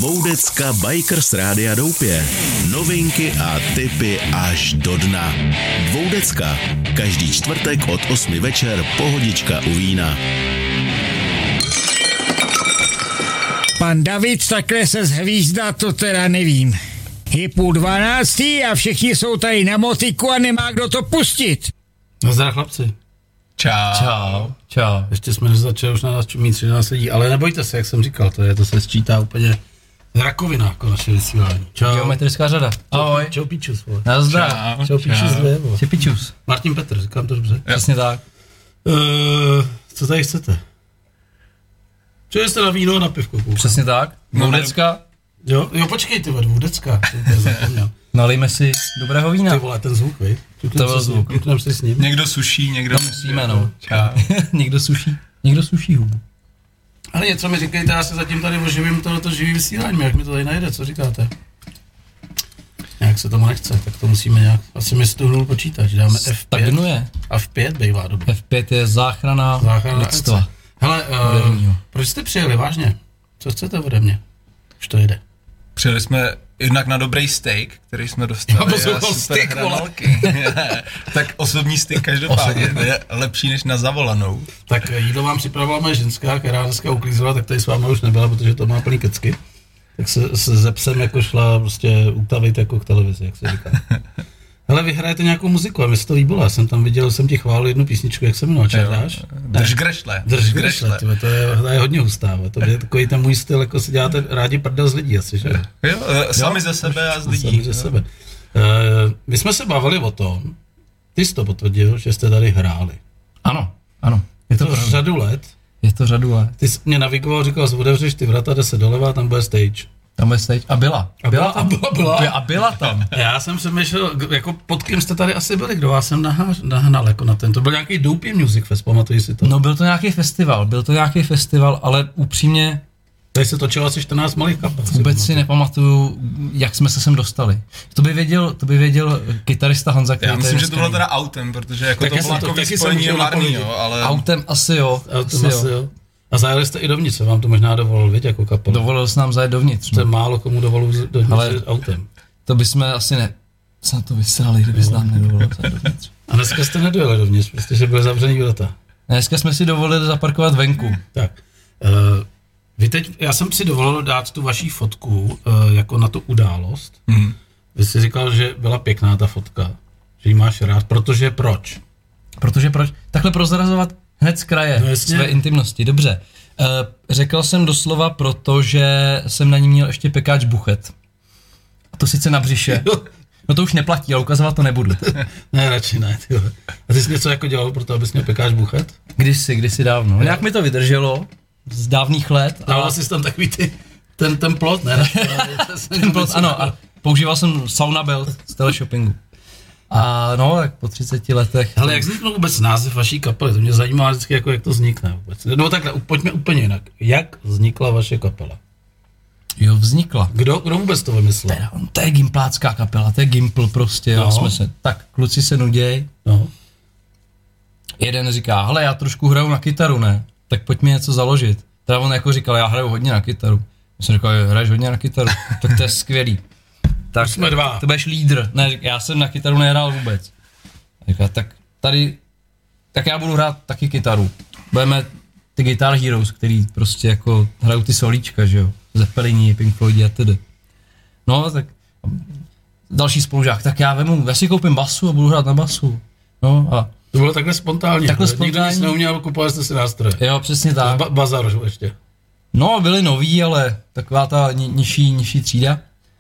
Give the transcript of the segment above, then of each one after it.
Moudecka Bikers Rádia Doupě. Novinky a tipy až do dna. Dvoudecka. Každý čtvrtek od 8 večer pohodička u vína. Pan David takhle se zhvízdá, to teda nevím. Je 11:30 a všichni jsou tady na motiku a nemá kdo to pustit. Nazdar chlapci. Čau. Ještě jsme začali, už na nás mít 13 lidí, ale nebojte se, jak jsem říkal, to se sčítá úplně rakovina, jako naše vysílání. Čau. Geometrická řada. Ahoj. Čau Pičus, vole. Nazdar. Čau Pičus 2, vole. Čau Pičus. Martin Petr, říkám to dobře. Přesně tak. Co tady chcete? Čili jste na víno a na pivko koukám. Přesně tak. Moudecka. Jo, počkejte, Dvoudecka. Nalejme si dobrého vína. Ty vole, ten zvuk, vej. To byl zvuk. Kliknem si s ním. Někdo suší, někdo... Musíme, no. Někdo suší hubu. Ale něco mi říkejte, já se zatím tady oživím tohleto živý vysílání, jak mi to tady najde, co říkáte? Nějak se tomu nechce, tak to musíme nějak, asi mi stuhnul počítač, dáme F5. Stagnuje. A F5 bývá dobrý. F5 je záchrana lidstva. Hele, proč jste přijeli, vážně? Co chcete ode mě? Už to jde. Přijeli jsme jednak na dobrý steak, který jsme dostali. Já poslouchal steak, Tak osobní steak každopádně je lepší než na zavolanou. Tak jídlo vám připravila moje ženská, která dneska uklízela, tak tady s vámi už nebyla, protože to má plný kecky. Tak se ze psem jako šla prostě utavit jako k televizi, jak se říká. Hele, vy hrajete nějakou muziku a mi se to líbilo, jsem ti chválil jednu písničku, jak se jmenuje, Čerdáš? Drž grešle, to je hodně hustá, to je takový ten můj styl, jako si děláte rádi prdel z lidí asi, že? Jo, sami ze sebe a z lidí. Sami ze sebe. My jsme se bavili o tom, ty jsi to potvrdil, že jste tady hráli. Ano. Je to řadu let. Ty jsi mě navigoval, říkal, otevřeš ty vrata, jde se doleva, tam bude stage. A byla tam. Já jsem přemýšlel, jako pod kým jste tady asi byli, kdo vás jsem nahnal jako na ten. To byl nějaký Doupě Music Fest, pamatuji si to? No byl to nějaký festival, ale upřímně... Tady se točilo asi 14 malých kapel. Vůbec si nepamatuju, jak jsme se sem dostali. To by věděl kytarista Honza, který... Já myslím, že to bylo teda autem, protože jako tak to bylo jako vyspojení marný, jo, ale... Autem asi jo. A zajeli jste i dovnitř, se vám to možná dovolil, viď, jako kapela. Dovolil se nám zajet dovnitř. To je málo komu dovolil dovnitř autem. To bychom asi se na to vysrali, kdyby se nám nedovolil zajet dovnitř. A dneska jste nedojeli dovnitř, protože byly zavřený vrata. Dneska jsme si dovolili zaparkovat venku. Tak. Vy teď, já jsem si dovolil dát tu vaší fotku jako na tu událost. Vy jsi říkal, že byla pěkná ta fotka, že ji máš rád, protože proč? Takhle prozrazovat hned z kraje své intimnosti, dobře. Řekl jsem doslova, protože jsem na ní měl ještě pekáč buchet. A to sice na břiše. No to už neplatí, ale ukazovat to nebudu. Ne, radši ne, tyjo. A ty jsi něco jako dělal pro to, abys měl pekáč buchet? Kdysi dávno. Nějak mi to vydrželo z dávných let. Dával jsi tam takový ten plot, ne? Ten plot, ano. A používal jsem sauna belt z teleshoppingu. A no, tak po 30 letech... Hele, jak vznikl vůbec název vaší kapely? To mě zajímá vždycky, jako, jak to vznikne vůbec. No takhle, pojďme úplně jinak. Jak vznikla vaše kapela? Jo, vznikla. Kdo vůbec to vymyslel? To je gimplácká kapela, to je Gimpl prostě. No. Tak, kluci se nuděj. No. Jeden říká, hele, já trošku hraju na kytaru, ne? Tak pojď mi něco založit. Teda on jako říkal, já hraju hodně na kytaru. Já jsem říkal, hraješ hodně na kytaru? Tak to je skvělý. Tak jsme dva. To budeš lídr. Ne, já jsem na kytaru nehrál vůbec. Říká, tak já budu hrát taky kytaru. Budeme ty Guitar Heroes, který prostě jako hrajou ty solíčka, že jo. Zeppelini, Pink Floyd a tedy. No, tak další spolužák, tak já si koupím basu a budu hrát na basu. No a... To bylo takhle spontánně. Nikdo nic neuměl, kupovali jste si nástroje. Jo, přesně tak. Bazar ještě. No, byli noví, ale taková ta nižší třída.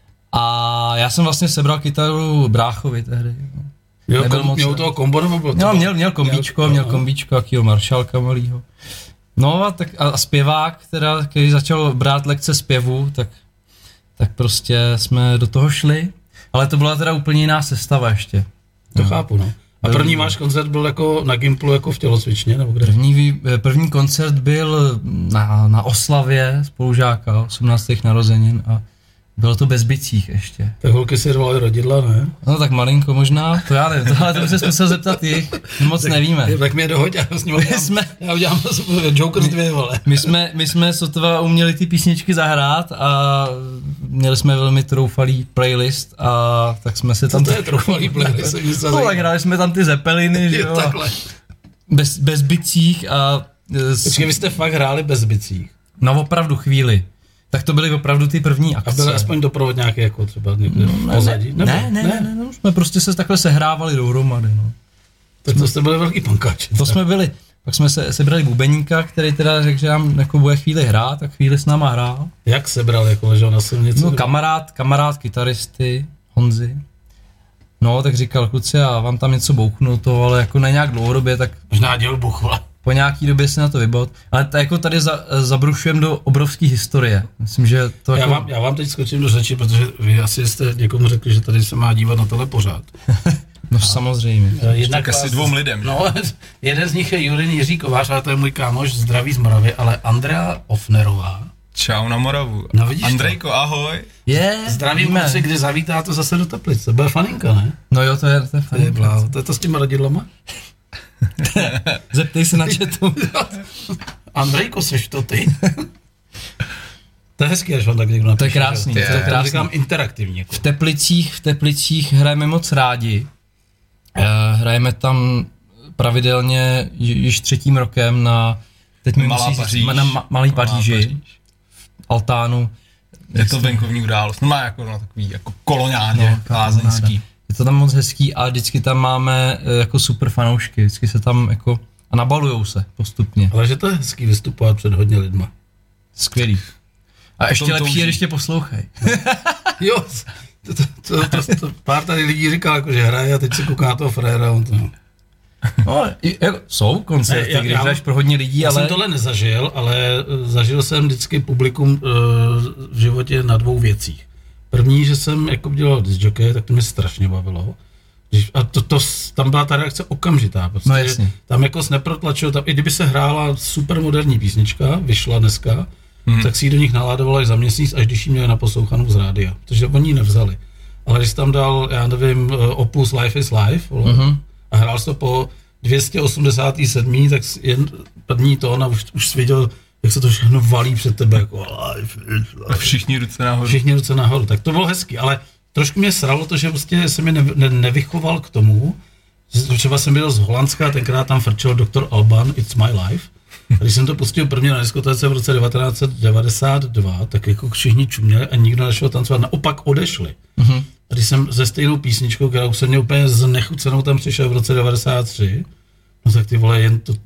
A já jsem vlastně sebral kytaru bráchovi tehdy. Jo, měl toho kombo nebo bylo to? No, měl kombíčko, jakýho Maršálka malýho. No a zpěvák, který začal brát lekce zpěvu, tak prostě jsme do toho šli. Ale to byla teda úplně jiná sestava ještě. To chápu, no. A první váš koncert byl jako na Gimplu, jako v tělocvičně, nebo kde? První koncert byl na oslavě spolužáka, 18. narozenin a Bylo to bez bicích ještě. Tak holky si rvaly rodidla, ne? No tak malinko možná, to já nevím, tohle to by se zkusil zeptat jich, moc tak, nevíme. Tak mě dohoď, já s ním já udělám Jokers 2, vole. My jsme sotva uměli ty písničky zahrát a měli jsme velmi troufalý playlist a tak jsme se tam... Co to je troufalý playlist? No tak hráli jsme tam ty Zeppeliny, že jo? Takhle. Bez bicích a... Počkej, vy jste fakt hráli bez bicích? No opravdu chvíli. Tak to byly opravdu ty první akce. A byl aspoň doprovod nějaký jako třeba někde pozadí? Ne, jsme prostě se takhle sehrávali dohromady, no. Tak to jste byli velký pankáči. To jsme byli. Pak jsme sebrali bubeníka, který teda řekl, že nám jako bude chvíli hrát a chvíli s náma hrál. Jak sebral, jako ležel na silnici? No kamarád kytaristy, Honzy. No, tak říkal, kluci, já vám tam něco bouchnu to, ale jako ne nějak dlouhodobě, tak... Možná děl buchla. Po nějaký době se na to vybot, ale jako tady zabrušujeme do obrovské historie. Myslím, že to jako... Já vám teď skočím do řeči, protože vy asi jste někomu řekli, že tady se má dívat na tohle pořád. No samozřejmě. Jednak asi 2 lidem. No, jeden z nich je Jurin Jiří Kovář, ale to je můj kámoš, zdraví z Moravy, ale Andrea Ofnerová. Čau na Moravu. No vidíš Andrejko, to? Ahoj. Zdravím kluci, kdy zavítá to zase do Teplic. To bude faninka, ne? No jo, to je faninka. To je to s těma rodidlama? Zeptej se na chatu. Andrejko, seš to ty? To je hezký, až vám tak někdo napíše. To je krásný. To říkám interaktivně. Jako. V Teplicích hrajeme moc rádi. Hrajeme tam pravidelně již 3. rokem na... Teď mi na Malý Paříži. V Altánu. Je to venkovní událost. No má jako takový jako koloniálně lázeňský. Je to tam moc hezký a vždycky tam máme jako super fanoušky, vždycky se tam jako a nabalujou se postupně. Ale že to je hezký vystupovat před hodně lidma. Skvělý. A ještě lepší je, když tě poslouchají. Jo, to pár tady lidí říkal, jako, že hraje a teď se kouká na toho fréra. No, jsou koncerty, když hraješ pro hodně lidí, já jsem tohle nezažil, ale zažil jsem vždycky publikum v životě na 2 věcích. První, že jsem jako dělal discjockey, tak to mě strašně bavilo. A tam byla ta reakce okamžitá. Prostě no jasně. Tam jako neprotlačil, tam, i kdyby se hrála super moderní písnička, vyšla dneska, tak si ji do nich naládovali za měsíc, až když ji měli naposlouchanou z rádia. Takže oni ji nevzali. Ale když tam dal, já nevím, opus Life is Life, a hrál jsi to po 287. tak jen první tón a už jsi viděl, jak se to všechno valí před tebe, jako Life is Life. A všichni ruce nahoru. Všichni ruce nahoru, tak to bylo hezky, ale trošku mě sralo to, že prostě se mi nevychoval k tomu, že třeba jsem byl z Holandska, tenkrát tam frčel Dr. Alban, It's My Life. A když jsem to pustil prvně na diskotéce v roce 1992, tak jako všichni čuměli a nikdo nešel tancovat, naopak odešli. A když jsem ze stejnou písničkou, kterou jsem měl úplně znechucenou, tam přišel v roce 93, no tak ty vole, jen to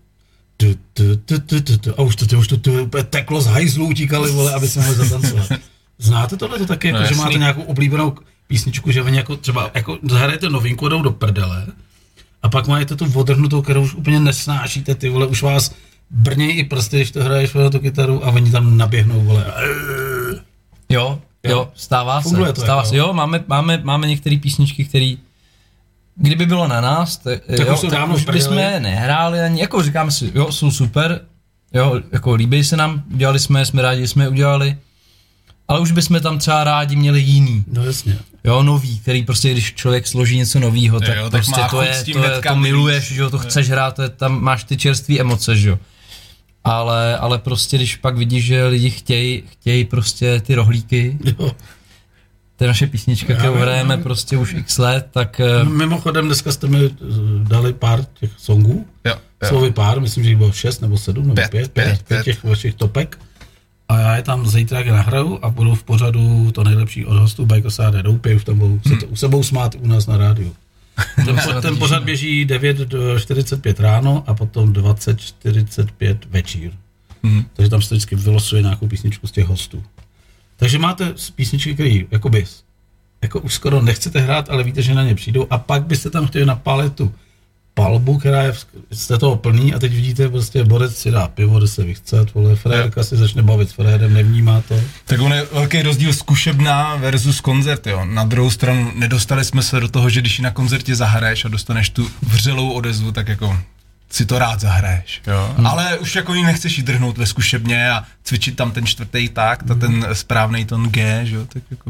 a už to úplně teklo z hajzlů, utíkali, vole, aby se mohli zatancovat. Znáte tohle to taky, jako, že máte nějakou oblíbenou písničku, že oni jako třeba jako zahrajete novinku, jdou do prdele a pak máte tu odrhnutou, kterou už úplně nesnášíte, ty vole, už vás brnějí i prsty, když to hraješ na tu kytaru a oni tam naběhnou, vole. Jo, stává se. Jo, máme některé písničky, které kdyby bylo na nás, tak už bychom nehráli ani, jako říkám si, jo, jsou super, jo, jako líbí se nám, udělali jsme rádi, že jsme je udělali, ale už bychom tam třeba rádi měli jiný. No jasně. Jo, nový, který prostě, když člověk složí něco novýho, tak prostě to miluješ, že jo, to chceš hrát, tam máš ty čerstvé emoce, že jo. Ale prostě, když pak vidíš, že lidi chtějí prostě ty rohlíky, jo. To je naše písnička, kterou hrajeme prostě už x let, tak... Mimochodem, dneska jste mi dali pár těch songů, slovy pár, myslím, že jich bylo 6 nebo 7 nebo 5 těch vašich topek. A já je tam zítra nahraju a budu v pořadu to nejlepší od hostů Bajkos a Doupě, už tam budou se sebou smát u nás na rádiu. Ten pořad běží 9:45 ráno a potom 20:45 večír. Takže tam se vždycky vylosuje nějakou písničku z těch hostů. Takže máte písničky, které jako už skoro nechcete hrát, ale víte, že na ně přijdou a pak byste tam chtěli napálit tu palbu, která je jste toho plný a teď vidíte prostě borec si dá pivo, jde se vychcet, vole, frérka si začne bavit s frérem, nevnímá to. Tak on je velký rozdíl zkušebná versus koncert, jo. Na druhou stranu nedostali jsme se do toho, že když ji na koncertě zahraješ a dostaneš tu vřelou odezvu, tak jako si to rád zahraješ, jo. Ale už jako ji nechceš jí drhnout ve zkušebně a cvičit tam ten čtvrtý takt a ten správný ton G, že jo, tak jako...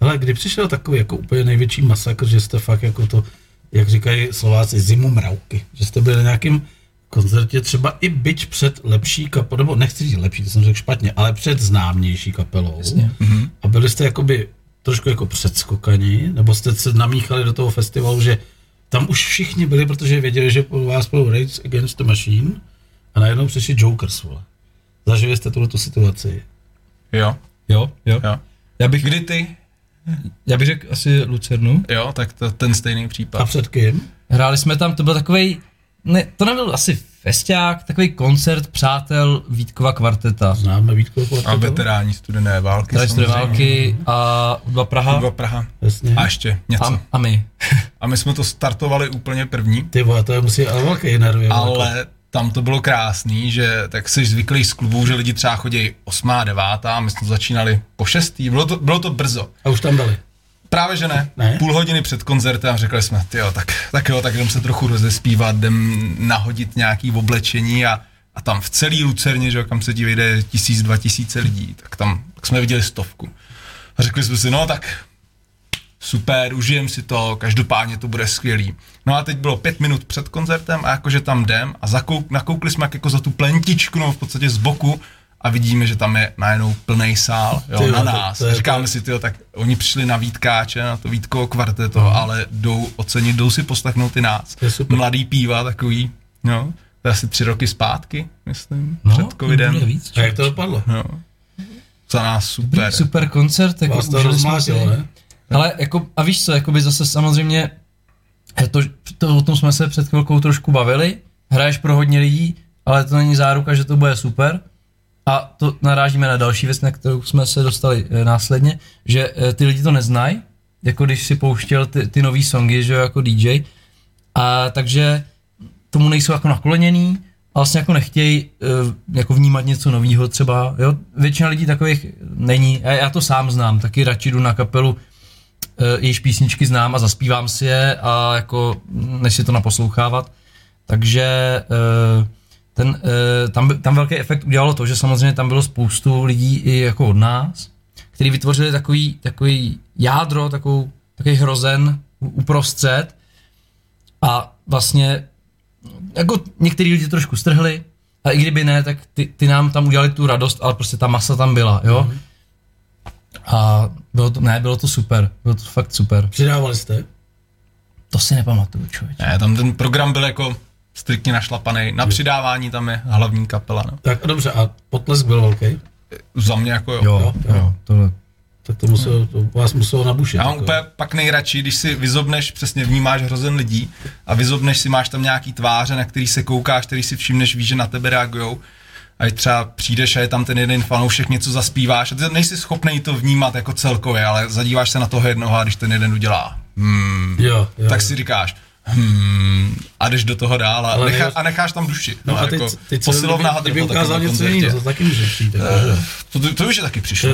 Hele, kdy přišel takový jako úplně největší masakr, že jste fakt jako to, jak říkají Slováci, zimu mravky, že jste byli na nějakým koncertě třeba i byť před lepší kapelou, nebo nechci říct lepší, to jsem řekl špatně, ale před známější kapelou. Jasně. A byli jste jakoby trošku jako předskokaní, nebo jste se namíchali do toho festivalu, že tam už všichni byli, protože věděli, že po vás budou Rage Against the Machine a najednou přišli Jokers, vole. Zažili jste tuhletu situaci? Jo. Kdy ty? Já bych řekl asi Lucernu. Jo, tak to ten stejný případ. A před kým? Hráli jsme tam, to byl takovej, ne, to nebyl asi festiák, takový koncert přátel Vítkova kvarteta. Známe Vítkova kvarteta. A veteráni studené války. Studené války a Hudba Praha. Hudba Praha. Jasně. A ještě něco. A my. A my jsme to startovali úplně první. Ty vole, to je musí ale velký nervy. Ale tam to bylo krásný, že tak jsi zvyklý z klubů, že lidi třeba chodí 8., 9. a my jsme to začínali po 6. Bylo to brzo. A už tam dali? Právě že ne. Půl hodiny před koncertem řekli jsme, tak jdem se trochu rozespívat, jdem nahodit nějaký oblečení a tam v celý Lucerně, že kam se ti vejde 1000-2000 lidí, tak jsme viděli 100. A řekli jsme si, no tak super, užijem si to, každopádně to bude skvělý. No a teď bylo 5 minut před koncertem a jakože tam jdem a nakoukli jsme jako za tu plentičku, no v podstatě z boku a vidíme, že tam je najednou plnej sál, jo, na nás. Říkáme si, tak oni přišli na Vítkáče, na to Vítkovo kvarteto, ale jdou si poslechnout i nás. Mladý píva takový, no, to je asi 3 roky zpátky, myslím, před covidem. Víc, a jak to dopadlo? No. Za nás super. Super koncert, jako vás to rozmlátilo, ne? Ale jako, a víš co, jakoby zase samozřejmě, o tom jsme se před chvilkou trošku bavili, hraješ pro hodně lidí, ale to není záruka, že to bude super. A to narážíme na další věc, na kterou jsme se dostali následně, že ty lidi to neznají, jako když si pouštěl ty nový songy, že jako DJ, a takže tomu nejsou jako nakloněný a vlastně jako nechtějí jako vnímat něco novýho třeba, jo. Většina lidí takových není, já to sám znám, taky radši jdu na kapelu, jejíž písničky znám a zaspívám si je a jako než si to naposlouchávat, takže tam velký efekt udělalo to, že samozřejmě tam bylo spoustu lidí i jako od nás, kteří vytvořili takový jádro, takový hrozen uprostřed a vlastně jako některý lidi trošku strhli a i kdyby ne, tak ty nám tam udělali tu radost, ale prostě ta masa tam byla, jo. A bylo to super, bylo to fakt super. Přidávali jste? To si nepamatuju, člověče. Ne, tam ten program byl jako striktně našlapaný. Na přidávání tam je hlavní kapela. No. Tak dobře, a potlesk byl velký? Za mě jako jo. Tohle. Tak to vás muselo nabušit. Já mám úplně pak nejradši, když si vyzobneš, přesně vnímáš hrozen lidí a vyzobneš si, máš tam nějaký tváře, na který se koukáš, který si všimneš, víš, že na tebe reagujou. A když třeba přijdeš a je tam ten jeden fanoušek, něco zaspíváš a ty nejsi schopný to vnímat jako celkově, ale zadíváš se na toho jednoho a když ten jeden udělá tak si říkáš a jdeš do toho dál a necháš tam duši. No a teď posilovná hadr. Kdyby ukázal něco jiného, to taky může přijít. To už je taky přišlo.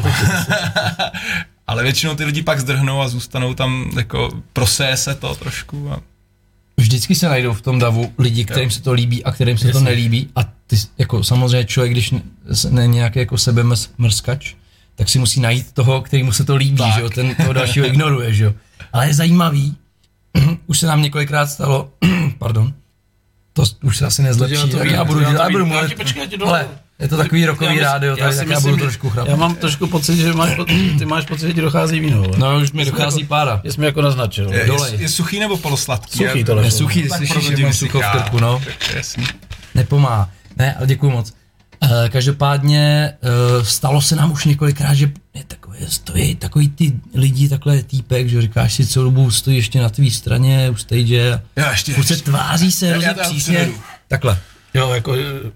Ale většinou ty lidi pak zdrhnou a zůstanou tam, jako proseje se to trošku. Vždycky se najdou v tom davu lidi, kterým se to líbí a kterým se to nelíbí a ty, jako samozřejmě člověk, když není nějaký jako sebemrskač, tak si musí najít toho, kterýmu se to líbí, že jo, toho dalšího ignoruje, že jo. Ale je zajímavý, už se nám několikrát stalo, pardon, to už se asi nezlepší, tak já budu mluvit, ale je to takový rockový rádio, tak já budu trošku chrapit. Já mám trošku pocit, že ty máš pocit, že ti dochází víno. No už mi dochází pára. Jsi mi jako naznačil. Je suchý nebo polosladký? Suchý to je suchý, slyšíš, že mám sucho v krku, no. Nepomáhá. Ne, ale děkuju moc. Každopádně stalo se nám už několikrát, že stojí takový ty lidi, takhle týpek, že říkáš si, celou dobu stojí ještě na tvý straně, u stage a furt se tváří se hrozně přísně. Takhle. Jo, jako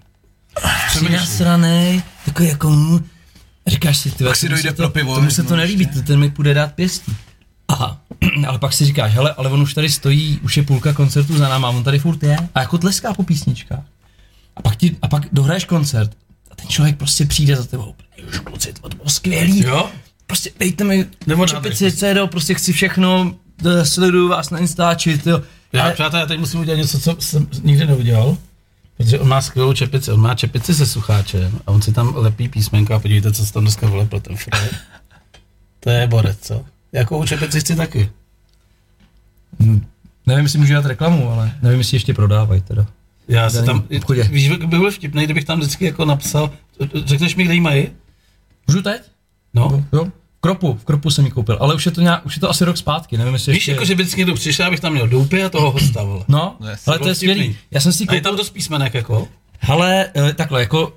přinasranej, takový jako říkáš si, tomu se to nelíbí, ten mi půjde dát pěstí. Aha, ale pak si říkáš, hele, ale on už tady stojí, už je půlka koncertu za náma, on tady furt je a jako tleská po písničkách. A pak dohraješ koncert a ten člověk prostě přijde za tebou. Už kluci, to bylo skvělý. Jo? Prostě dejte mi čepici, CD, prostě chci všechno, sleduju vás na Instači, jo. Přátelé, já teď musím udělat něco, co jsem nikdy neudělal, protože on má skvělou čepici, on má čepici se sucháčem a on si tam lepí písmenka a podívejte, co se tam dneska vylepl ten Fred. To je borec, co? Jako čepici chci taky. Nevím, jestli můžu dát reklamu, ale nevím, jestli ještě prodávají teda. Já si tam, víš, by byl vtipnej, kdybych tam vždycky jako napsal, řekneš mi, kde jí mají? Můžu teď? No. Jo. V Kropu jsem ji koupil, ale už je to asi rok zpátky, nevím, jestli víš, ještě... jako že by vždycky někdo přišel, abych tam měl doupy a toho hosta, vole. No, ale to je skvělý. Já jsem si koupil... A je tam dost písmenek, jako? Hele, takhle, jako,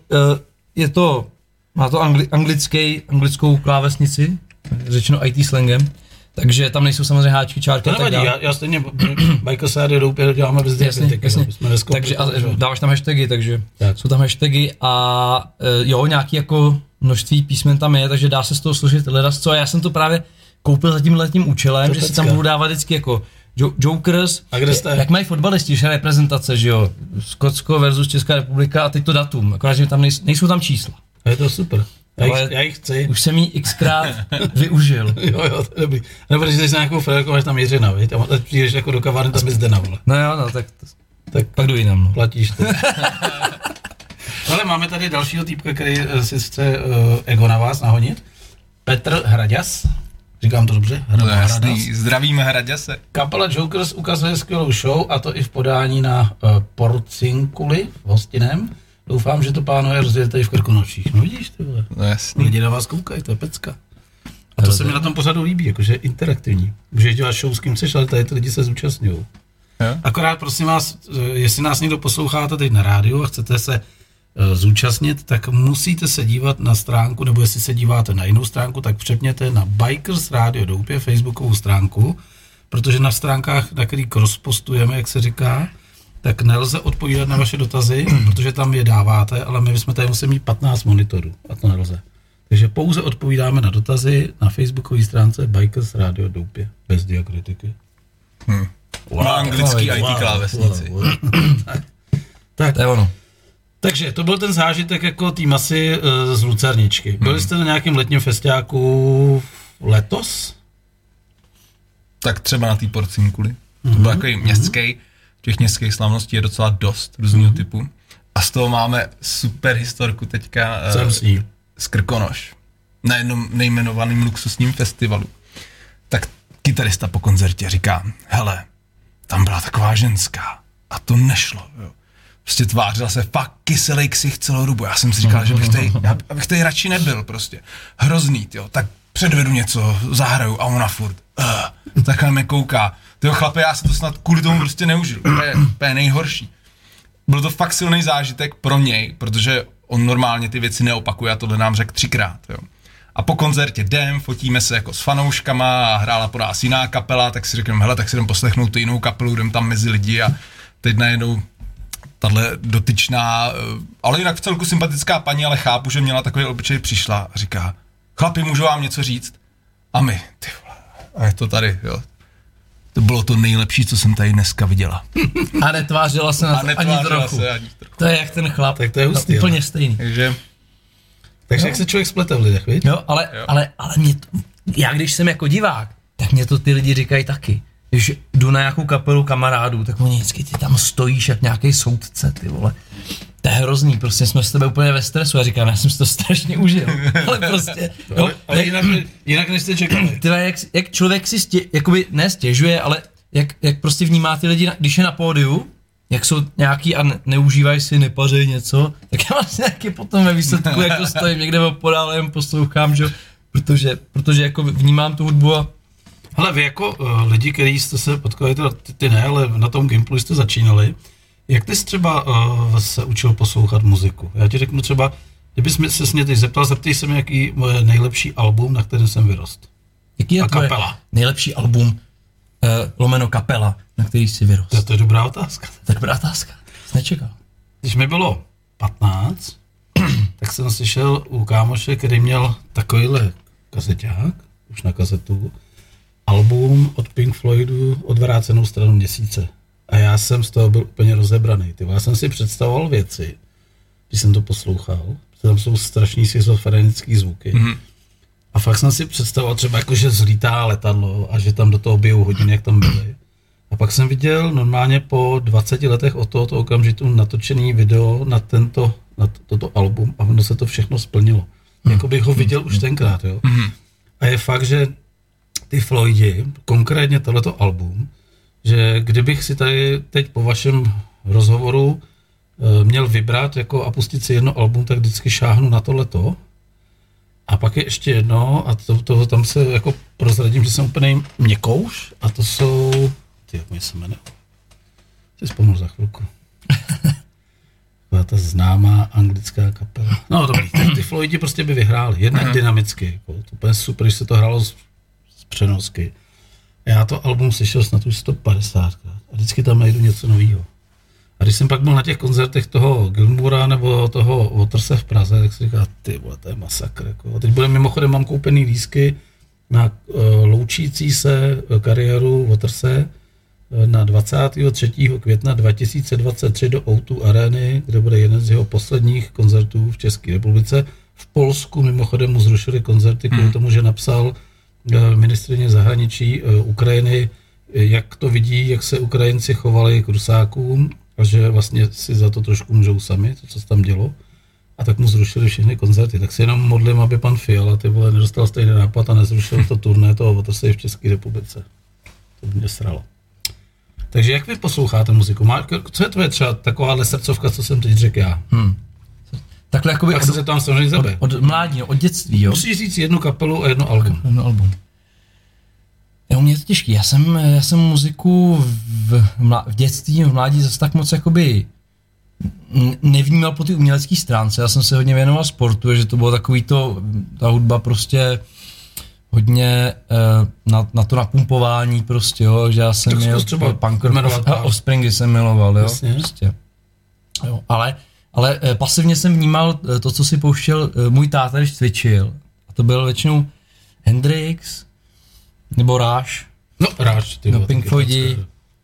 má to anglickou klávesnici, řečeno IT slangem, takže tam nejsou samozřejmě háčky, čárky. To nevadí, já stejně Bikers Radio doupě děláme bez diakritiky. Jasně. Takže dáváš tam hashtagy, takže jsou tam hashtagy a nějaký jako množství písmen tam je, takže dá se z toho složit ledas, já jsem to právě koupil za tímhletím účelem, že si tam budu dávat vždycky jako Jokers, a kde jste? Jak mají fotbalisti, že reprezentace, že jo, Skotsko versus Česká republika a teď to datum, akorát, že tam nejsou tam čísla. A je to super. Já jich chci. Už jsem jí xkrát využil. Jo, to je dobrý. Nebo když jsi na nějakou frérku, máš tam Jiřina, viď? A teď přijdeš jako do kavárny, tam je Zdena, vole. No jo, tak pak jdu jinam, no. Platíš to. Ale máme tady dalšího týpka, který si chce ego na vás nahonit. Petr Hraďas. Říkám to dobře? Zdravíme Hraďase. Kapela Jokers ukazuje skvělou show, a to i v podání na Porcinkuli v Hostinem. Doufám, že to pánové rozjedete i v Krkonoších. No vidíš, ty vole. No jasný. Lidi na vás koukají, to je pecka. A to se mi na tom pořadu líbí, jakože je interaktivní. Můžeš dělat show s kým chceš, ale tady ty lidi se zúčastňují. Akorát prosím vás, jestli nás někdo posloucháte teď na rádiu a chcete se zúčastnit, tak musíte se dívat na stránku, nebo jestli se díváte na jinou stránku, tak přepněte na Bikers Radio Doupě, facebookovou stránku, protože na stránkách, na který crosspostujeme, jak se říká, tak nelze odpovídat na vaše dotazy, protože tam je dáváte, ale my bychom tady museli mít 15 monitorů a to nelze. Takže pouze odpovídáme na dotazy na facebookové stránce Bikers Radio Doupě, bez diakritiky. Wow, na anglický IT klávesnici. Tak. To je ono. Takže to byl ten zážitek jako tý masy z Lucerničky. Byli jste na nějakém letním festiáku letos? Tak třeba na té Porcinkuli. To byl takový městský, těch městských slavností je docela dost různého typu. A z toho máme super historku teďka z Krkonoš. Na jednom nejmenovaném luxusním festivalu. Tak kytarista po koncertě říká, hele, tam byla taková ženská a to nešlo, jo. Prostě tvářila se fakt kyselej ksich celou dobu. Já jsem si říkal, že bych tady radši nebyl prostě. Hrozný, jo. Tak předvedu něco, zahraju a ona furt. Takhle mě kouká. Tyjo chlape, já se to snad kvůli tomu prostě neužil. To je nejhorší. Byl to fakt silný zážitek pro něj, protože on normálně ty věci neopakuje a tohle nám řekl 3krát, jo. A po koncertě jdem, fotíme se jako s fanouškama a hrála po nás jiná kapela, tak si řekneme, hele, tak si jdem poslechnout tu jinou kapelu, jdem tam mezi lidi a teď najednou tahle dotyčná, ale jinak v celku sympatická paní, ale chápu, že měla takový obyčej, přišla a říká, chlapi, můžu vám něco říct? A my, ty vole, a je to tady, jo. To bylo to nejlepší, co jsem tady dneska viděla. A netvářila se na to ani trochu. To je jak ten chlap, tak to je hustý, úplně stejný. Takže jak se člověk splete v lidech, víš? Jo, ale mě to, já když jsem jako divák, tak mě to ty lidi říkají taky. Když jdu na nějakou kapelu kamarádů, tak oni vždycky ty tam stojíš jak nějaký soudce, ty vole. To je hrozný, prostě jsme s tebe úplně ve stresu. Já říkám, já jsem si to strašně užil. Ale prostě, ale jinak než jste čekali. Tyhle, jak člověk si jakoby nestěžuje, ale jak prostě vnímá ty lidi, když je na pódiu, jak jsou nějaký a neužívají si, nepařej něco, tak já vlastně taky potom ve výsledku jako stojím někde opodál a jen poslouchám, že? Protože jako vnímám tu hudbu a... Hele, vy jako lidi, kteří jste se potkali, ty ne, ale na tom Gimplu jste začínali, jak ty jsi třeba se učil poslouchat muziku? Já ti řeknu třeba, kdybys se mě teď zeptal, zeptej se mi, jaký moje nejlepší album, na kterém jsem vyrost. Jaký je tvoje nejlepší album, lomeno kapela, na který jsi vyrost? To je dobrá otázka. To je dobrá otázka, jsi nečekal. Když mi bylo 15, tak jsem slyšel u kámoše, který měl takovýhle kazeťák, už na kazetu, album od Pink Floydu Odvrácenou stranu měsíce. A já jsem z toho byl úplně rozebraný. Já jsem si představoval věci, když jsem to poslouchal, tam jsou strašný schizofrenický zvuky. Mm-hmm. A fakt jsem si představoval třeba jako, že zlítá letadlo a že tam do toho bijou hodiny, jak tam byly. A pak jsem viděl normálně po 20 letech od tohoto okamžitu natočený video na toto album a ono se to všechno splnilo. Jako bych ho viděl už tenkrát, jo. Mm-hmm. A je fakt, že ty Floydi, konkrétně tohleto album, že kdybych si tady teď po vašem rozhovoru měl vybrat jako a pustit si jedno album, tak vždycky šáhnu na tohleto. A pak je ještě jedno, a to tam se jako prozradím, že jsem úplně měkouš, a to jsou, jak mi se jmenuje, si vzpomnu za chvilku. Ta známá anglická kapela. No dobrý, ty Floydi prostě by vyhráli, jednak dynamicky, jako, to úplně super, když se to hrálo z přenosky. Já to album slyšel snad už 150krát a vždycky tam najdu něco nového. A když jsem pak byl na těch koncertech toho Gilmoura nebo toho Waterse v Praze, tak si říká, ty vole, to je masakr. Jako. A teď mimochodem mám koupený lístky na loučící se kariéru Waterse na 23. května 2023 do O2 Areny, kde bude jeden z jeho posledních koncertů v České republice. V Polsku mimochodem mu zrušili koncerty kvůli tomu, že napsal ministryně zahraničí Ukrajiny, jak to vidí, jak se Ukrajinci chovali k Rusákům a že vlastně si za to trošku můžou sami, to, co se tam dělo. A tak mu zrušili všechny koncerty. Tak si jenom modlím, aby pan Fiala ty vole nedostal stejný nápad a nezrušil to turné toho Waterse v České republice. To by mě sralo. Takže jak vy posloucháte muziku? Co je tvoje třeba takováhle srdcovka, co jsem teď řekl já? Takhle jakoby tak se tam samozřejmě zabe. Od mládí, od dětství, jo? Musíš říct jednu kapelu a jedno album. Jedno album. Jo, mě je to těžký. Já jsem muziku v dětství, v mládí zase tak moc jakoby nevnímal po té umělecké stránce. Já jsem se hodně věnoval sportu, že to bylo takový to, ta hudba prostě hodně na to napumpování prostě, jo, že já jsem měl punk rock, Offspringy jsem miloval, jo, prostě. Jo, ale pasivně jsem vnímal to, co si pouštěl můj táta, když cvičil. A to byl většinou Hendrix, nebo Rush. No, Rush, ty no, Pink Floydi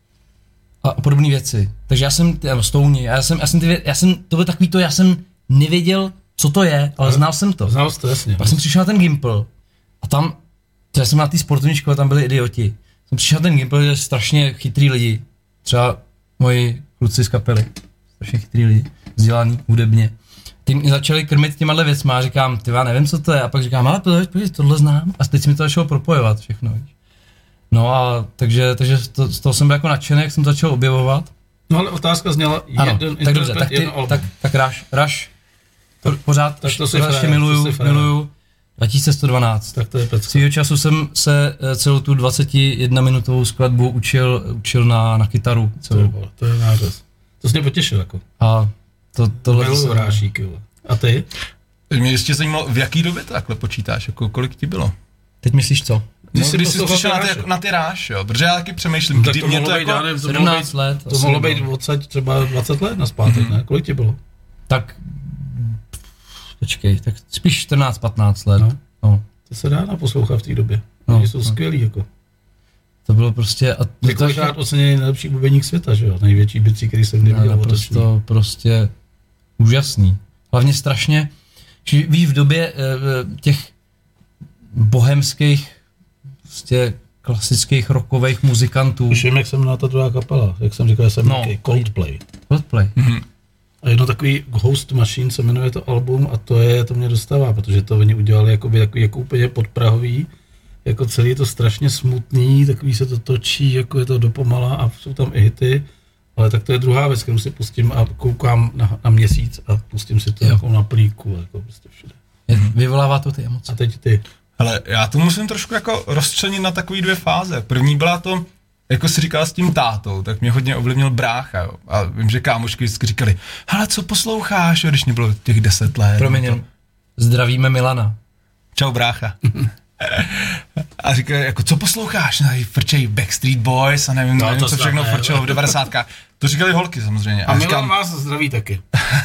a podobné věci. Takže já jsem, Stoney, já jsem, to bylo takový to, já jsem nevěděl, co to je, ale znal jsem to. Znal jsi to, jasně. Pak jsem přišel na ten Gimple a tam, já jsem na té sportovní škole, tam byli idioti. Jsem přišel na ten Gimple, že strašně chytrý lidi, třeba moji kluci z kapely, strašně chytrý lidi, vzdělaný hudebně. Ty mě začali krmit těmahle věcma a říkám, ty já nevím, co to je, a pak říkám, ale tohle znám, a teď mi to začalo propojovat všechno, víš. No a takže z toho jsem byl jako nadšený, jak jsem začal objevovat. No ale otázka zněla jeden tak dobře, tak Rush, pořád, to ještě miluju, 2112. Tak to je pecka. Svýho času jsem se celou tu 21-minutovou skladbu učil na kytaru. To je nářez. To jsi mě potěšil jako. A tohle miluju Rášíky. A ty? Mě ještě zajímalo, v jaký době to takhle počítáš, jako kolik ti bylo? Teď myslíš co? Když jsi přišel na ty Ráš, jo, protože já taky přemýšlím, kdy mě to jako 17 let. To mohlo být odsaď třeba 20 let naspátek, ne? Kolik ti bylo? Tak, počkej, tak spíš 14-15 let. No. To se dá naposlouchat v té době. Oni jsou skvělí, jako. To bylo prostě... Několikrát oceněný nejlepší bubeník světa, že jo? Největší bicí, který jsem kdy viděl. To prostě úžasný. Hlavně strašně, že víš, v době těch bohemských, prostě klasických rockových muzikantů. Už vím, jak jsem na ta druhá kapela, jak jsem říkal, jsem Coldplay. Mm-hmm. A jedno takový Ghost Machine se jmenuje to album a to mě dostává, protože to oni udělali jakoby takový jako úplně podprahový, jako celý je to strašně smutný, takový se to točí, jako je to dopomala a jsou tam i hity, ale tak to je druhá věc, kterou si pustím a koukám na měsíc a pustím si to jako na plíku, jako prostě všude. Vyvolává to ty emoce. A teď ty. Ale já to musím trošku jako rozčlenit na takový dvě fáze. První byla to, jako si říkal s tím tátou, tak mě hodně ovlivnil brácha, jo. A vím, že kámošky vždycky říkali, hele, co posloucháš, jo, když mě bylo těch 10 let. Promiň, zdravíme Milana. Čau, brácha. A říkali, jako, co posloucháš? No, frčej Backstreet Boys a nevím, co všechno frčelo v 90kách. To říkali holky samozřejmě. A Milan vás zdraví taky.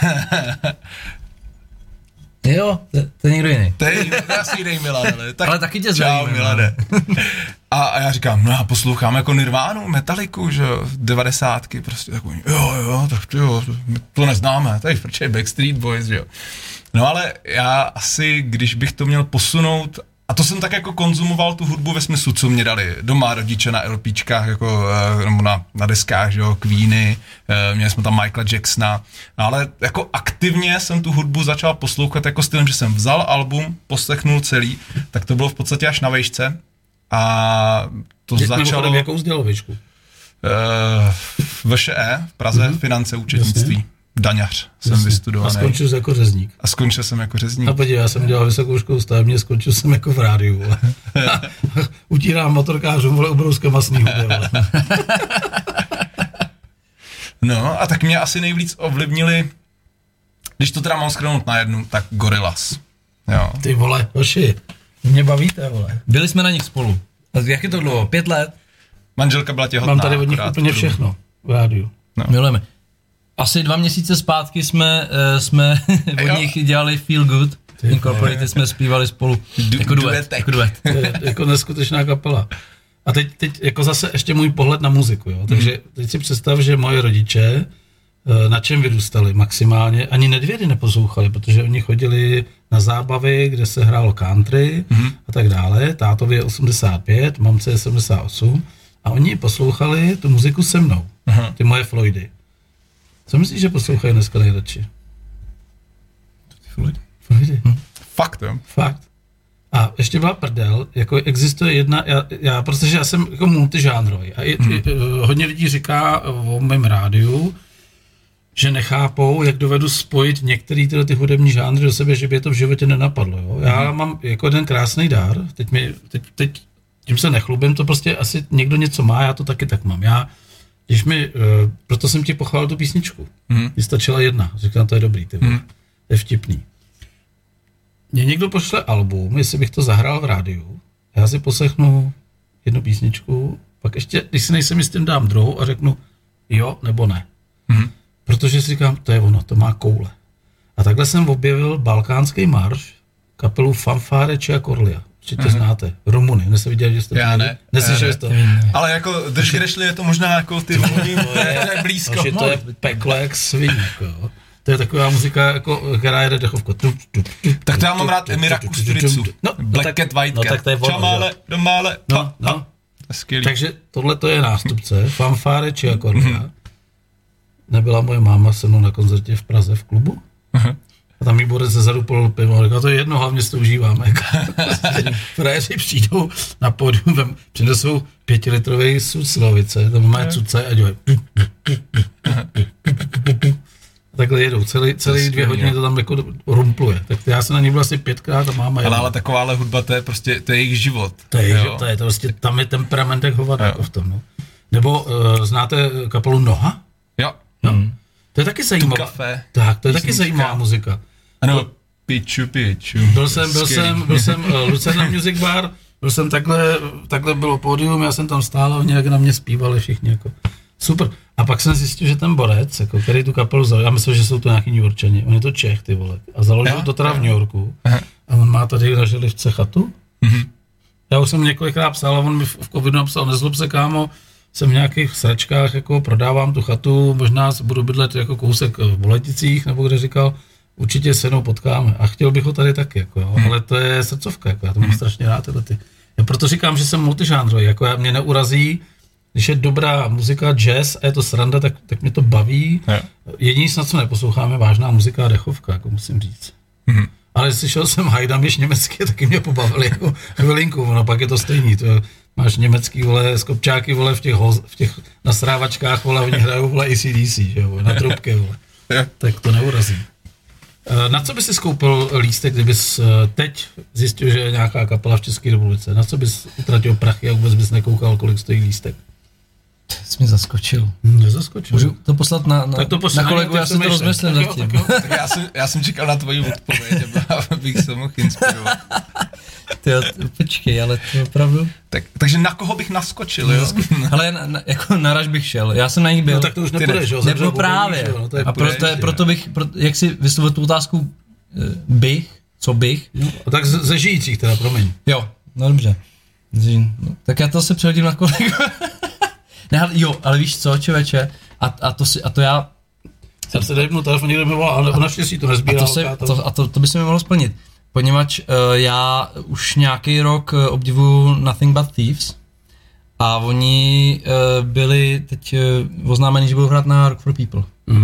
Jo, to je někdo jiný. To je asi jiný Milan, ale taky tě zdraví, Milane. A já říkám, no já poslouchám jako Nirvánu, Metalliku, že 90ky, prostě takový, jo, tak jo, to neznáme, tady frčej Backstreet Boys, že jo. No ale já asi, když bych to měl posunout, a to jsem tak jako konzumoval tu hudbu ve smyslu, co mě dali doma rodiče na LPčkách, jako, nebo na deskách, že jo, Queeny, měli jsme tam Michaela Jacksona, ale jako aktivně jsem tu hudbu začal poslouchat jako stylem, že jsem vzal album, poslechnul celý, tak to bylo v podstatě až na vejšce, a to začalo... Jakou sdělovičku? VŠE v Praze, finance, účetnictví. Jasně. Daňař jsem vystudovaný. A skončil jsi jako řezník. A skončil jsem jako řezník. A podívej, já jsem dělal vysokou školu stavebně, skončil jsem jako v rádiu. Utírám motorkářům, obrovské masný hudě. No a tak mě asi nejvíc ovlivnili, když to teda mám shrnout na jednu, tak Gorillaz. Jo. Ty vole, hoši, mě bavíte, vole. Byli jsme na nich spolu. A jak je to dlouho? 5 let? Manželka byla těhotná. Mám tady od nich úplně všechno v rádiu. No. Milujeme. Asi 2 měsíce zpátky jsme od nich dělali Feel Good. Incorporated jsme zpívali spolu jako duet. Jako neskutečná kapela. A teď jako zase ještě můj pohled na muziku, jo. Takže teď si představ, že moje rodiče na čem vyrůstali maximálně, ani Nedvědy neposlouchali, protože oni chodili na zábavy, kde se hrálo country a tak dále. Tátovi je 85, mamce je 78 a oni poslouchali tu muziku se mnou, ty moje Floydy. Co myslíš, že poslouchají dneska nejradši? Floydy. Fakt, jo? Fakt. A ještě byla prdel, jako existuje jedna, protože já jsem jako multižánrový a hodně lidí říká o mém rádiu, že nechápou, jak dovedu spojit některé ty hudební žánry do sebe, že by je to v životě nenapadlo. Jo? Já mám jako jeden krásný dár, teď tím se nechlubím, to prostě asi někdo něco má, já to taky tak mám. Proto jsem ti pochválil tu písničku. Mně stačila jedna, říkám, to je dobrý, to je vtipný. Mně někdo pošle album, jestli bych to zahrál v rádiu, já si poslechnu jednu písničku, pak ještě, když si nejsem jistým, dám druhou a řeknu jo nebo ne. Protože si říkám, to je ono, to má koule. A takhle jsem objevil Balkánský marš, kapelu Fanfare Cia Corlia. Určitě znáte. Rumuny, dnes se viděli, že jste já ne. Neslyšeli jste to? Ale jako držkešli je to možná jako ty Rumuny, to je blízko. To je peklo jak sviník, jo. To je taková muzika, jako, která jede dechovko. Tak to já mám rád Emira Kusturicu. Black Cat, White Cat. No tak to je ono, Čamále, domále, no. Skvělý. Takže tohle to je nástupce. Fanfare Cia Corlia. Nebyla moje máma se mnou na koncertě v Praze v klubu? A tam jí borec zezadu polil pivo. Říkal, to je jedno, hlavně si to užíváme. Frajeři přijdou na pódium, přinesou 5litrový suc Slovice, tam má cucaj a dělají. Takhle jedou, celý 2 hodiny to tam jako rumpluje. Tak já jsem na ní byl asi 5krát a máma jedou. Ale takováhle hudba, to je prostě, to je jejich život. To je prostě, tam je temperament jak hovat jako v tom. No. Nebo znáte kapelu Noha? Jo. To je taky zajímavá. Tak, to je taky zajímavá muzika. Ano, piču. Byl jsem Lucerna Music Bar, byl jsem takhle bylo pódium, já jsem tam stál a oni jak na mě zpívali všichni jako. Super. A pak jsem zjistil, že ten borec, jako, který tu kapelu založil, já myslím, že jsou to nějaký New Yorkčani, on je to Čech, ty vole, a založil to teda v New Yorku. A on má tady na Želivce chatu. Já už jsem několikrát psal a on mi v covidu napsal, nezlob se, kámo, jsem v nějakých sračkách, jako prodávám tu chatu, možná budu bydlet jako kousek v Boleticích, nebo kde říkal, určitě se jednou potkáme. A chtěl bych ho tady taky, jako, jo. Ale to je srdcovka, jako, já to mám strašně rád. Já proto říkám, že jsem multižánrový, jako mě neurazí, když je dobrá muzika, jazz a je to sranda, tak mě to baví. Jediný snad, co neposloucháme, vážná muzika a dechovka, jako musím říct. Ale slyšel jsem Hajdamiš německy, taky mě pobavili jako chvilinku, no pak je to stejný. To máš německý, vole, skopčáky, vole, v těch nasrávačkách, vole, oni hrajou, vole, AC/DC, že jo, na trubky, vole. Tak to neurazí. Na co bys si skoupil lístek, kdybys teď zjistil, že je nějaká kapela v České republice? Na co bys utratil prachy a vůbec bys nekoukal, kolik stojí lístek? Jsi mě zaskočil. Nezaskočil. Můžu to poslat na kolegu, já si to rozmyslím zatím. Já jsem čekal na tvoji odpověď, abych se mohl inspirovat. Počkej, ale to opravdu... Takže na koho bych naskočil, jo? Ale jako naráž bych šel, já jsem na ní byl. No tak to už nepůjdeš, jo? Nebo právě. A proto bych, jak si vyslovil tu otázku co bych. No, a tak ze žijících teda, promiň. Jo, no dobře. No, tak já to se přehodím na kolegu. Ne, ale víš co, člověče, a to já... Jsem se dejpnul telefon, někde mi volal, ale naštěstí to nezbírá. A to by se mi mohlo splnit. Poněvadž já už nějaký rok obdivuju Nothing But Thieves a oni byli teď oznámeni, že budou hrát na Rock for People.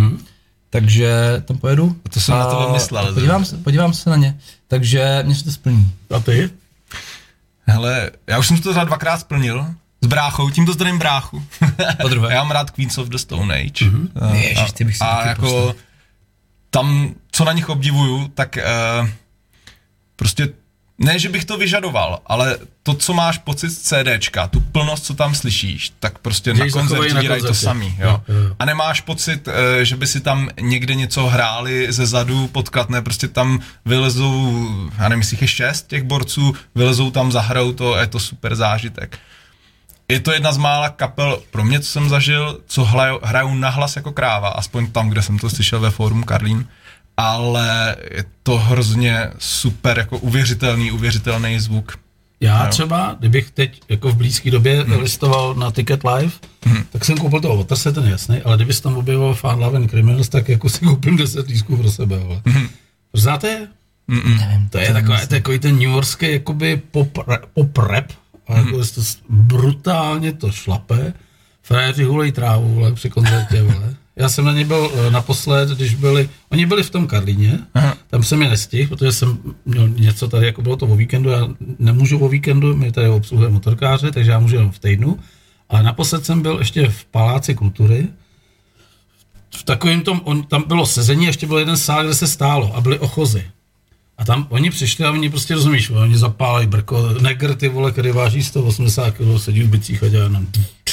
Takže tam pojedu. A to jsem na to vymyslel. Podívám se na ně. Takže mě se to splní. A ty? Hele, já už jsem to za 2krát splnil. S bráchou, tímto zdravím bráchu. Já mám rád Queens of the Stone Age. Ježiš, ty bych si a jako postavil. Tam, co na nich obdivuju, tak prostě ne, že bych to vyžadoval, ale to, co máš pocit z CDčka, tu plnost, co tam slyšíš, tak prostě na koncertě dělají to samý. Jo. A nemáš pocit, že by si tam někde něco hráli ze zadu, podkladné, prostě tam vylezou, já nevím, jestli je 6 těch borců, vylezou tam, zahrajou to a je to super zážitek. Je to jedna z mála kapel pro mě, co jsem zažil, co hrajou nahlas jako kráva, aspoň tam, kde jsem to slyšel ve Fórum Karlín, ale je to hrozně super, jako uvěřitelný zvuk. Já třeba, kdybych teď jako v blízké době listoval na Ticket Live, tak jsem koupil toho Waterse, ten jasný, ale kdybys tam objevil Fun Love and Criminals, tak jako si koupím 10 lístků pro sebe. Znáte? To je takový ten newyorský jakoby pop rap, ale jako to brutálně to šlape. Frajeři hulej trávu, vole, při koncertě, vole. Já jsem na ně byl naposled, když oni byli v tom Karlíně, tam jsem je nestihl, protože jsem měl něco tady, jako bylo to o víkendu, já nemůžu o víkendu, my tady obsluhujeme motorkáře, takže já můžu jenom v týdnu. Ale naposled jsem byl ještě v Paláci kultury, v takovým tam bylo sezení, ještě byl jeden sál, kde se stálo a byly ochozy. A tam oni přišli a oni prostě, rozumíš, oni zapálají brko, negr, ty vole, který váží 180 kg, sedí v bicích a dělá nám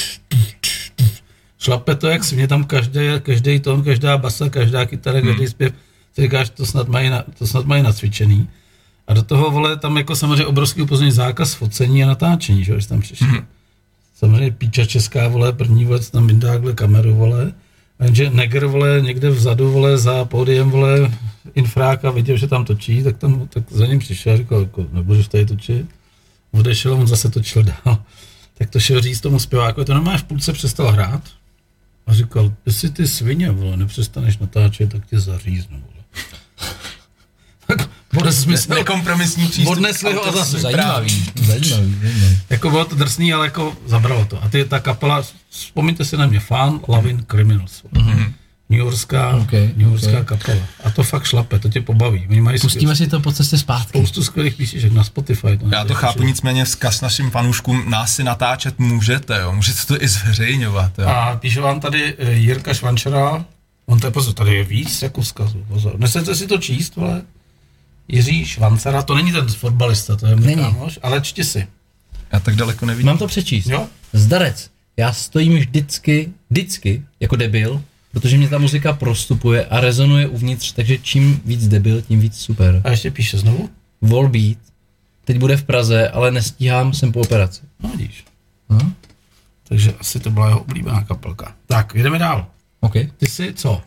šlape to, jak svině tam každý tón, každá basa, každá kytara, každý zpěv, si říkáš, to snad mají nacvičený. A do toho, vole, tam jako samozřejmě obrovský upozornění zákaz focení a natáčení, že tam přišli. Samozřejmě píča česká, vole, první vole, tam vyndákle kameru, vole, jenže negr, vole, někde vzadu, vole, za pódiem, vole, infráka, viděl, že tam točí, tak za ním přišel a říkal, jako, nebudeš tady točit? Odešel, on zase točil dál. Tak to šel říct tomu zpěváku, to normálně v půlce přestal hrát. A říkal, jestli ty svině, vole, nepřestaneš natáčet, tak tě zaříznu, vole. Tak bude smysl. Nekompromisní přístup. Odnesli ho a zase. Zajímavý. Jako bylo to drsný, ale jako zabralo to. A ta kapela, vzpomínte si na mě, Fun Loving Criminals. Newyorská kapela. A to fakt šlape, to tě pobaví. Pustíme si to po cestě zpátky. Spoustu skvělých písniček na Spotify. Já to chápu, nicméně vzkaz našim fanouškům, nás si natáčet můžete, jo. Můžete to i zveřejňovat, jo. A píše vám tady Jirka Švančera, on to je pozor, tady je víc jako vzkazu, pozor. Nesete si to číst, vole. Jiří Švancera, to není ten fotbalista, to je můj kámoš, ale čti si. Já tak daleko nevidím. Mám to přečíst. Jo? Zdarec, já stojím vždycky jako debil, protože mě ta muzika prostupuje a rezonuje uvnitř, takže čím víc debil, tím víc super. A ještě píše znovu? Volbeat, teď bude v Praze, ale nestíhám, jsem po operaci. No vidíš. Takže asi to byla jeho oblíbená kapelka. Tak, jdeme dál. OK. Ty jsi co?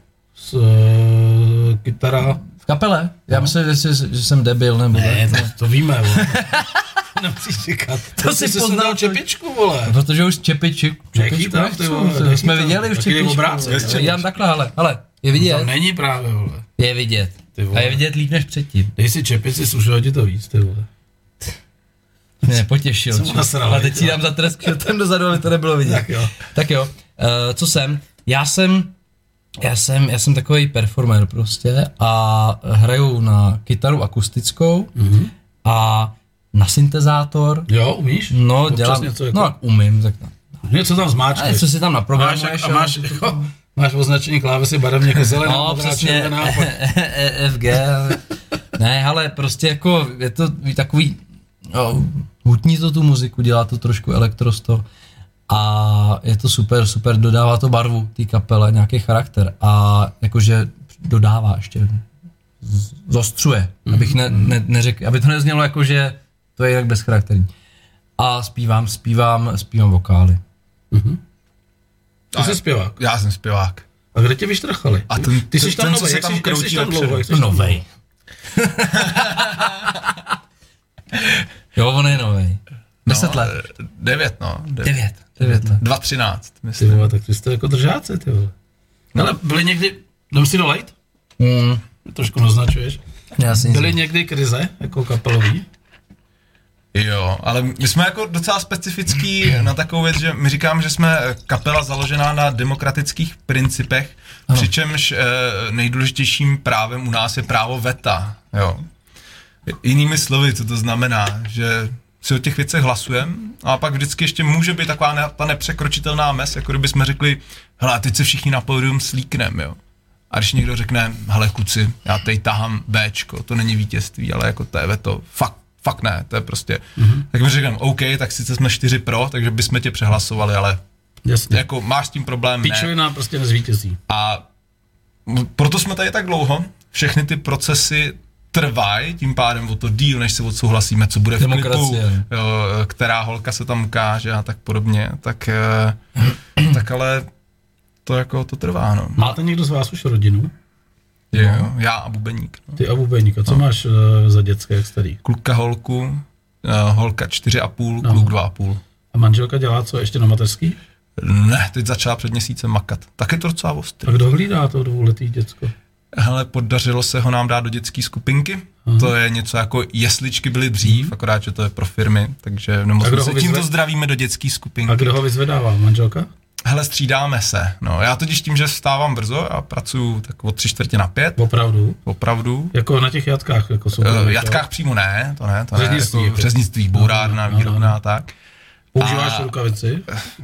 Kytara? V kapele? Já myslím, že jsem debil, nebo... Ne, to víme, vole. Nemusíš říkat. To si poznal Čepičku, vole. Protože už Čepičku jsme viděli v Čepičku. Já takhle, hele, je vidět. To není právě, vole. Je vidět. A je vidět líp než předtím. Dej si Čepici, služilo ti to víc, ty vole. Mě potěšil. Ale teď si dám za tresk, že tam dozadu, aby to nebylo vidět. Tak jo. Co jsem? Já jsem takový performer prostě a hraju na kytaru akustickou a na syntezátor. Jo, umíš? No, dělám, něco jako... no umím, tak něco tam zmáčkeš. Něco si tam naprogramuješ. Máš označení klávesy barevně jako zelená, no, přesně, FG. Ne, ale prostě jako je to takový, hutní to tu muziku, dělá to trošku elektrosto a je to super, dodává to barvu té kapele, nějaký charakter a jakože dodává ještě, zostřuje, abych neřekl, aby to neznělo jako, že to je jinak bezcharakterní. A zpívám vokály. Ty jsi zpěvák? Já jsem zpěvák. A kde tě vyštrachali? A ty jsi tam novej, jak jsi tam dlouho? Novej. Jo, on je novej. 10 let. 9, no. 9 let. 2.13, myslím. Ty vole, tak ty jste jako držáci, ty vole. Ale byly někdy, jdem si dolejt? Trošku naznačuješ. Byly někdy krize, jako kapelový? Jo, ale my jsme jako docela specifický na takovou věc, že my říkáme, že jsme kapela založená na demokratických principech, přičemž nejdůležitějším právem u nás je právo veta, jo. Jinými slovy, co to znamená, že si o těch věcech hlasujeme a pak vždycky ještě může být taková ta nepřekročitelná mez, jako kdyby jsme řekli, hele, teď se všichni na pódium slíknem, jo. A když někdo řekne, hele kluci, já teď tahám Bčko, to není vítězství, ale jako to je veto, fakt ne, to je prostě, tak mi řekneme, OK, tak sice jsme 4 pro, takže bychom tě přehlasovali, ale jasně. Jako máš s tím problém, ne. Píčovina prostě nezvítězí. A proto jsme tady tak dlouho, všechny ty procesy trvají, tím pádem o to díl, než se odsouhlasíme, co bude v klipu, která holka se tam ukáže a tak podobně, tak ale to jako to trvá, no. Máte někdo z vás už rodinu? Jo, já a bubeník. No. Ty a bubeník, a co máš za dětské, jak starý? Kluka holku, holka 4,5, kluk 2,5. A manželka dělá co, ještě na mateřský? Ne, teď začala před měsícem makat. Tak je to docela ostrý. A kdo hlídá to 2letý děcko? Hele, podařilo se ho nám dát do dětské skupinky. Aha. To je něco jako jesličky byly dřív, akorát, že to je pro firmy, takže tímto zdravíme do dětské skupinky. A kdo ho vyzvedává, manželka? Hele, střídáme se. No, já totiž tím, že vstávám brzo a pracuju tak od 3:45. Opravdu. Jako na těch jatkách, jako jsou. Jatkách přímo ne, to ne. Řeznictví, bourárna, výrobna a tak. Používáš rukavici?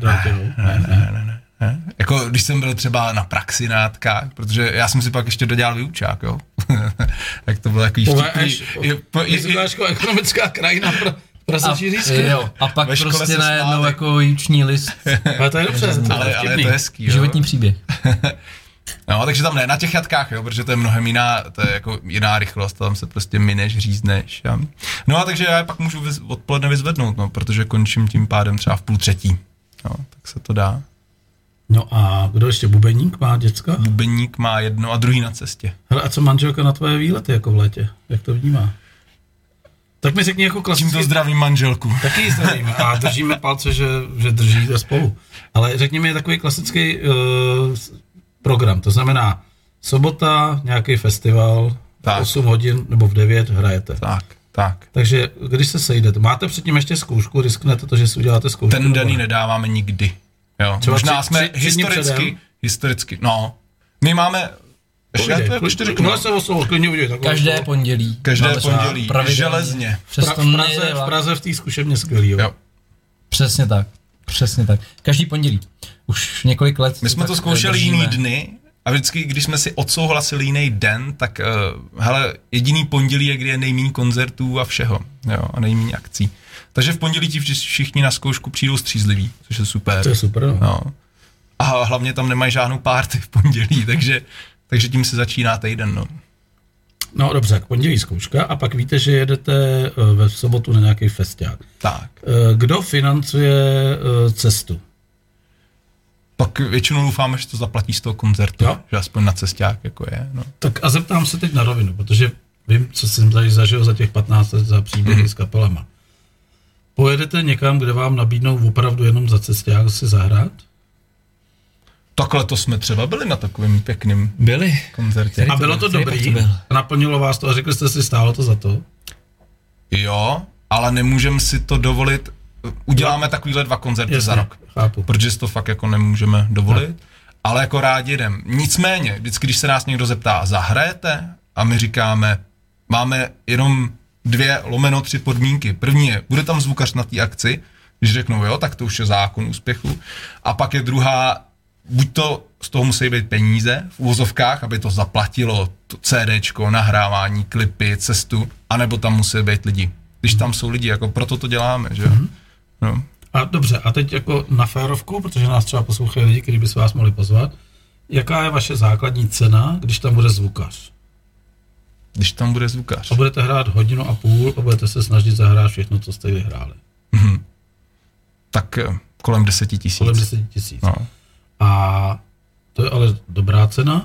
Ne. Jako když jsem byl třeba na praxi na jatkách, protože já jsem si pak ještě dodělal vyučák, jo. Jak to bylo takový vtipný. Ekonomická krajina pro prasečí řízky. A pak prostě najednou jako jíční list. Ale to je dobře. Ale je to hezký, jo. Životní příběh. No, takže tam ne na těch jatkách, jo, protože to je mnohem jiná, to je jako jiná rychlost, tam se prostě mineš, řízneš. No a takže já pak můžu odpoledne vyzvednout, no, protože končím tím pádem třeba v 2:30. No, tak se to dá. No a kdo ještě, bubeník má děcka? Bubeník má jedno a druhý na cestě. Hele, a co manželka na tvoje výlety jako v létě? Jak to vnímá? Tak mi řekni jako klasický... Tímto zdravím manželku. Taky ji zdravíme a držíme palce, že držíte spolu. Ale řekni mi takový klasický program, to znamená sobota, nějaký festival, tak. 8 hodin nebo v 9 hrajete. Tak. Takže když se sejdete, máte předtím ještě zkoušku, risknete to, že si uděláte zkoušku? Ten den ji nedáváme nikdy. Jo. Třeba možná jsme historicky, no. My máme... Každé pondělí. Železně. V Praze v té zkušebně skvělý, jo. Přesně tak. Každý pondělí. Už několik let. My jsme to zkoušeli jiný dny a vždycky, když jsme si odsouhlasili jiný den, tak hele, jediný pondělí je, kdy je nejméně koncertů a všeho, jo, a nejméně akcí. Takže v pondělí ti všichni na zkoušku přijdou střízliví, což je super. To je super, no. A hlavně tam nemají žádnou party v pondělí, takže tím se začíná týden, no. No dobře, k pondělí zkouška a pak víte, že jedete ve sobotu na nějaký festiák. Tak. Kdo financuje cestu? Pak většinou doufáme, že to zaplatí z toho koncertu, jo? Že aspoň na cesták jako je. No. Tak a zeptám se teď na rovinu, protože vím, co jsem tady zažil za těch 15 let za příběhy s kapelama. Pojedete někam, kde vám nabídnou opravdu jenom za cesták si zahrát? Takhle to jsme třeba byli na takovým pěkným koncertě. A bylo to dobrý? Naplnilo vás to a řekli jste si, stálo to za to? Jo, ale nemůžeme si to dovolit. Uděláme takovýhle 2 koncerty za rok. Chápu. Protože si to fakt jako nemůžeme dovolit. Ale jako rádi jdem. Nicméně, vždycky, když se nás někdo zeptá, zahrajete? A my říkáme, máme jenom 2/3 podmínky. První je, bude tam zvukař na té akci, když řeknou jo, tak to už je zákon úspěchu. A pak je druhá, buď to z toho musí být peníze v uvozovkách, aby to zaplatilo to CDčko, nahrávání, klipy, cestu, anebo tam musí být lidi. Když tam jsou lidi, jako proto to děláme, že jo. No. A dobře, a teď jako na férovku, protože nás třeba poslouchají lidi, kteří by se vás mohli pozvat, jaká je vaše základní cena, když tam bude zvukař? Když tam bude zvukař. A budete hrát 1,5 hodiny a budete se snažit zahrát všechno, co jste vyhráli. Tak kolem 10 000. Kolem 10 000. No. A to je ale dobrá cena?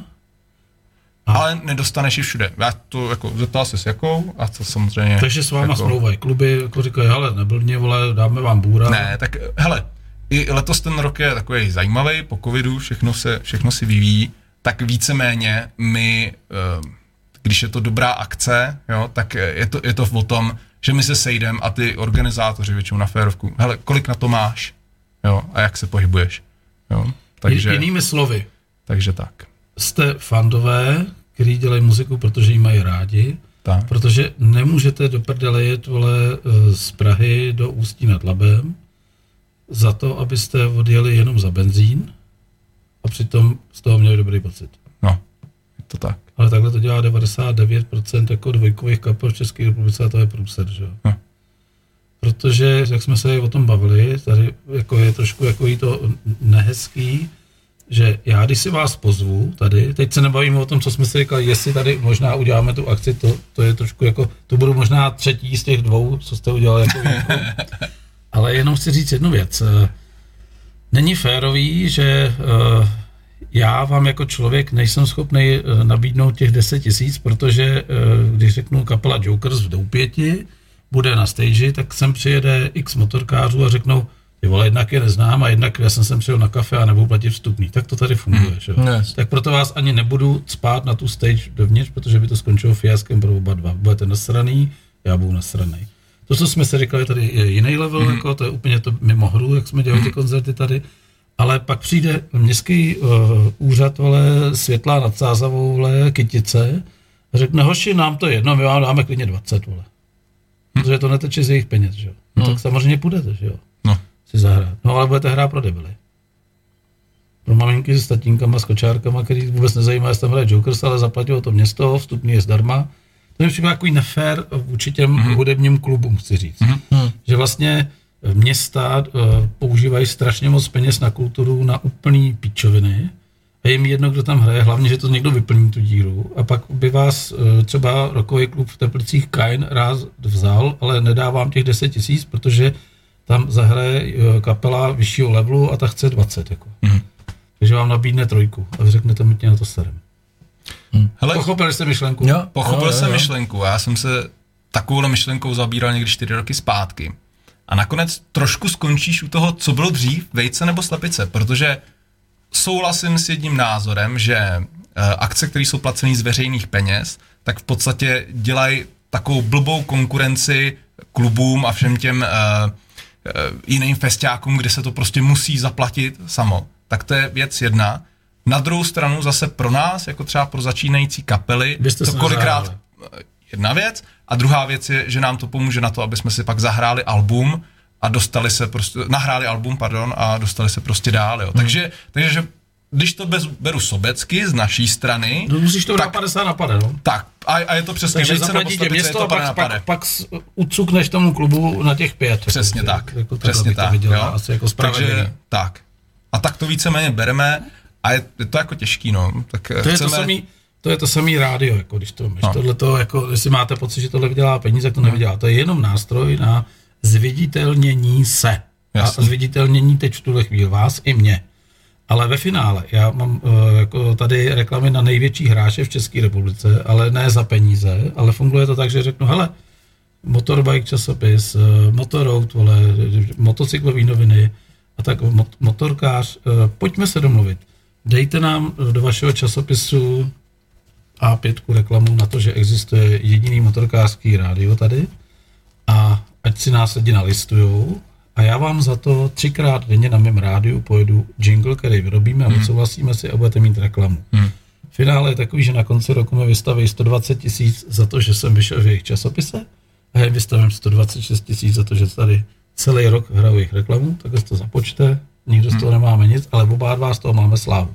Ale nedostaneš ji všude. Já to jako zeptal se s jakou a to samozřejmě... Takže s váma jako... smlouvají kluby, jako říkají, hele, neblbně, vole, dáme vám bůra. Ne, tak hele, i letos ten rok je takový zajímavý, po covidu všechno si vyvíjí, tak víceméně my, když je to dobrá akce, jo, tak je to o tom, že my se sejdeme a ty organizátoři většinou na férovku, hele, kolik na to máš, jo, a jak se pohybuješ, jo, takže... Jinými slovy. Takže tak. Jste fandové, kteří dělají muziku, protože ji mají rádi, Tak. Protože nemůžete do prdele jet, vole, z Prahy do Ústí nad Labem za to, abyste odjeli jenom za benzín a přitom z toho měli dobrý pocit. No, je to tak. Ale takhle to dělá 99% jako dvojkových kapel v České republice a to je průser, že jo. No. Protože, jak jsme se o tom bavili, tady jako je trošku jako jí to nehezký, že já, když si vás pozvu tady, teď se nebavíme o tom, co jsme si říkali, jestli tady možná uděláme tu akci, to je trošku jako, to budu možná třetí z těch dvou, co jste udělali jako výjimku. Ale jenom chci říct jednu věc. Není férový, že já vám jako člověk nejsem schopný nabídnout těch 10 000, protože když řeknu kapela Jokers v Doupěti, bude na stage, tak sem přijede x motorkářů a řeknou, ty vole, jednak je neznám a jednak já jsem sem přijel na kafe a nebudu platit vstupný. Tak to tady funguje, že jo? Yes. Tak proto vás ani nebudu spát na tu stage dovnitř, protože by to skončilo fiaskem pro oba dva. Budete nasraný, já budu nasraný. To, co jsme si říkali, tady je jiný level, jako, to je úplně to mimo hru, jak jsme dělali ty koncerty tady, ale pak přijde městský úřad, vole, Světlá nad Sázavou, vole, Kytice, a řekne, hoši, nám to jedno, my vám dáme klidně 20, vole. Protože to neteče z jejich peněz, že jo. No, tak samozřejmě půjdete, že jo. No. Si zahrát. No, ale budete hrát pro debily. Pro maminky se tatínkama, s kočárkama, který vůbec nezajímá, jestli tam hraje Jokers, ale zaplatilo to město, vstupný je zdarma. To je příklad takový nefér vůči těm hudebním klubům, chci říct. Že vlastně města používají strašně moc peněz na kulturu, na úplný píčoviny. A je mi jedno, kdo tam hraje, hlavně, že to někdo vyplní tu díru. A pak by vás třeba rockový klub v Teplicích Kain rád vzal, ale nedá vám těch 10 000, protože tam zahraje kapela vyššího levelu a ta chce 20. Jako. Takže vám nabídne 3 a vy řeknete, my tě na to starem. Hele, pochopili jste myšlenku? Jo, pochopil jsem myšlenku. Já jsem se takovou myšlenkou zabíral někdy 4 roky zpátky. A nakonec trošku skončíš u toho, co bylo dřív, vejce nebo slepice, protože souhlasím s jedním názorem, že akce, které jsou placené z veřejných peněz, tak v podstatě dělají takovou blbou konkurenci klubům a všem těm jiným festiákům, kde se to prostě musí zaplatit samo. Tak to je věc jedna. Na druhou stranu zase pro nás, jako třeba pro začínající kapely, to kolikrát jedna věc. A druhá věc je, že nám to pomůže na to, aby jsme si pak zahráli album a dostali se prostě, nahráli album, a dostali se prostě dál, jo. Takže že když to beru sobecky z naší strany, no, musíš to dát 50 napade, no. Tak, a je to přesně vejce nebo slepice, je to pak ucukneš tomu klubu na těch 5. Přesně jako, tak, jako přesně tak, viděla, jo. Asi jako takže tak. A tak to víceméně bereme a je to jako těžký, no. Tak to je to samý rádio, jako když to máš. No. Tohleto, jako, jestli máte pocit, že tohle vydělá peníze, tak to nevydělá. To je jenom nástroj na zviditelnění se. Jasně. A zviditelnění teď v tuhle chvíli vás i mě. Ale ve finále, já mám jako tady reklamy na největší hráče v České republice, ale ne za peníze, ale funguje to tak, že řeknu, hele, Motorbike časopis, Motorout, vole, motocyklový noviny a tak motorkář, pojďme se domluvit. Dejte nám do vašeho časopisu A5 reklamu na to, že existuje jediný motorkářský rádio tady a ať si nás lidi nalistujou a já vám za to 3krát denně na mém rádiu pojedu jingle, který vyrobíme a odsouhlasíme si a budete mít reklamu. Finále je takový, že na konci roku mi vystaví 120 000 za to, že jsem vyšel v jejich časopise a já vystavím 126 000 za to, že tady celý rok hraju jejich reklamu, tak to započte, nikdo z toho nemáme nic, ale oba dva z toho máme slávu.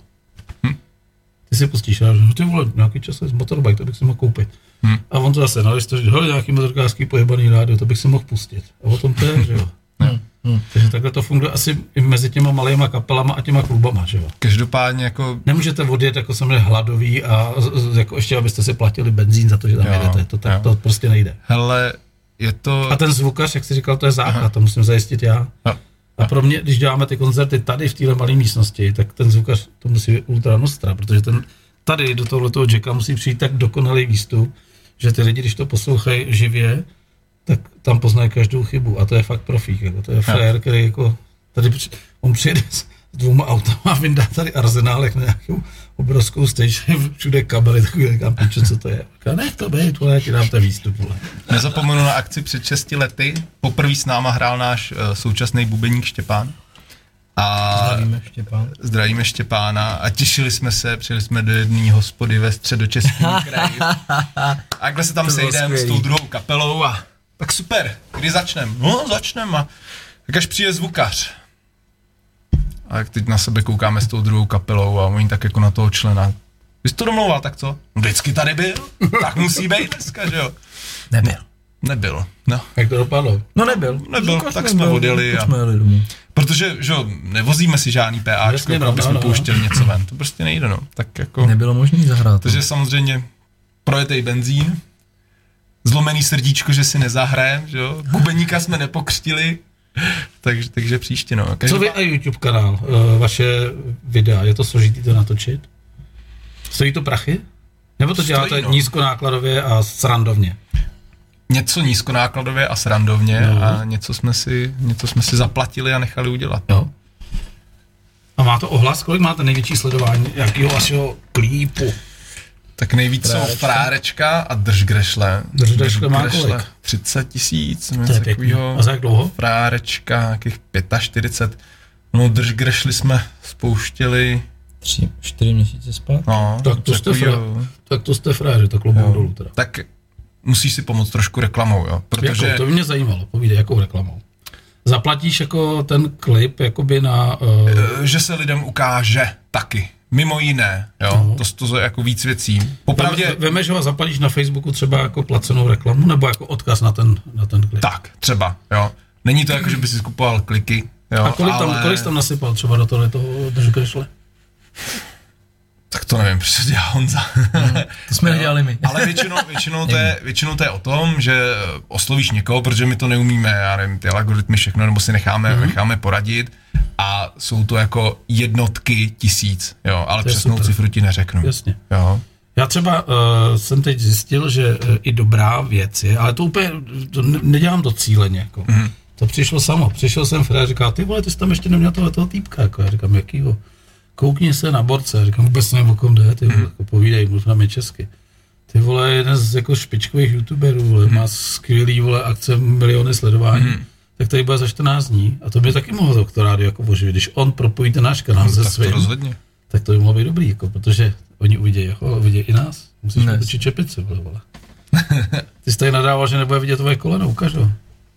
Ty si pustíš, no ty vole, nějaký čas z Motorbike, to bych si mohl koupit. A on to zase nalistuje, že hele, nějaký motorkářský pojebaný rádio, to bych si mohl pustit. A o tom to je, že jo. Takže takhle to funguje asi i mezi těma malýma kapelama a těma klubama, že jo. Každopádně jako... Nemůžete odjet jako samozřejmě hladový a jako ještě, abyste si platili benzín za to, že tam jedete. To prostě nejde. Hele, je to... A ten zvukař, jak jsi říkal, to je základ, to musím zajistit já. A pro mě, když děláme ty koncerty tady v téhle malé místnosti, tak ten zvukař to musí být ultra nostra, protože ten tady do tohoto jacka musí přijít tak dokonalý výstup, že ty lidi, když to poslouchají živě, tak tam poznají každou chybu a to je fakt profík, jako to je frér, který jako tady on přijede s 2 autama a vyndá tady arzenálek na nějakou obrovskou stage, všude kabely, takový říkám, píče, co to je. Říkám, nech to být, vole, já ti dám ten výstup, vole. Nezapomenu na akci před 6 lety, poprvé s náma hrál náš současný bubeník Štěpán A zdravíme Štěpána a těšili jsme se, přijeli jsme do jedné hospody ve Středočeském kraji. A jakhle se tam sejdeme s tou druhou kapelou a tak super, kdy začneme? No začneme a tak až přijde zvukař. A jak teď na sebe koukáme s tou druhou kapelou a oni tak jako na toho člena. Vy jsi to domlouval, tak co? Vždycky tady byl, tak musí být dneska, že jo? Nebyl, no. Jak to dopadlo? No nebyl, tak jsme odjeli a... Protože, že jo, nevozíme si žádný PAčko, aby jsme pouštěli něco ven, to prostě nejde, no. Tak jako... Nebylo možný zahrát. Takže samozřejmě projetej benzín, zlomený srdíčko, že si nezahrajem, že jo, bubeníka jsme nepokřtili, takže příště, no. Co vy a YouTube kanál, vaše videa, je to složitý to natočit? Stojí to prachy? Nebo to děláte nízkonákladově a srandovně? Něco nízkonákladově a srandovně a něco jsme si zaplatili a nechali udělat. Jo. A má to ohlas? Kolik máte největší sledování? Jakýho vašeho klípu? Tak nejvíc jsou Frárečka a Držgrešle. Držgrešle má kolik? 30 000. To je pěkný. A za jak dlouho? Frárečka nějakých 45. No Držgrešli jsme spouštěli 3-4 měsíce zpátky. No, tak to jste fráři, tak klobouk dolů teda. Tak musíš si pomoct trošku reklamou, jo. Protože... Jako, to by mě zajímalo, povídej, jakou reklamou. Zaplatíš jako ten klip jakoby na... Že se lidem ukáže taky. Mimo jiné, jo, to je jako víc věcí. Popravdě... Vemeš ho a zaplatíš na Facebooku třeba jako placenou reklamu, nebo jako odkaz na ten klip? Tak, třeba, jo. Není to jako, že by si skupoval kliky, jo, a kolik jsi tam nasypal třeba do toho Držgrešle? Tak to nevím, protože dělá Honza. To jsme nedělali my. Ale většinou to je o tom, že oslovíš někoho, protože my to neumíme, já nevím, ty algoritmy všechno, nebo si necháme poradit a jsou to jako jednotky tisíc, jo, ale přesnou cifru ti neřeknu. Jasně. Jo. Já třeba jsem teď zjistil, že i dobrá věc je, ale to úplně, nedělám to cíleně, jako. To přišlo samo, přišel jsem a říkal, ty vole, ty jsi tam ještě neměl toho týpka, jako, já říkám, jakýho? Koukni se na borce, říkám, vůbec nevím, o kom jde, ty vole, jako povídej, mluvíme česky. Ty vole, jeden z jako špičkových youtuberů, vole, má skvělý, vole, akce, miliony sledování, tak tady bude za 14 dní a to by taky mohlo to rádio jako oživit, když on propojí ten náš kanál se svým, tak to by mohlo být dobrý, jako, protože oni uvidějí i nás, musíš točit čepici, vole. Ty jsi tady nadával, že nebude vidět tvoje koleno, ukaž ho.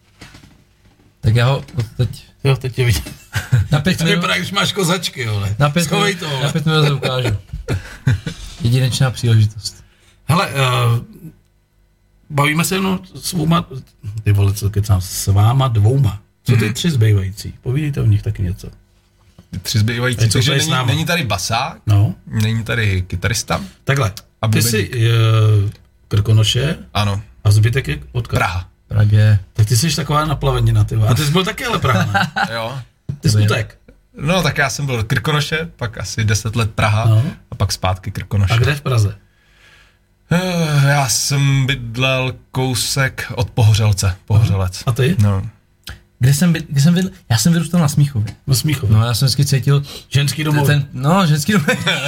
Tak já ho teď... Jo, teď tě vidím. Na 5 minut... Vypadá, když máš kozačky, vole. Na 5 minut to ukážu. Jedinečná příležitost. Hele, bavíme se jenom ty vole, co kecám, s váma dvouma. Co ty 3 zbývající? Povídejte o nich taky něco. Ty 3 zbývající, takže není tady basák, není tady kytarista. Takhle, ty jsi Krkonoše. Ano. A zbytek je odkud? Praha. Prague. Tak ty jsi taková naplavenina, ty. A ty jsi byl taky ale Praha, ne? Jo. Ty jsi utek. No tak já jsem byl Krkonoše, pak asi 10 let Praha a pak zpátky Krkonoše. A kde v Praze? Já jsem bydlel kousek od Pohořelce, Pohořelec. A ty? No. Kde jsem bydlel? Já jsem vyrůstal na Smíchově. Na Smíchově? No já jsem vždycky cítil... Ženský domov. Ženský domov.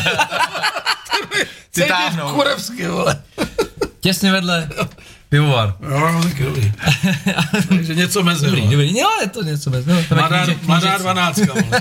Ty táhnou. Kurevsky, vole. Těsně vedle. Pivovar. Jo, tak dobrý. Takže něco mezi. Dobrý. Jo, je to něco mezi. Mladá 12, vole.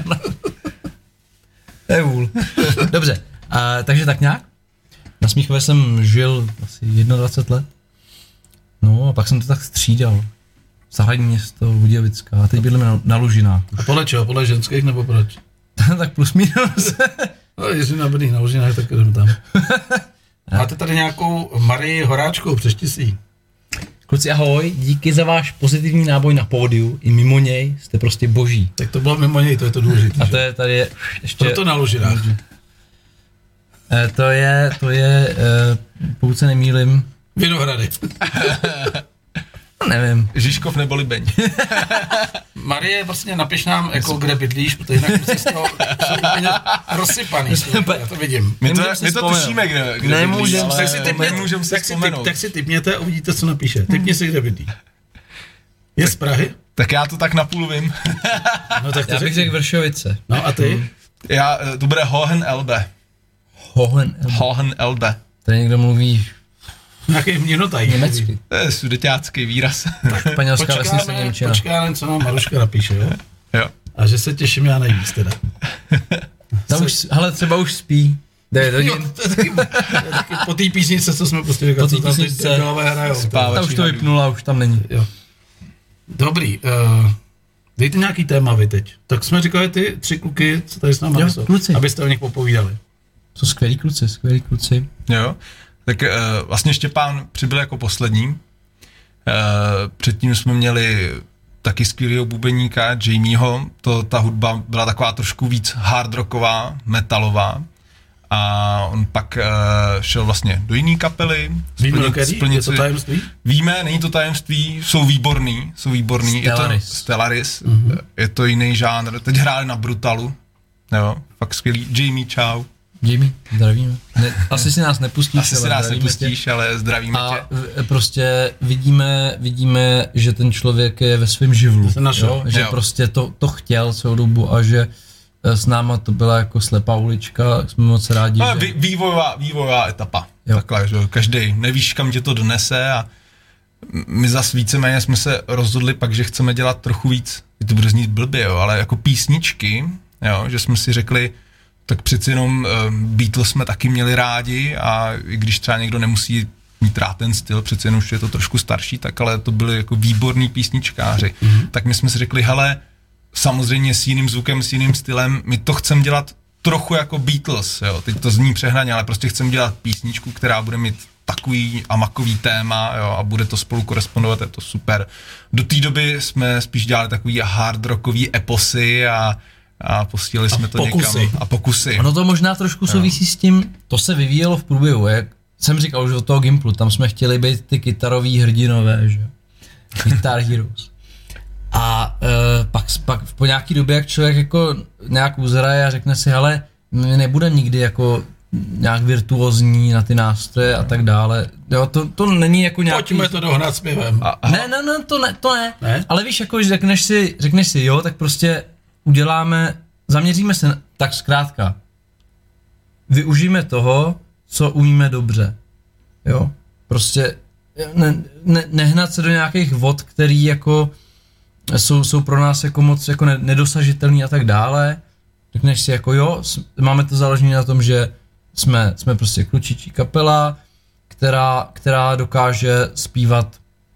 To je vůl. Dobře, takže tak nějak. Na Smíchově jsem žil asi 21 let. No a pak jsem to tak střídal. Zahradní město, Budějovická, a teď bydlím na Lužinách. A podle čeho? Podle ženských nebo proč? Tak plus minus. No, jestli nabydlí na Lužinách, tak jdem tam. Máte tady nějakou Marii Horáčkou, přečti si ji. Kluci, ahoj, díky za váš pozitivní náboj na pódiu, i mimo něj jste prostě boží. Tak to bylo mimo něj, to je to důležité. A to je tady ještě... Proto na Lužinách. To je, pokud se nemýlim... Vinohrady. Nevím. Žižkov nebo Libeň. Marie, vlastně napiš nám, jako kde bydlíš, protože jinak musí z toho úplně rozsypaný. Já to vidím. My to tušíme, kde nemůžem, bydlíš, tak si tipněte a uvidíte, co napíše. Tipni si, kde bydlí. Je z Prahy? Tak já to tak napůl vím. No, tak já bych řekl Vršovice. No a ty? To bude Hohenelbe. Hohenelbe. Tady někdo mluví... Nějaký měnotaj. Německy. To je sudeťácký výraz. Španělská vesnice Němčina. Počkáme, co nám Maruška napíše, jo? Jo. A že se těším já nejvíc teda. Hele, třeba už spí. To je taky po té písnice, co jsme prostě říkali, co tam ty dělové hrajou. Ta už to vypnula, už tam není. Jo. Dobrý, dejte nějaký téma vy teď. Tak jsme říkali ty 3 kluky, co tady s námi jsou, abyste o nich popovídali. Jsou skvělí kluci. Jo, tak vlastně Štěpán přibyl jako poslední. Předtím jsme měli taky skvělého bubeníka, Jamieho. Ta hudba byla taková trošku víc hard rocková, metalová. A on pak šel vlastně do jiné kapely. Víme, je to tajemství? Víme, není to tajemství, jsou výborný. Stellaris. Je to jiný žánr. Teď hráli na Brutalu. Jo, fakt skvělý. Jamie, čau. Jamie, zdravíme. Asi si nás nepustíš, ale zdravíme tě. A prostě vidíme, že ten člověk je ve svém živlu. Že prostě to chtěl celou dobu a že s náma to byla jako slepá ulička, jsme moc rádi. No, že... vývojová etapa. Takhle, že každý nevíš, kam tě to donese a my zas víceméně jsme se rozhodli pak, že chceme dělat trochu víc, to bude znít blbě, jo, ale jako písničky, jo, že jsme si řekli, tak přeci jenom Beatles jsme taky měli rádi a i když třeba někdo nemusí mít rád ten styl, přeci jenom už je to trošku starší, tak ale to byli jako výborní písničkáři. Tak my jsme si řekli, hele, samozřejmě s jiným zvukem, s jiným stylem, my to chceme dělat trochu jako Beatles, jo, teď to zní přehnaně, ale prostě chceme dělat písničku, která bude mít takový a makový téma, jo, a bude to spolu korespondovat, je to super. Do té doby jsme spíš dělali takový hard rockový eposy a posílali jsme to pokusy. Někam. A pokusy. Ono to možná trošku souvisí s tím, to se vyvíjelo v průběhu, jak jsem říkal už od toho Gimplu, tam jsme chtěli být ty kytarový hrdinové, že? Guitar Heroes. A pak po nějaký době, jak člověk jako nějak uzraje a řekne si, hele, my nebudeme nikdy jako nějak virtuózní na ty nástroje a tak dále. Jo, to není jako nějaký... Pojďme to dohnat zpěvem. Ne, to ne. Ale víš, jako, že řekneš si jo, tak prostě zaměříme se tak zkrátka. Využijeme toho, co umíme dobře. Jo, prostě nehnat se do nějakých vod, který jako jsou pro nás jako moc jako nedosažitelný a tak dále. Řekneš si jako jo, máme to založené na tom, že jsme prostě klučičí kapela, která dokáže zpívat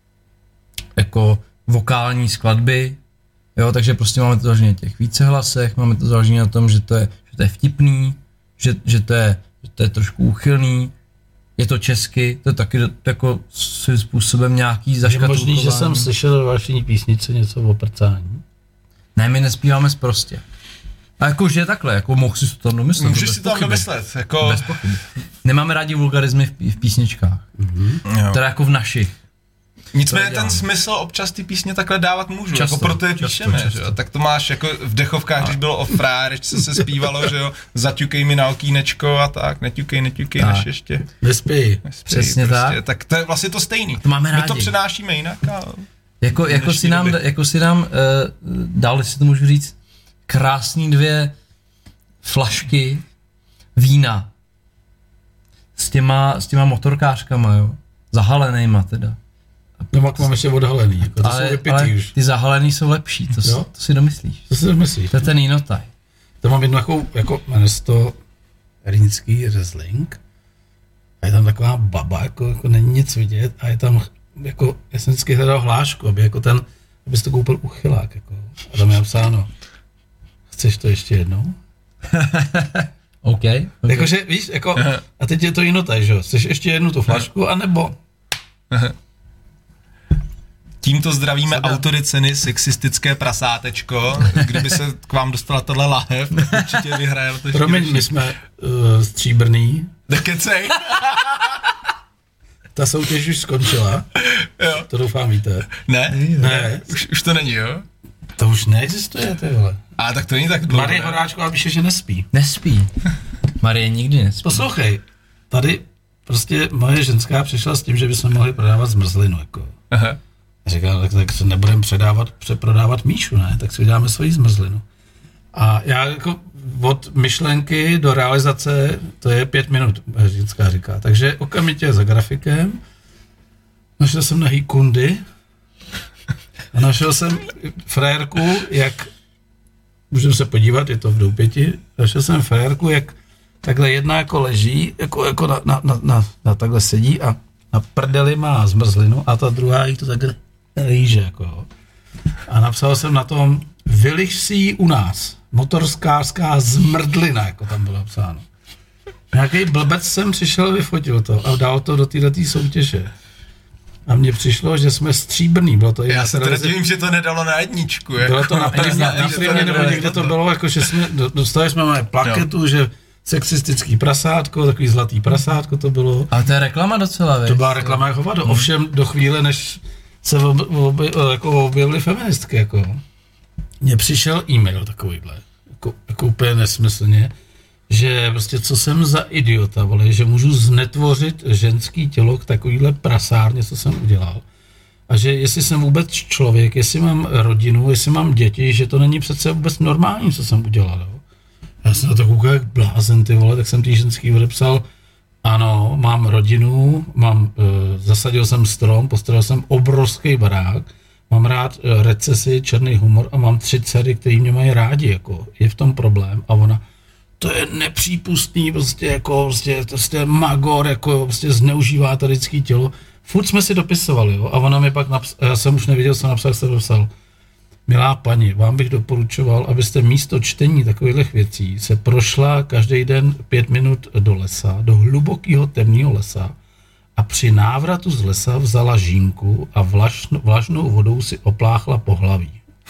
jako vokální skladby, jo, takže prostě máme to založené na těch vícehlasech, máme to založené na tom, že to je vtipný, že to je trošku úchylný, je to česky, to je taky jako svým způsobem nějaký zaškatulkování. Je možný, že jsem slyšel ve vaší písnice něco o prcání? Ne, my nespíváme sprostě. A jakože takhle, jako mohl si to tam domyslet. Můžeš si to tam domyslet, jako... Bez pochyby. Nemáme rádi vulgarizmy v písničkách. Teda jako v našich. Nicméně ten smysl občas ty písně takhle dávat můžu, často, jako proto je píšeme, že jo, tak to máš jako v dechovkách, když bylo o frárečce se zpívalo, že jo, zaťukej mi na okýnečko a tak, neťukej než ještě. Nespí. Přesně prostě. Tak to je vlastně to stejný. To máme rádi. My to přenášíme jinak a... Jako si nám dal, jestli to můžu říct, krásný 2 flašky vína s těma motorkářkama, jo, zahalenejma teda. No pak mám ještě odhalený, jako to jsou vypitý už. Ty zahalený jsou lepší, to si domyslíš. To si domyslíš. To je ten Inotaj. To mám jednu jako jmenuje se to rýnský řezling a je tam taková baba, jako není nic vidět a je tam jako, já jsem vždycky hledal hlášku, abys to koupil uchylák, jako. A tam je napsáno, chceš to ještě jednou? Okay. Jakože, víš, jako, a teď je to Inotaj, že jo, chceš ještě jednu tu flašku, anebo... Tímto zdravíme autory ceny Sexistické prasátečko. Kdyby se k vám dostala tato lahev, tak určitě vyhraje. Promiň, my jsme stříbrný. Nekecej. Ta soutěž už skončila. Jo. To doufám víte. Ne. Už to není, jo? To už neexistuje, ty vole. A tak to není tak dlouho. Marie Horáčková píše, že nespí. Nespí. Marie nikdy nespí. Poslouchej, tady prostě moje ženská přišla s tím, že bychom mohli prodávat zmrzlinu, jako. Aha. Říkal, tak se nebudeme přeprodávat Míšu, ne? Tak si uděláme svoji zmrzlinu. A já jako od myšlenky do realizace, to je 5 minut, ženská říká. Takže okamžitě za grafikem, našel jsem nahý kundy a našel jsem frérku, jak můžeme se podívat, je to v Doupěti, našel jsem frérku, jak takhle jedna jako leží, jako na takhle sedí a na prdeli má zmrzlinu a ta druhá jí to takhle líže, jako. A napsal jsem na tom, vyliš si ji u nás, motorskářská zmrdlina, jako tam bylo napsáno. Nějaký blbec jsem přišel, vyfotil to a dal to do této soutěže. A mně přišlo, že jsme stříbrný, bylo to... Já se teda divím, že to nedalo na jedničku. Bylo to na Primě, nebo někde to bylo, jako, že jsme dostali jsme plaketu, že sexistický prasátko, takový zlatý prasátko to bylo. Ale to je reklama docela, věc. To byla reklama jako hovado, ovšem do chvíle, než se objevily feministky, jako. Mně přišel e-mail takovýhle, jako úplně nesmyslně, že prostě co jsem za idiota, vole, že můžu znetvořit ženský tělo k takovýhle prasárně, co jsem udělal. A že jestli jsem vůbec člověk, jestli mám rodinu, jestli mám děti, že to není přece vůbec normální, co jsem udělal. Jo? Já jsem na to koukal jak blázen, ty vole, tak jsem tý ženský odepsal, ano, mám rodinu, zasadil jsem strom, postavil jsem obrovský barák, mám rád recesi, černý humor a mám 3 dcery, který mě mají rádi, jako, je v tom problém. A ona, to je nepřípustný, prostě magor, jako prostě zneužívá to lidský tělo. Furt jsme si dopisovali, jo, a ona mi pak já jsem už nevěděl, co napsal, jak se dopsal. Milá paní, vám bych doporučoval, abyste místo čtení takových věcí se prošla každý den 5 minut do lesa, do hlubokého temného lesa a při návratu z lesa vzala žínku a vlažnou vodou si opláchla pohlaví.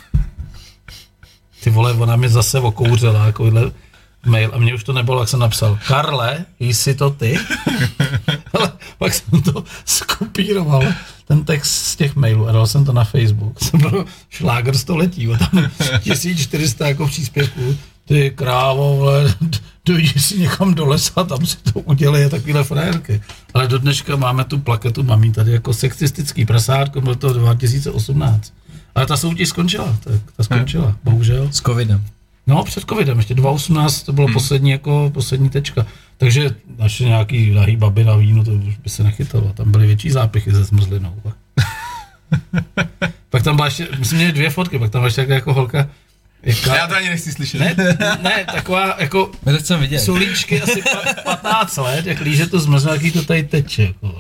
Ty vole, ona mi zase okouřila, takovýhle mail a mně už to nebylo, jak jsem napsal. Karle, jsi to ty? Ale pak jsem to skopíroval, ten text z těch mailů a dal jsem to na Facebook. Jsem byl šláger století, tam 1400 jako příspěvků. Ty krávo, vole, dojdi si někam do lesa, tam si to udělej takovýhle frérky. Ale do dneška máme tu plaketu, mám jí tady jako sexistický prasátko, bylo to 2018. Ale ta soutěž skončila, ta skončila, bohužel. S covidem. No, před covidem, ještě 2018 to bylo poslední tečka. Takže naše nějaký nahý baby na vínu, to už by se nechytalo. Tam byly větší zápichy se zmrzlinou. Pak tam byla ještě, myslím, měli 2 fotky, pak tam byla ještě jako holka. Já to ani nechci slyšet. Ne, taková jako solíčky asi 15 let, jak líže to zmrzlina, jaký to tady teče. Jako.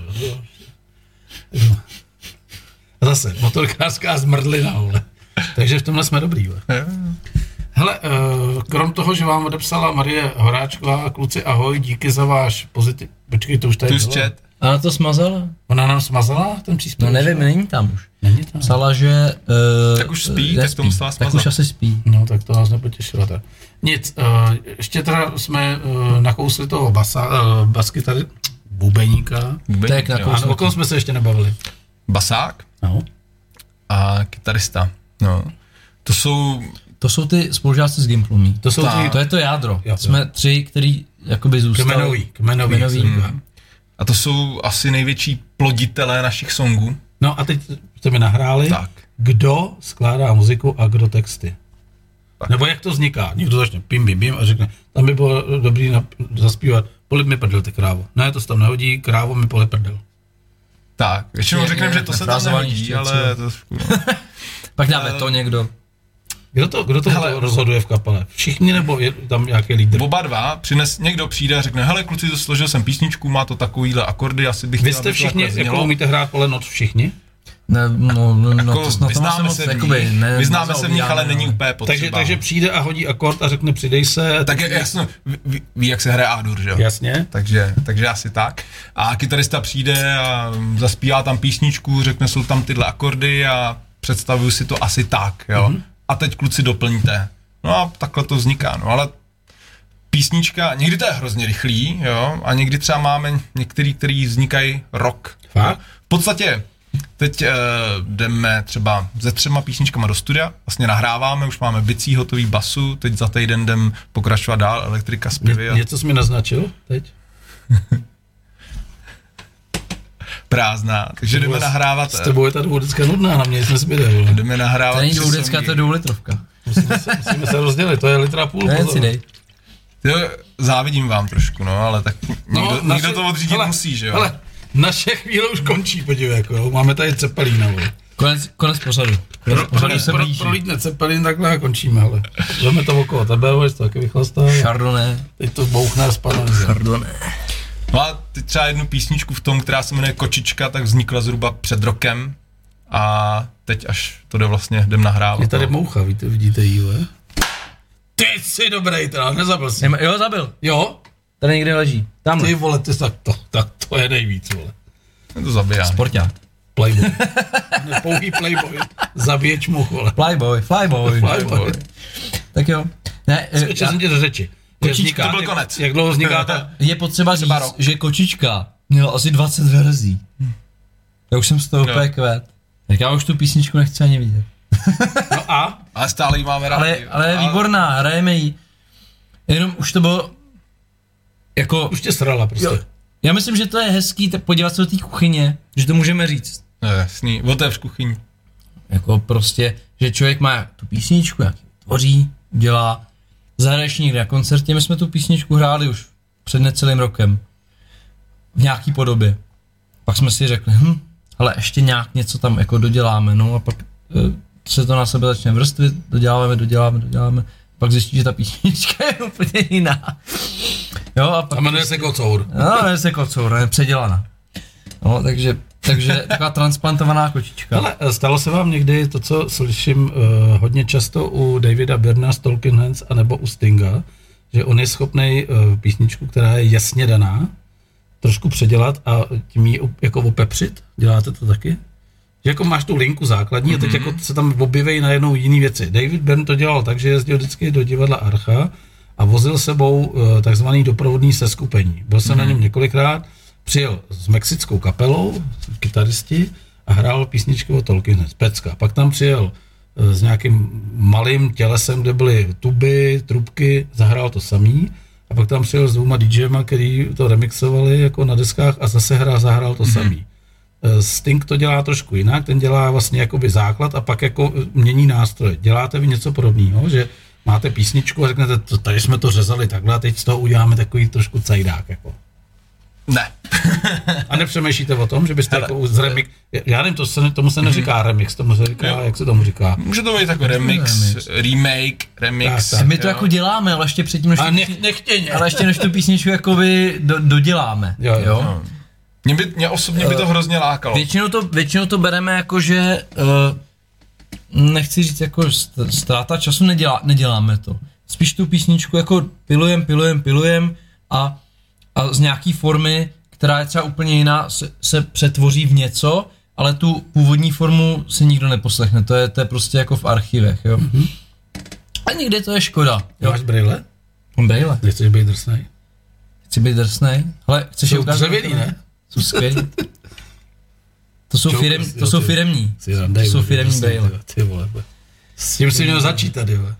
A zase, motorkářská zmrdlina, vole. Takže v tomhle jsme dobrý, vole. Hele, krom toho, že vám odepsala Marie Horáčková, kluci ahoj, díky za váš pozitiv... Počkej, to už tady bylo. Ona to smazala. Ona nám smazala ten příspěvek? No nevím, není tam už. Není tam. Psala, že... tak už spí, tak to musela smazat. Tak už asi spí. No, tak to nás nepotěšilo. Tak. Nic, ještě teda jsme nakousli toho basky tady, bubeníka. Tak nakousli. O kom jsme se ještě nebavili? Basák? No. A kytarista. No. To jsou ty spolužáci z Gimplu. To je to jádro. Jo. Jsme 3, který jakoby zůstali. Kmenoví. A to jsou asi největší ploditelé našich songů. No a teď jste mi nahráli, tak. Kdo skládá muziku a kdo texty. Tak. Nebo jak to vzniká. Někdo začne bim a řekne, tam by bylo dobrý zaspívat, polip mi prdel, ty krávo. Ne, to se tam nehodí, krávo mi polip prdel. Tak, většinou řekneme, že to se tam nehodí, ale to pak dáme to někdo. Kdo to rozhoduje v kapele? Všichni nebo je tam nějaký lídr? Oba dva, někdo přijde a řekne, hele kluci, složil jsem písničku, má to takovýhle akordy, asi bych chtěl, Vy jste všichni, jako umíte hrát pole noc všichni? Ne, jako, vyznáme se v nich, ale není úplně potřeba. Takže přijde a hodí akord a řekne přidej se. Tak jasno, ví jak se hraje A-dur, že jo? Jasně. Takže asi tak. A kytarista přijde a zaspívá tam písničku, řekne, jsou tam tyhle akordy a představuju si to asi tak, jo? Mm-hmm. A teď kluci doplníte. No a takhle to vzniká, no ale písnička, někdy to je hrozně rychlý, jo, a někdy třeba máme některý, který vznikají rok. Fakt? V podstatě teď jdeme třeba se 3 písničkama do studia, vlastně nahráváme, už máme bicí hotový basu, teď za týden jdem pokračovat dál, elektrika, zpěvy. Něco jsi mi naznačil teď? Prázdná, takže jdeme nahrávat. S tebou je ta dvoudecka nudná, na mě nic nezbyde. Jdeme nahrávat. To není dvoudecka, to je 2litrovka. Musíme se rozdělit, to je 1,5 litr. Závidím vám trošku, no, ale tak někdo to odřídit musí, že jo? Ale naše chvíle už končí, podívej, jako, máme tady Cepelína, vole. Konec pořadu. Prolítne Cepelin takhle a končíme, ale jdeme to okolo tebe, je to taky vychlastal. Chardonnay. Teď to bouchne a spadne. Chardonnay. No a teď třeba jednu písničku v tom, která se jmenuje Kočička, tak vznikla zhruba před rokem a teď až to jdem nahrávat. Je tady moucha, vidíte jí, jo? Ty jsi dobrý, teda, nezabil jsi. Jo, zabil. Jo? Tady někde leží. Tamhle. Ty vole, tak to je nejvíc, vole. To zabijá. Sporťák. Playboy. Pouhý playboy. Zabíječ much, vole. Flyboy. Tak jo. Ne, Skočil jsem tě do řeči. Kočička, to byl konec. Jak dlouho vzniká ta... Je potřeba říct, že Kočička měla asi 20 verzí. Já už jsem z toho úplně kvet. Tak já už tu písničku nechci ani vidět. No a? Ale stále jí máme rádi. Ale je výborná, hrajeme jí. Jenom už to bylo jako... Už tě srala prostě. Jo. Já myslím, že to je hezký podívat se do té kuchyně, že to můžeme říct. No jasný, otevř kuchyni. Jako prostě, že člověk má tu písničku, jak tvoří, dělá, zahraješ někde na koncertě, my jsme tu písničku hráli už před necelým rokem. V nějaký podobě. Pak jsme si řekli, ale ještě nějak něco tam jako doděláme, no a pak se to na sebe začne vrstvit, doděláme. Pak zjistí, že ta písnička je úplně jiná. Jo, a pak... A jmenuje se Kocour. No, jmenuje se Kocour, je předělaná. No, takže taková transplantovaná kočička. Ale stalo se vám někdy to, co slyším hodně často u Davida Byrna z Talking Heads anebo u Stinga, že on je schopnej písničku, která je jasně daná, trošku předělat a tím ji jako opepřit? Děláte to taky? Že jako máš tu linku základní a teď jako se tam objeví najednou jiný věci. David Byrne to dělal tak, že jezdil vždycky do divadla Archa a vozil sebou takzvaný doprovodný seskupení. Byl jsem na něm několikrát, přijel s mexickou kapelou, kytaristi a hrál písničky o Tolkienu, pecka. Pak tam přijel s nějakým malým tělesem, kde byly tuby, trubky, zahrál to samý. A pak tam přijel s 2 DJema, který to remixovali jako na deskách a zase zahrál to samý. Sting to dělá trošku jinak, ten dělá vlastně jakoby základ a pak jako mění nástroje. Děláte vy něco podobného, že máte písničku a řeknete, tady jsme to řezali takhle a teď z toho uděláme takový trošku cajdák jako. Ne. A nepřemýšlíte o tom, že byste jako z remix... Já nevím, tomu se neříká remix, tomu se říká, jak se tomu říká? Může to být jako remix, remix. Tak. My to jako děláme, ale ještě předtím, než tu písničku jakoby doděláme. Jo. Mě osobně by to hrozně lákalo. Většinou to bereme jako, že nechci říct jako ztráta času, neděláme to. Spíš tu písničku jako pilujem a z nějaký formy, která je třeba úplně jiná, se přetvoří v něco, ale tu původní formu si nikdo neposlechne. To je prostě jako v archivech, jo. A někde to je škoda. Jo. Máš brýle? Mám brýle. Nechceš být drsnej? Chci být drsnej? Ale chceš je ukázat? Dřevěný, ne? Jsou skvělý. To jsou firemní. To jsou firemní brýle. Ty vole. S tím si měl začít tady, vole.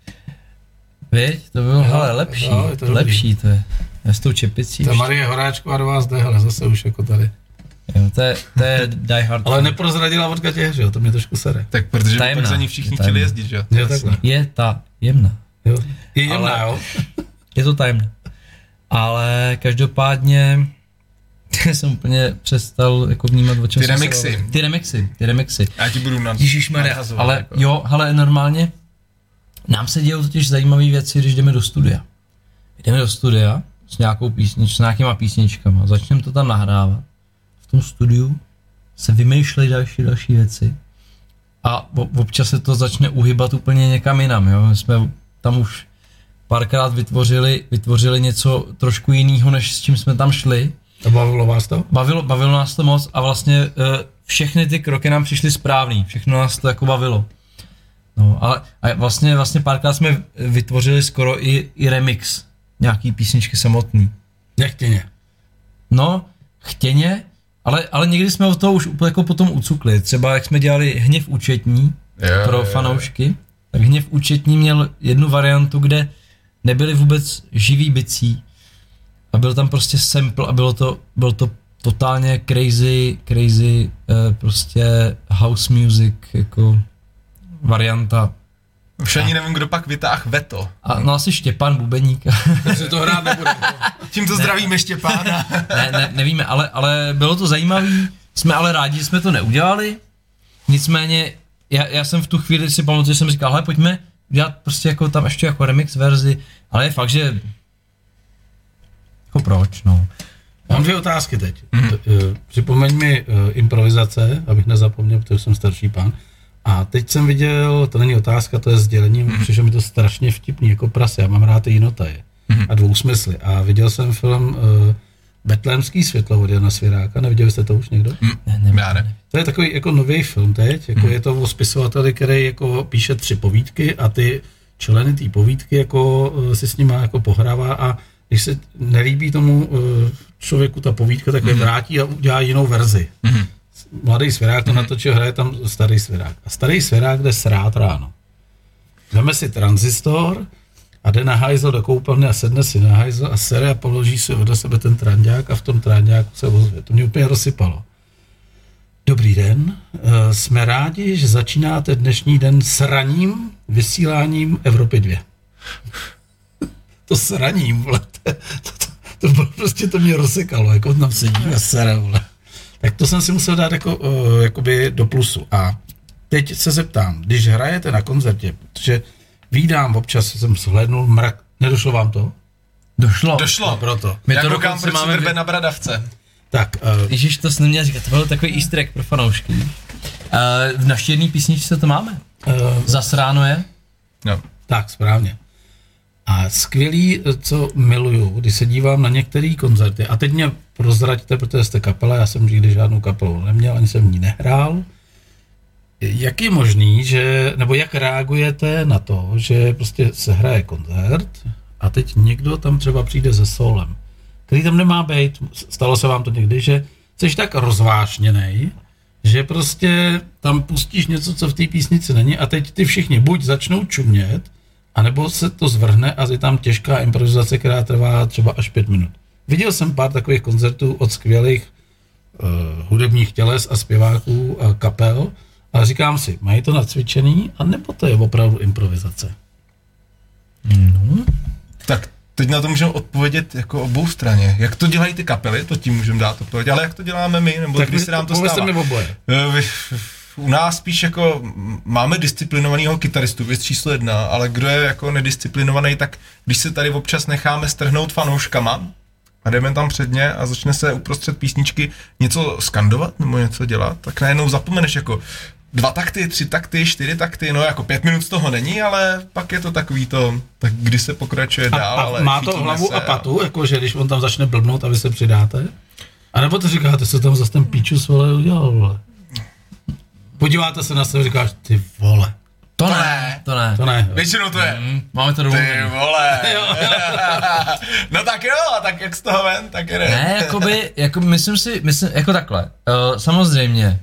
Viď? To bylo, hele, lepší to je. Já s tou čepicí. Ta Marie Horáčková do vás jde, hele, zase už jako tady. Jo, to je Die Hard. Ale neprozradila odkud je, že jo, to mě trošku sere. Tak protože pak za ní všichni chtěli jezdit, že jo. Je ta jemná. Jo. Je jemná, jo. Je to tajemná. Ale každopádně jsem úplně přestal jako vnímat, o čem Ty remixy. Já ti budu nadhazovat. Ale jako. Jo, hele, normálně nám se dějou totiž zajímavé věci, když jdeme do studia. Jdeme do studia s nějakýma písničkama, začneme to tam nahrávat. V tom studiu se vymýšlejí další věci a občas se to začne uhybat úplně někam jinam, jo. My jsme tam už párkrát vytvořili něco trošku jiného, než s čím jsme tam šli. A bavilo vás to? Bavilo nás to moc a vlastně všechny ty kroky nám přišly správný, všechno nás to jako bavilo. No, ale vlastně párkrát jsme vytvořili skoro i remix nějaký písničky samotný. Nechtěně. No, chtěně, ale někdy jsme od toho už jako potom ucukli. Třeba jak jsme dělali Hněv účetní pro fanoušky, tak Hněv účetní měl jednu variantu, kde nebyly vůbec živý bicí a byl tam prostě sample a bylo to totálně crazy prostě house music jako varianta. Už ani nevím, kdo pak vytáhl veto. No asi Štěpán Bubeník. Takže to hrát nebude. Tímto zdravíme Štěpána. Nevíme, ale bylo to zajímavý. Jsme ale rádi, že jsme to neudělali. Nicméně já jsem v tu chvíli si pamatuju, že jsem říkal, hele, pojďme dělat prostě jako tam ještě jako remix verzi, ale je fakt, že jako proč, no. Mám 2 otázky teď. Připomeň mi improvizace, abych nezapomněl, protože jsem starší pán. A teď jsem viděl, to není otázka, to je sdělení, přišlo mi to strašně vtipný, jako prase, já mám rád i jinotaje a dvousmysly. A viděl jsem film Betlémský světlo od Jana Svěráka, neviděli jste to už někdo? Ne. To je takový jako nový film teď, jako je to o spisovateli, který jako píše 3 povídky a ty členy té povídky jako si s nima jako pohrává a když se nelíbí tomu člověku ta povídka, tak je vrátí a udělá jinou verzi. Mladý Svěrák to natočil, hraje tam starý Svěrák. A starý Svěrák jde srát ráno. Veme si tranzistor a jde na hajzl do koupelny a sedne si na hajzl a sere a položí si vedle sebe ten trandák a v tom trandáku se ozve. To mě úplně rozsypalo. Dobrý den, jsme rádi, že začínáte dnešní den s ranním vysíláním Evropy 2. To s raním, vole, to prostě to mě rozsekalo, jako on tam sedí a sere, vole. Tak to jsem si musel dát jako, jakoby do plusu. A teď se zeptám, když hrajete na koncertě, protože vídám občas, jsem shlédnul mrak, nedošlo vám to? Došlo. No, proto. My to dokonce proč máme drbe na bradavce. Tak. Ježiš, to jsem neměl říkat, to byl takový easter egg pro fanoušky. V naší jedné písničce to máme. Zasráno je. No. Tak, správně. A skvělý, co miluju, když se dívám na některé koncerty, a teď mě prozraďte, protože jste kapela, já jsem nikdy žádnou kapelu neměl, ani jsem v ní nehrál. Jak je možný, že, nebo jak reagujete na to, že prostě se hraje koncert a teď někdo tam třeba přijde se solem, který tam nemá být, stalo se vám to někdy, že jsi tak rozvášněnej, že prostě tam pustíš něco, co v té písnici není a teď ty všichni buď začnou čumět, anebo se to zvrhne a je tam těžká improvizace, která trvá třeba až 5 minut. Viděl jsem pár takových koncertů od skvělých hudebních těles a zpěváků a kapel, ale říkám si, mají to nacvičený, anebo to je opravdu improvizace? No. Tak teď na to můžeme odpovědět jako obou straně. Jak to dělají ty kapely, to tím můžeme dát odpověď, ale jak to děláme my, nebo tak když se nám to stává? Mi oboje. U nás spíš jako máme disciplinovaného kytaristu, věc číslo 1, ale kdo je jako nedisciplinovaný, tak když se tady občas necháme strhnout fanouškama a jdeme tam před ně a začne se uprostřed písničky něco skandovat nebo něco dělat, tak najednou zapomeneš jako 2 takty, 3 takty, 4 takty, no jako 5 minut z toho není, ale pak je to takový to, tak kdy se pokračuje dál. Ale má to hlavu a patu, jakože když on tam začne blbnout a vy se přidáte? A nebo to říkáte, co tam zase ten píčus vole udělal, vole? Podíváte se na sebe a říkáš, ty vole. To ne. Většinou to je. Máme to domluvený. Ty vole. No tak jo, tak jak z toho ven, tak jde. Ne, jako myslím, jako takhle. Samozřejmě.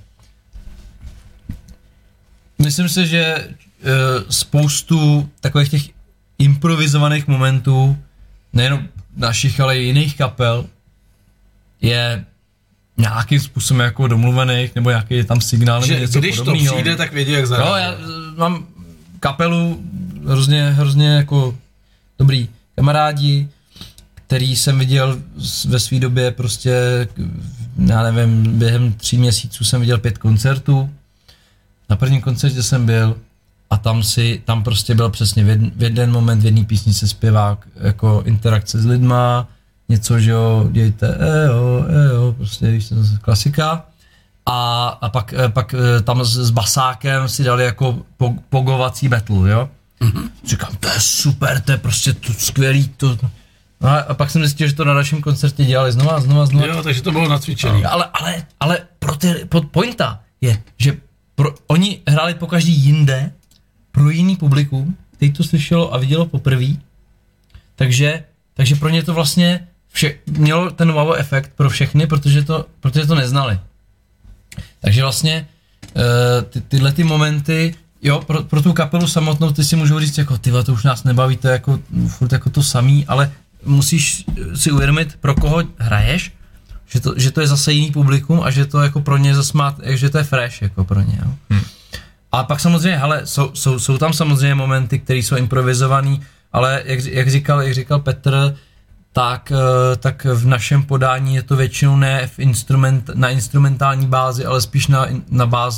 Myslím si, že spoustu takových těch improvizovaných momentů, nejenom našich, ale i jiných kapel, je nějakým způsobem jako domluvených, nebo nějaký tam signál, nebo něco když podobného. Když to přijde, tak vědí, jak zareagovat. No, já mám kapelu, hrozně jako dobrý kamarádi, který jsem viděl ve své době prostě, já nevím, během 3 měsíců jsem viděl 5 koncertů. Na prvním koncertě jsem byl a tam prostě byl přesně v jeden moment v jedné písničce zpěvák, jako interakce s lidma, něco, že jo, dějte, prostě víš, klasika. A pak tam s basákem si dali jako pogovací battle, jo. Mm-hmm. Říkám, to je super, to je prostě to skvělý, to. A pak jsem zjistil, že to na dalším koncertě dělali znova. Jo, takže to bylo nacvičený. Ale pointa je, že oni hráli pokaždý jinde, pro jiný publikum, teď to slyšelo a vidělo poprvé, takže pro ně to vlastně mělo ten wow efekt pro všechny, protože to neznali. Takže vlastně tyhle ty momenty, jo, pro tu kapelu samotnou ty si můžou říct jako tyhle, to už nás nebaví, to je jako furt jako to samý, ale musíš si uvědomit, pro koho hraješ, že to je zase jiný publikum a že to jako pro ně zasmát, že to je fresh jako pro ně, jo. A pak samozřejmě, hele, jsou tam samozřejmě momenty, které jsou improvizovaný, ale jak říkal Petr, tak v našem podání je to většinou ne na instrumentální bázi, ale spíš na bázi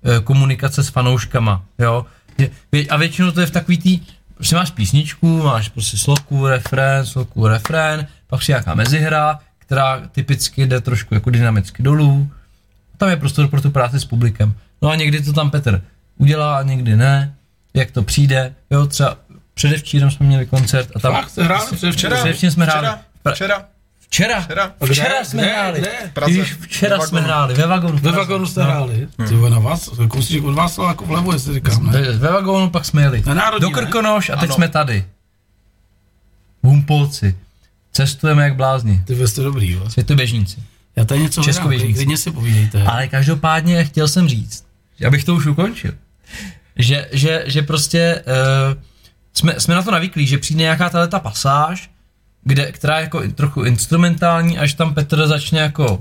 komunikace s fanouškama, jo. A většinou to je v takový tý, prostě máš písničku, máš prostě sloku, refrén, pak přijde nějaká mezihra, která typicky jde trošku jako dynamicky dolů. Tam je prostor pro tu práci s publikem. No a někdy to tam Petr udělá, někdy ne, jak to přijde, jo, třeba předevčírem jsme měli koncert a tam... Fakt, jste hráli předevčírem jsme hráli. Včera jsme hráli. Včera jsme hráli, ve Vagonu. Ve Vagonu jste hráli? Ty na vás, kousíček od vás jako vlevo, jestli říkám, ne? Ve Vagonu pak jsme jeli do Krkonoš a teď jsme tady. V Humpolci. Cestujeme jak blázni. Ty jste dobrý, jo? Světoběžníci. Já tady něco hledám, klidně si povídejte. Ale každopádně chtěl jsem říct, abych to už ukončil, že prostě jsme na to navyklí, že přijde nějaká tato pasáž, která je jako trochu instrumentální, až tam Petr začne jako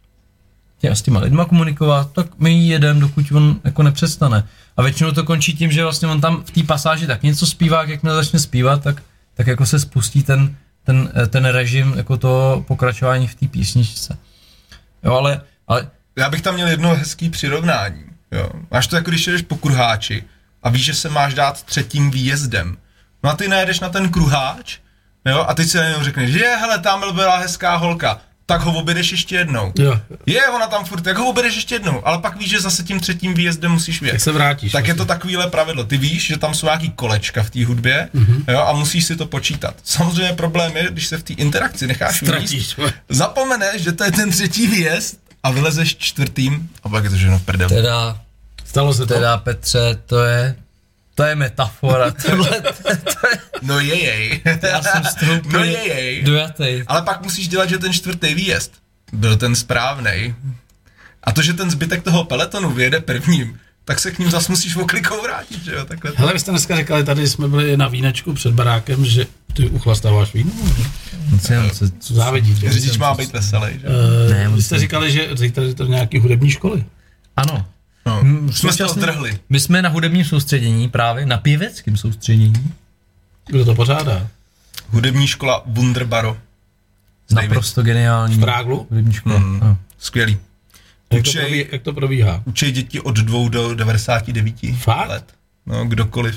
s těma lidma komunikovat, tak my jí jedeme, dokud on jako nepřestane. A většinou to končí tím, že vlastně on tam v té pasáži tak něco zpívá, jakmile začne zpívat, tak jako se spustí ten režim jako toho pokračování v té písničce. Jo, ale... Já bych tam měl jedno hezký přirovnání, jo. Máš to jako když jdeš po kruháči a víš, že se máš dát třetím výjezdem. No a ty najedeš na ten kruháč, jo, a teď si jenom řekneš, že hele, tam byla hezká holka, tak ho objedeš ještě jednou. Jo. Je, ona tam furt, tak ho objedeš ještě jednou, ale pak víš, že zase tím třetím výjezdem musíš vyjet. Tak se vrátíš. Tak vlastně. Je to takovýhle pravidlo. Ty víš, že tam jsou nějaký kolečka v té hudbě, jo, a musíš si to počítat. Samozřejmě problém je, když se v té interakci necháš vyjíst, zapomeneš, že to je ten třetí výjezd a vylezeš čtvrtým a pak je to všechno v prdeli. Stalo se to? Teda Petře, to je metafora, tohle, to je... No jej. Já jsem z toho úplně dojatej. Ale pak musíš dělat, že ten čtvrtý výjezd byl ten správnej. A to, že ten zbytek toho peletonu vyjede prvním, tak se k ním zas musíš oklikou vrátit, že jo, takhle. Hele, vy jste dneska říkali, tady jsme byli na vínečku před barákem, že ty uchlastáváš víno, že? Co závidíte? Řidič má být veselý, že? Vy jste říkali, že říkali to nějaký hudební školy. Ano. No, jsme se zdrhli. My jsme na hudebním soustředění, právě na pěveckém soustředění. Kdo to pořádá? Hudební škola Wunderbaro. Naprosto geniální. V Práglu? Hudební škola. Skvělý. Jak to probíhá? Učí děti od 2 do 99 Fakt? let. No, kdokoliv.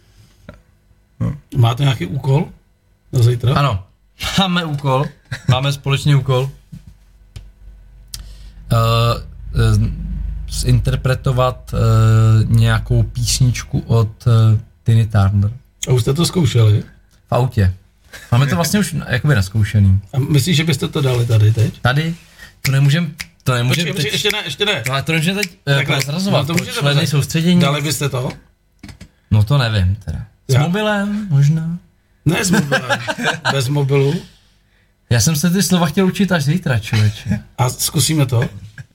No. Máte nějaký úkol na zítra? Ano, máme úkol. Máme společný úkol. Zinterpretovat nějakou písničku od Tina Turner. A už jste to zkoušeli? V autě. Máme to vlastně už jakoby naskoušený. A myslíš, že byste to dali tady teď? Tady? To nemůžeme Počkej, teď... ještě ne. No, ale to nemůžeme teď zrazovat. No, to členy soustředění. Dali byste to? No to nevím teda. S mobilem možná? Ne s mobilem. Bez mobilu. Já jsem se ty slova chtěl učit až zítra, člověče. A zkusíme to?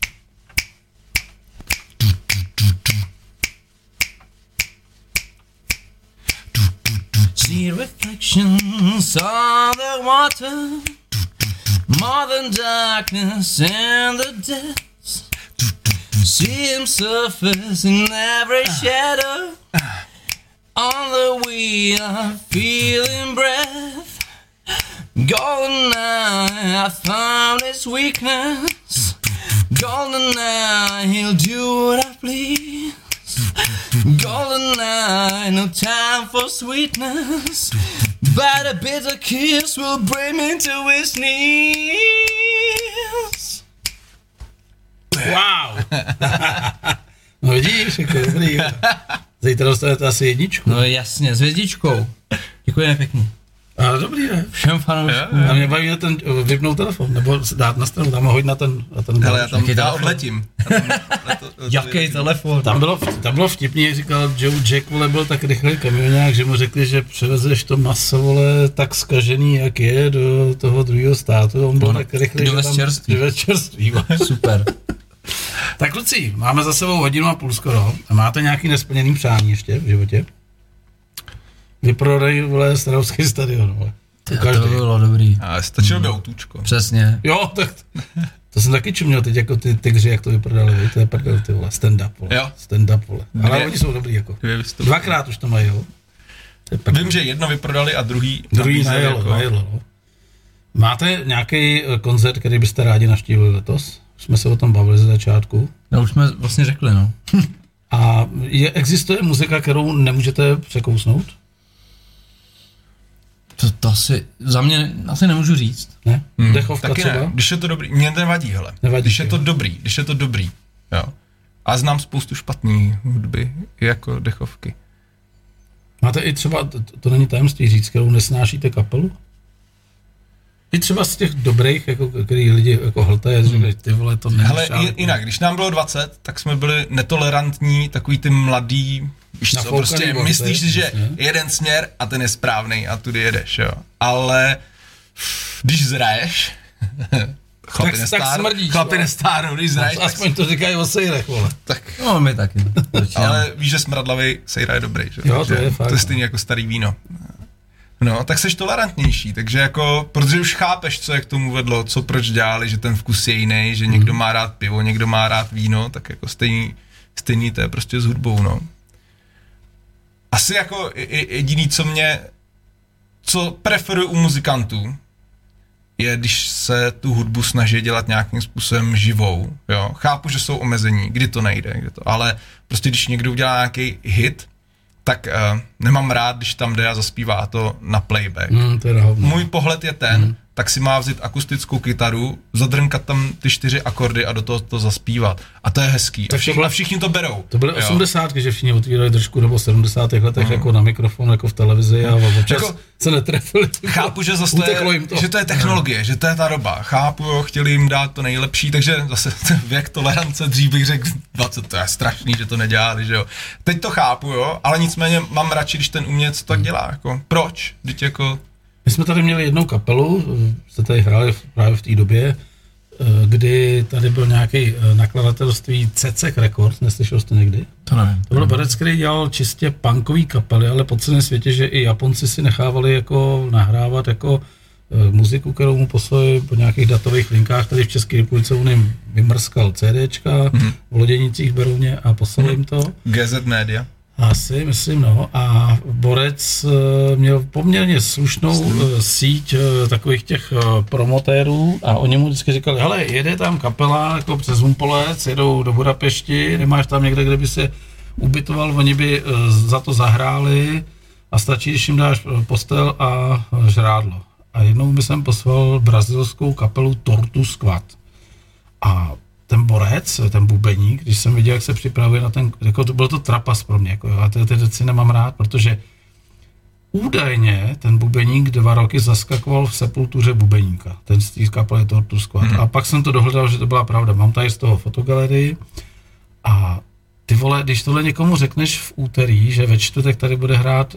See reflections on the water, more than darkness in the depths. See him surface in every shadow. On the wheel, feeling breath. Golden eye, I found his weakness. Golden eye, he'll do what I please. Golden eye, no time for sweetness, but a bitter kiss will bring me to his knees. Wow! No vidíš, jako dobrý. Zítra dostanete asi jedničku. No jasně, s hvězdičkou. Děkujeme pěkně. Ale dobrý, ne? Všem fanouškům. A mě baví na ten vypnout telefon, nebo dát na stranu, tam ho hodit na ten hele, já odletím. Jaký telefon? Tam bylo vtipný, jak říkal Joe Jack, vole, byl tak rychlý kamionák, že mu řekli, že převezeš to maso, vole, tak zkažený, jak je, do toho druhého státu. On byl tak rychlý, že tam dovez čerství. Super. Tak kluci, máme za sebou 1,5 hodiny skoro. A máte nějaký nesplněný přání ještě v životě? Vyprodají, vole, Starovský stadion, vole. To bylo dobrý. A stačilo by autůčko. Přesně. Jo, tak to jsem taky čuměl teď, jako ty tygři, jak to vyprodali, to je prdel, ty vole, stand-up, vole. Jo. Stand-up, vole. Ale oni jsou dobrý, jako. 2krát už to mají, jo. Vím, že jedno vyprodali a druhý najelo, no. Máte nějaký koncert, který byste rádi navštívili letos? Jsme se o tom bavili ze začátku. No už jsme vlastně řekli, no. A existuje muzika, kterou nemůžete překousnout? To asi, za mě asi nemůžu říct. Ne? Dechovka taky třeba? Ne, když je to dobrý, mě to nevadí, hele. Nevadí, když je to dobrý, jo. A znám spoustu špatný hudby, jako dechovky. Máte i třeba, to není tajemství říct, kterou nesnášíte kapelu? I třeba z těch dobrých, jako, který lidi jako hltají, říkají, ty vole, to není. Hele, jinak, když nám bylo 20, tak jsme byli netolerantní, takový ty mladý, víš co, prostě myslíš si, že jeden směr a ten je správnej a tudy jedeš, jo. Ale když zraješ, chlapi nestárnou, když zraješ. Aspoň to říkají o sejrech, vole. Tak. No, my taky. Ale víš, že smradlavý sejra je dobrý, že? Jo, to je fakt. To je stejně jako starý víno. No, tak seš tolerantnější, takže jako, protože už chápeš, co je k tomu vedlo, co proč dělali, že ten vkus je jiný, že někdo má rád pivo, někdo má rád víno, tak jako stejný to je prostě s hudbou, no. Asi jako jediný, co preferuji u muzikantů, je, když se tu hudbu snaží dělat nějakým způsobem živou, jo. Chápu, že jsou omezení, kdy to nejde, ale prostě když někdo udělá nějaký hit, tak nemám rád, když tam jde a zaspívá to na playback. To je Můj pohled je ten, tak si má vzít akustickou kytaru, zadrnkat tam ty 4 akordy a do toho to zaspívat. A to je hezký. A všichni to berou. To byly 80, že všichni otvírali držku, nebo 70. letech jako na mikrofon, jako v televizi a občas jako, se netrefili. Chápu, že zase že to je technologie, že to je ta doba. Chápu, jo, chtěli jim dát to nejlepší, takže zase věk tolerance, dřív bych řekl 20, to je strašný, že to nedělali, že jo. Teď to chápu, jo, ale nicméně mám radši, když ten umělec to tak dělá, jako proč? Teď jako my jsme tady měli jednou kapelu, jste tady hráli právě v té době, kdy tady byl nějaký nakladatelství Cecek Records, neslyšel jste někdy? To nevím. To byl borec, který dělal čistě punkový kapely, ale po celém světě, že i Japonci si nechávali jako nahrávat jako muziku, kterou mu poslali po nějakých datových linkách, tady v České republice on jim vymrskal CDčka v Loděnicích Berouně a poslal jim to. GZ Media. Asi, myslím, no. A borec měl poměrně slušnou síť takových těch promotérů a oni mu vždycky říkali, hele, jede tam kapela jako přes Humpolec, jedou do Budapešti, nemáš tam někde, kde by se ubytoval, oni by za to zahráli a stačí, když jim dáš postel a žrádlo. A jednou by jsem poslal brazilskou kapelu Tortu Squad. A ten borec, ten bubeník, když jsem viděl, jak se připravuje na ten, jako to byl to trapas pro mě, jako, já ty věci nemám rád, protože údajně ten bubeník 2 roky zaskakoval v Sepultuře bubeníka, ten z té kapely Tortu Squad. A pak jsem to dohledal, že to byla pravda. Mám tady z toho fotogalerii a ty vole, když tohle někomu řekneš v úterý, že ve čtvrtek tady bude hrát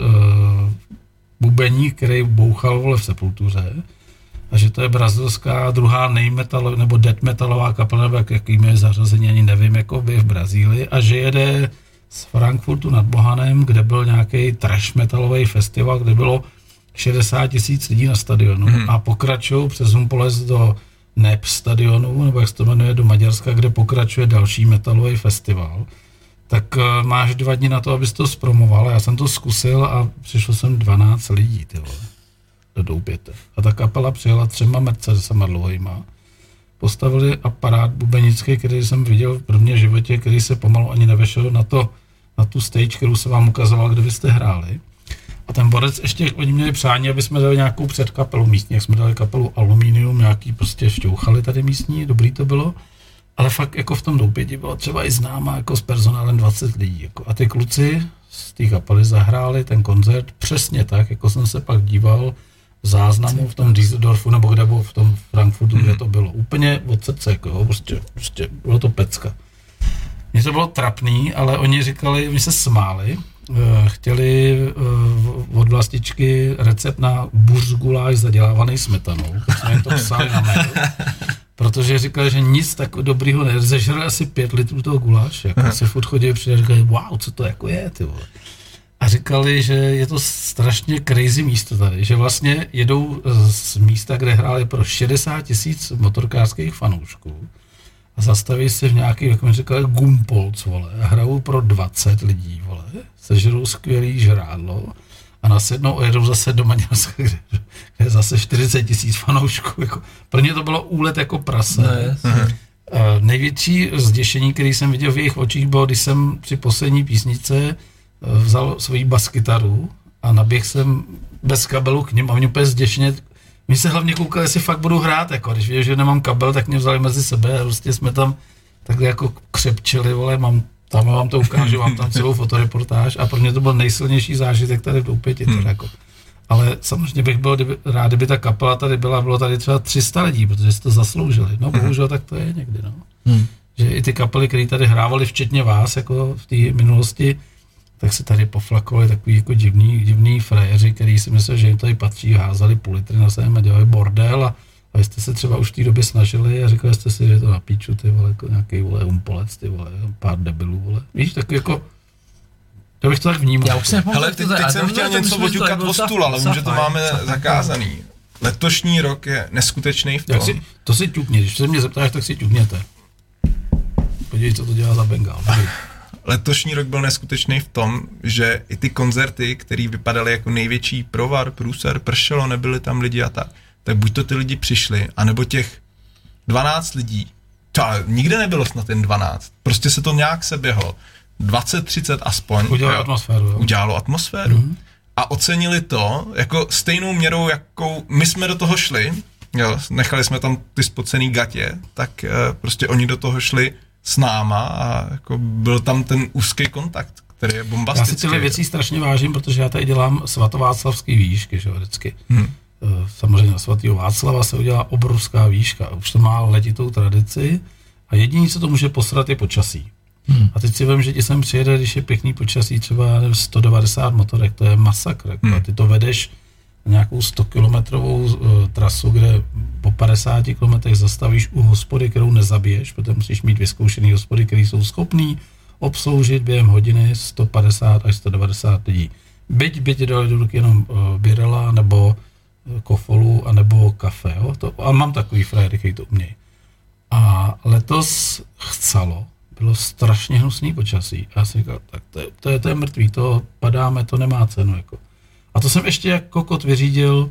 bubeník, který bouchal vole v Sepultuře, a že to je brazilská druhá nejmetal nebo death metalová kapela, nebo jakým je zařazení, ani nevím, jako by v Brazílii, a že jede z Frankfurtu nad Bohanem, kde byl nějaký trash metalový festival, kde bylo 60 000 lidí na stadionu a pokračují přes Humpolec do NEP stadionu, nebo jak se to jmenuje, do Maďarska, kde pokračuje další metalový festival. Tak máš 2 dny na to, abys to zpromoval. Já jsem to zkusil a přišlo jsem 12 lidí, ty vole. Do Doupěte. A ta kapela přijela 3 Mercedesama dlouhýma. Postavili aparát bubenický, který jsem viděl v prvním životě, který se pomalu ani nevešel na tu stage, kterou jsem vám ukazoval, kde byste hráli. A ten borec ještě, oni měli přání, aby jsme dali nějakou předkapelu místní, jak jsme dali kapelu Aluminium, nějaký prostě šťouchali tady místní, dobrý to bylo. Ale fakt jako v tom Doupěti bylo třeba i známa jako s personálem 20 lidí. Jako. A ty kluci z té kapely zahráli ten koncert přesně tak, jako jsem se pak díval v záznamu v tom Düsseldorfu, nebo kde bylo v tom Frankfurtu, kde to bylo. Úplně od srdce, jako, prostě bylo to pecka. Mně to bylo trapný, ale oni říkali, oni se smáli, chtěli od vlastičky recept na buřguláš zadělávaný smetanou, tak jsme jim to psali na mail, protože říkali, že nic tak dobrýho nezežrali asi 5 litrů toho guláše, jako se furt chodili přijde a říkali, wow, co to jako je, ty vole. A říkali, že je to strašně crazy místo tady, že vlastně jedou z místa, kde hráli pro 60 000 motorkářských fanoušků a zastaví se v nějaký, jak mi říkali, Gumpolc, vole, a hrajou pro 20 lidí, vole, sežerou skvělý žrádlo a nasednou a jedou zase do Maďarska, kde je zase 40 000 fanoušků, jako, pro ně to bylo úlet jako prase. Největší zděšení, který jsem viděl v jejich očích, bylo, když jsem při poslední písničce vzal svoji baskytaru a naběhl jsem bez kabelu k nim a mě úplně zděšeně. My se hlavně koukali, jestli fakt budu hrát, jako když viděli, že nemám kabel, tak mě vzali mezi sebe a prostě jsme tam takhle jako křepčili, vole, tam vám to ukážu, mám tam celou fotoreportáž a pro mě to byl nejsilnější zážitek tady v Doupěti, teda jako. Ale samozřejmě bych byl rád, kdyby ta kapela tady byla, bylo tady třeba 300 lidí, protože si to zasloužili. No bohužel tak to je někdy, no. Že i ty kapely, které tady hrávali, včetně vás, jako v té minulosti, tak se tady poflakovali takový jako divný frajeři, který si mysleli, že jim tady patří, házali půl litry na sebe a dělali bordel a vy jste se třeba už v té době snažili a říkali jste si, že to na píču, ty vole, jako nějaký vole umpolec, ty vole, pár debilů, vole. Víš, tak jako, já bych to tak vnímal. Já už se hele, teď jsem chtěl něco oťukat o stůl, ale vím, že to máme zakázaný. Letošní rok je neskutečný v tom. To si ťukni, když se mě zeptáš, tak si ťukněte. Podívej, co to dělá za Bengal. Letošní rok byl neskutečný v tom, že i ty koncerty, které vypadaly jako největší provar, průser, pršelo, nebyli tam lidi a tak buď to ty lidi přišli, anebo těch 12 lidí, nikde nebylo snad ten 12, prostě se to nějak seběhlo, 20-30 aspoň. Udělalo atmosféru. Mm-hmm. A ocenili to jako stejnou měrou, jakou my jsme do toho šli, jo, nechali jsme tam ty spocený gatě, tak prostě oni do toho šli s náma a jako byl tam ten úzký kontakt, který je bombastický. Já si tyhle věcí strašně vážím, protože já tady dělám svatováclavský výšky, že vždycky. Samozřejmě na svatého Václava se udělá obrovská výška, už to má letitou tradici a jediný, co to může posrat, je počasí. A teď si vím, že ti sem přijede, když je pěkný počasí, třeba 190 motorek, to je masakr. A ty to vedeš na nějakou 100-kilometrovou trasu, kde po 50 kilometrech zastavíš u hospody, kterou nezabiješ, protože musíš mít vyzkoušený hospody, které jsou schopný obsloužit během hodiny 150 až 190 lidí. Byť dali do ruky jenom birela, nebo kofolu, anebo kafe. Jo? A mám takový frajery, který to umějí. A letos chcelo, bylo strašně hnusný počasí. A já jsem říkal, tak to je mrtvý, to padáme, to nemá cenu. Jako. A to jsem ještě jako kokot vyřídil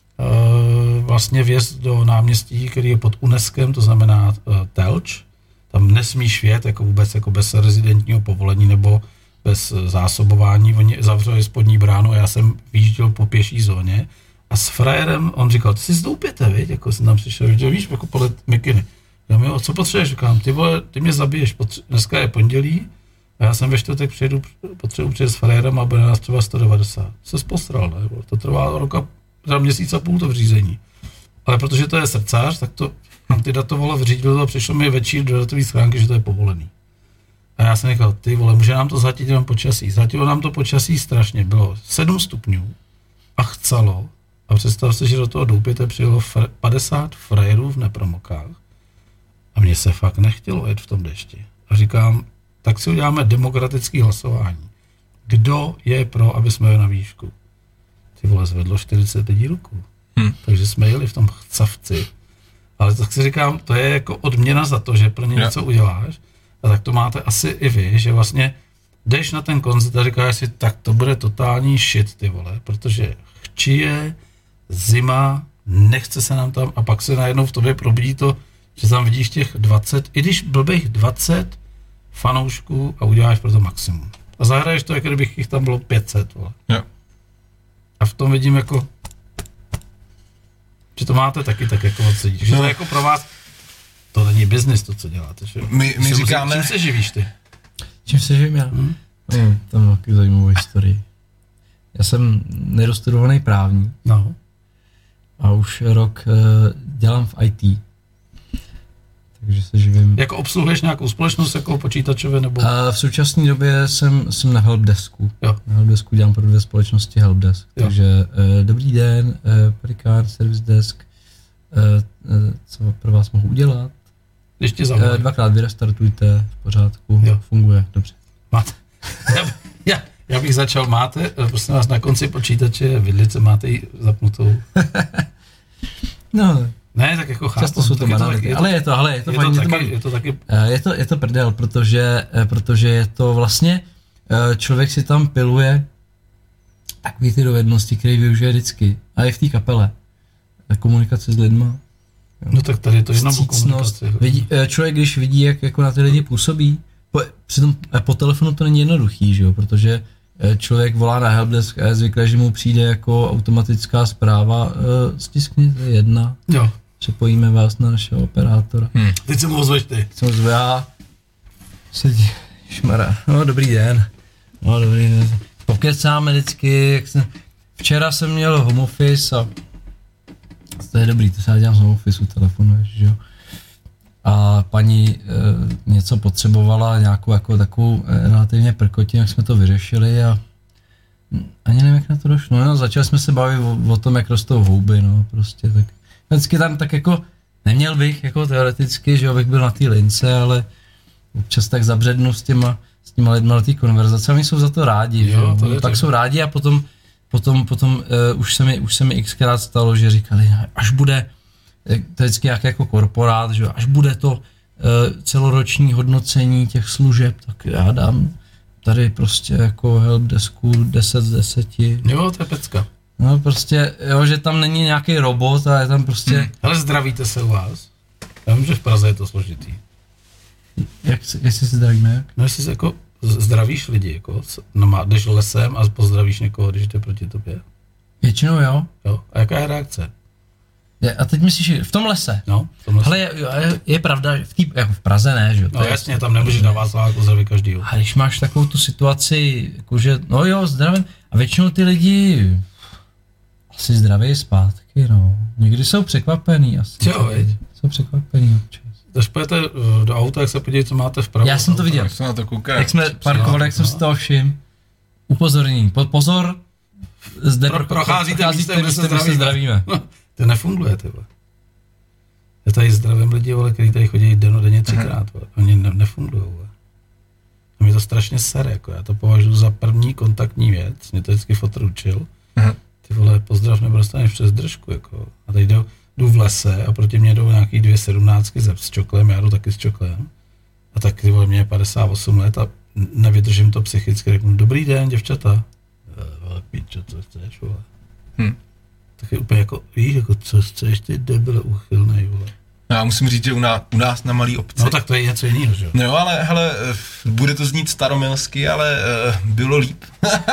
vlastně vjezd do náměstí, který je pod UNESCO, to znamená Telč. Tam nesmíš vjet jako vůbec jako bez rezidentního povolení nebo bez zásobování. Oni zavřeli spodní bránu a já jsem vyjížděl po pěší zóně a s frajerem, on říkal, ty si z Doupěte, viď? Jako jsem tam přišel, že víš, jako podle mikiny. Jo, co potřebuješ? Říkám, ty vole, ty mě zabiješ, dneska je pondělí a já jsem ve čtvrtek potřebuji přijet s frajerem a bude nás třeba 190. Se posral, ne? To trvá měsíc a půl to vřízení. Ale protože to je srdcář, tak to antidatovalo, vyřídilo to a přišlo mi večír do datové schránky, že to je povolený. A já jsem říkal, ty vole, může nám to zhatit jenom počasí. Zhatilo nám to počasí strašně, bylo 7 stupňů a chcelo. A představ si, že do toho Doupěte přijelo 50 frajerů v nepromokách. A mně se fakt nechtělo jet v tom dešti. A říkám, tak si uděláme demokratické hlasování. Kdo je pro, aby jsme jeli na výšku? Ty vole, zvedlo 40 lidí ruku. Takže jsme jeli v tom chcavci. Ale tak si říkám, to je jako odměna za to, že pro ně něco uděláš. A tak to máte asi i vy, že vlastně jdeš na ten koncert a říkáš si, tak to bude totální shit, ty vole, protože chčije, zima, nechce se nám tam a pak se najednou v tobě probídí to, že tam vidíš těch 20, i když blbých 20 fanoušků a uděláš pro to maximum. A zahraješ to, jako kdybych jich tam bylo 500, vole. Jo. A v tom vidím jako, že to máte taky tak jako odsedíš. Že to je jako pro vás, to není biznis, to, co děláte. Že? My říkáme... Čím se živíš ty? Čím se živím já? To mám takový zajímavou historii. Já jsem nedostudovaný právník. No. A už rok dělám v IT. Takže se živím. Jako obsluhuješ nějakou společnost jako počítačové nebo? V současné době jsem na helpdesku. Jo. Na helpdesku dělám pro 2 společnosti helpdesk. Jo. Takže dobrý den, Pericard, Service Desk, co pro vás mohu udělat? Když ti zavolám. 2krát vyrestartujte, v pořádku, jo. Funguje, dobře. Máte. Já bych začal, máte, prosím vás, na konci počítače vidlice máte ji zapnutou. No. Ne, tak jako chápu. Často jsou to banality, ale je to fajn, je to taky. Je to prdel, protože je to vlastně, člověk si tam piluje takový ty dovednosti, které využije vždycky. A je v té kapele. Komunikace s lidma, No tak tady to je jenom komunikaci. Člověk, když vidí, jak jako na ty lidi působí, přitom po telefonu to není jednoduchý, že jo, protože člověk volá na helpdesk a je zvyklé, že mu přijde jako automatická zpráva, stiskněte 1, jo. Přepojíme vás na našeho operátora. Teď se mu ozveš ty. Já sedí, šmara, no dobrý den. Pokecáme vždycky, včera jsem měl home office a to je dobrý, to se já dělám z home office, telefonuješ, že jo. A paní něco potřebovala, nějakou jako takovou relativně prkotinu, jak jsme to vyřešili a ani nevím, jak na to došlo. No, začali jsme se bavit o tom, jak rostou houby, no prostě tak. Vždycky tam tak jako, neměl bych jako teoreticky, že jo, bych byl na té lince, ale občas tak zabřednu s těma lidma na té konverzace, oni jsou za to rádi, jo, že jo, tak jsou rádi a potom už se mi xkrát stalo, že říkali, až bude, to je vždycky jako korporát, že až bude to celoroční hodnocení těch služeb, tak já dám tady prostě jako helpdesku 10 z 10. Jo, to je pecka. No prostě, jo, že tam není nějaký robot a je tam prostě... Ale zdravíte se u vás? Já vím, že v Praze je to složitý. Jestli se zdravíme jak? No jestli se jako zdravíš lidi, jako jdeš lesem a pozdravíš někoho, když jde proti tobě. Většinou jo. Jo, a jaká je reakce? A teď myslíš, v tom lese? No, v tom lese. Hele, je pravda, jako v Praze ne, že jo? No jasně, tam nemůžeš na Václaváku zdravit každýho. A když máš takovou tu situaci, jakože, no jo, zdravím, a většinou ty lidi asi zdraví zpátky, no. Někdy jsou překvapený asi. Jo, veď. Jsou překvapený občas. Když půjdete do auta, jak se podívejte, co máte vpravo. Já jsem to viděl. Jak se na to kouká. Jak jsme parkovali, jak jsem si toho všiml. Upozornění. Pozor, zde procházíte místem, kde se zdravíme. No, to nefunguje, ty vole. Já tady zdravím lidi, vole, kteří tady chodí denně 3krát, vole. Oni nefungují, vole. A mě to strašně sere, jako já to považuji za první kontaktní věc. Mě to vždycky fotr učil. Ty vole, pozdrav nebo dostaneš přes držku, jako. A teď jdu v lese a proti mě jdou nějaký 2 17 s čoklem, já jdu taky s čoklem. A tak ty vole, mě je 58 let a nevydržím to psychicky, řeknu, dobrý den, děvčata. Vole, pičo, co chceš, vole. Tak je úplně jako, víš, jako, co chceš, ty debile uchylnej, vole. No, já musím říct, že u nás na malý obci. No tak to je něco jiného, že jo? No ale hele, bude to znít staromilsky, ale bylo líp.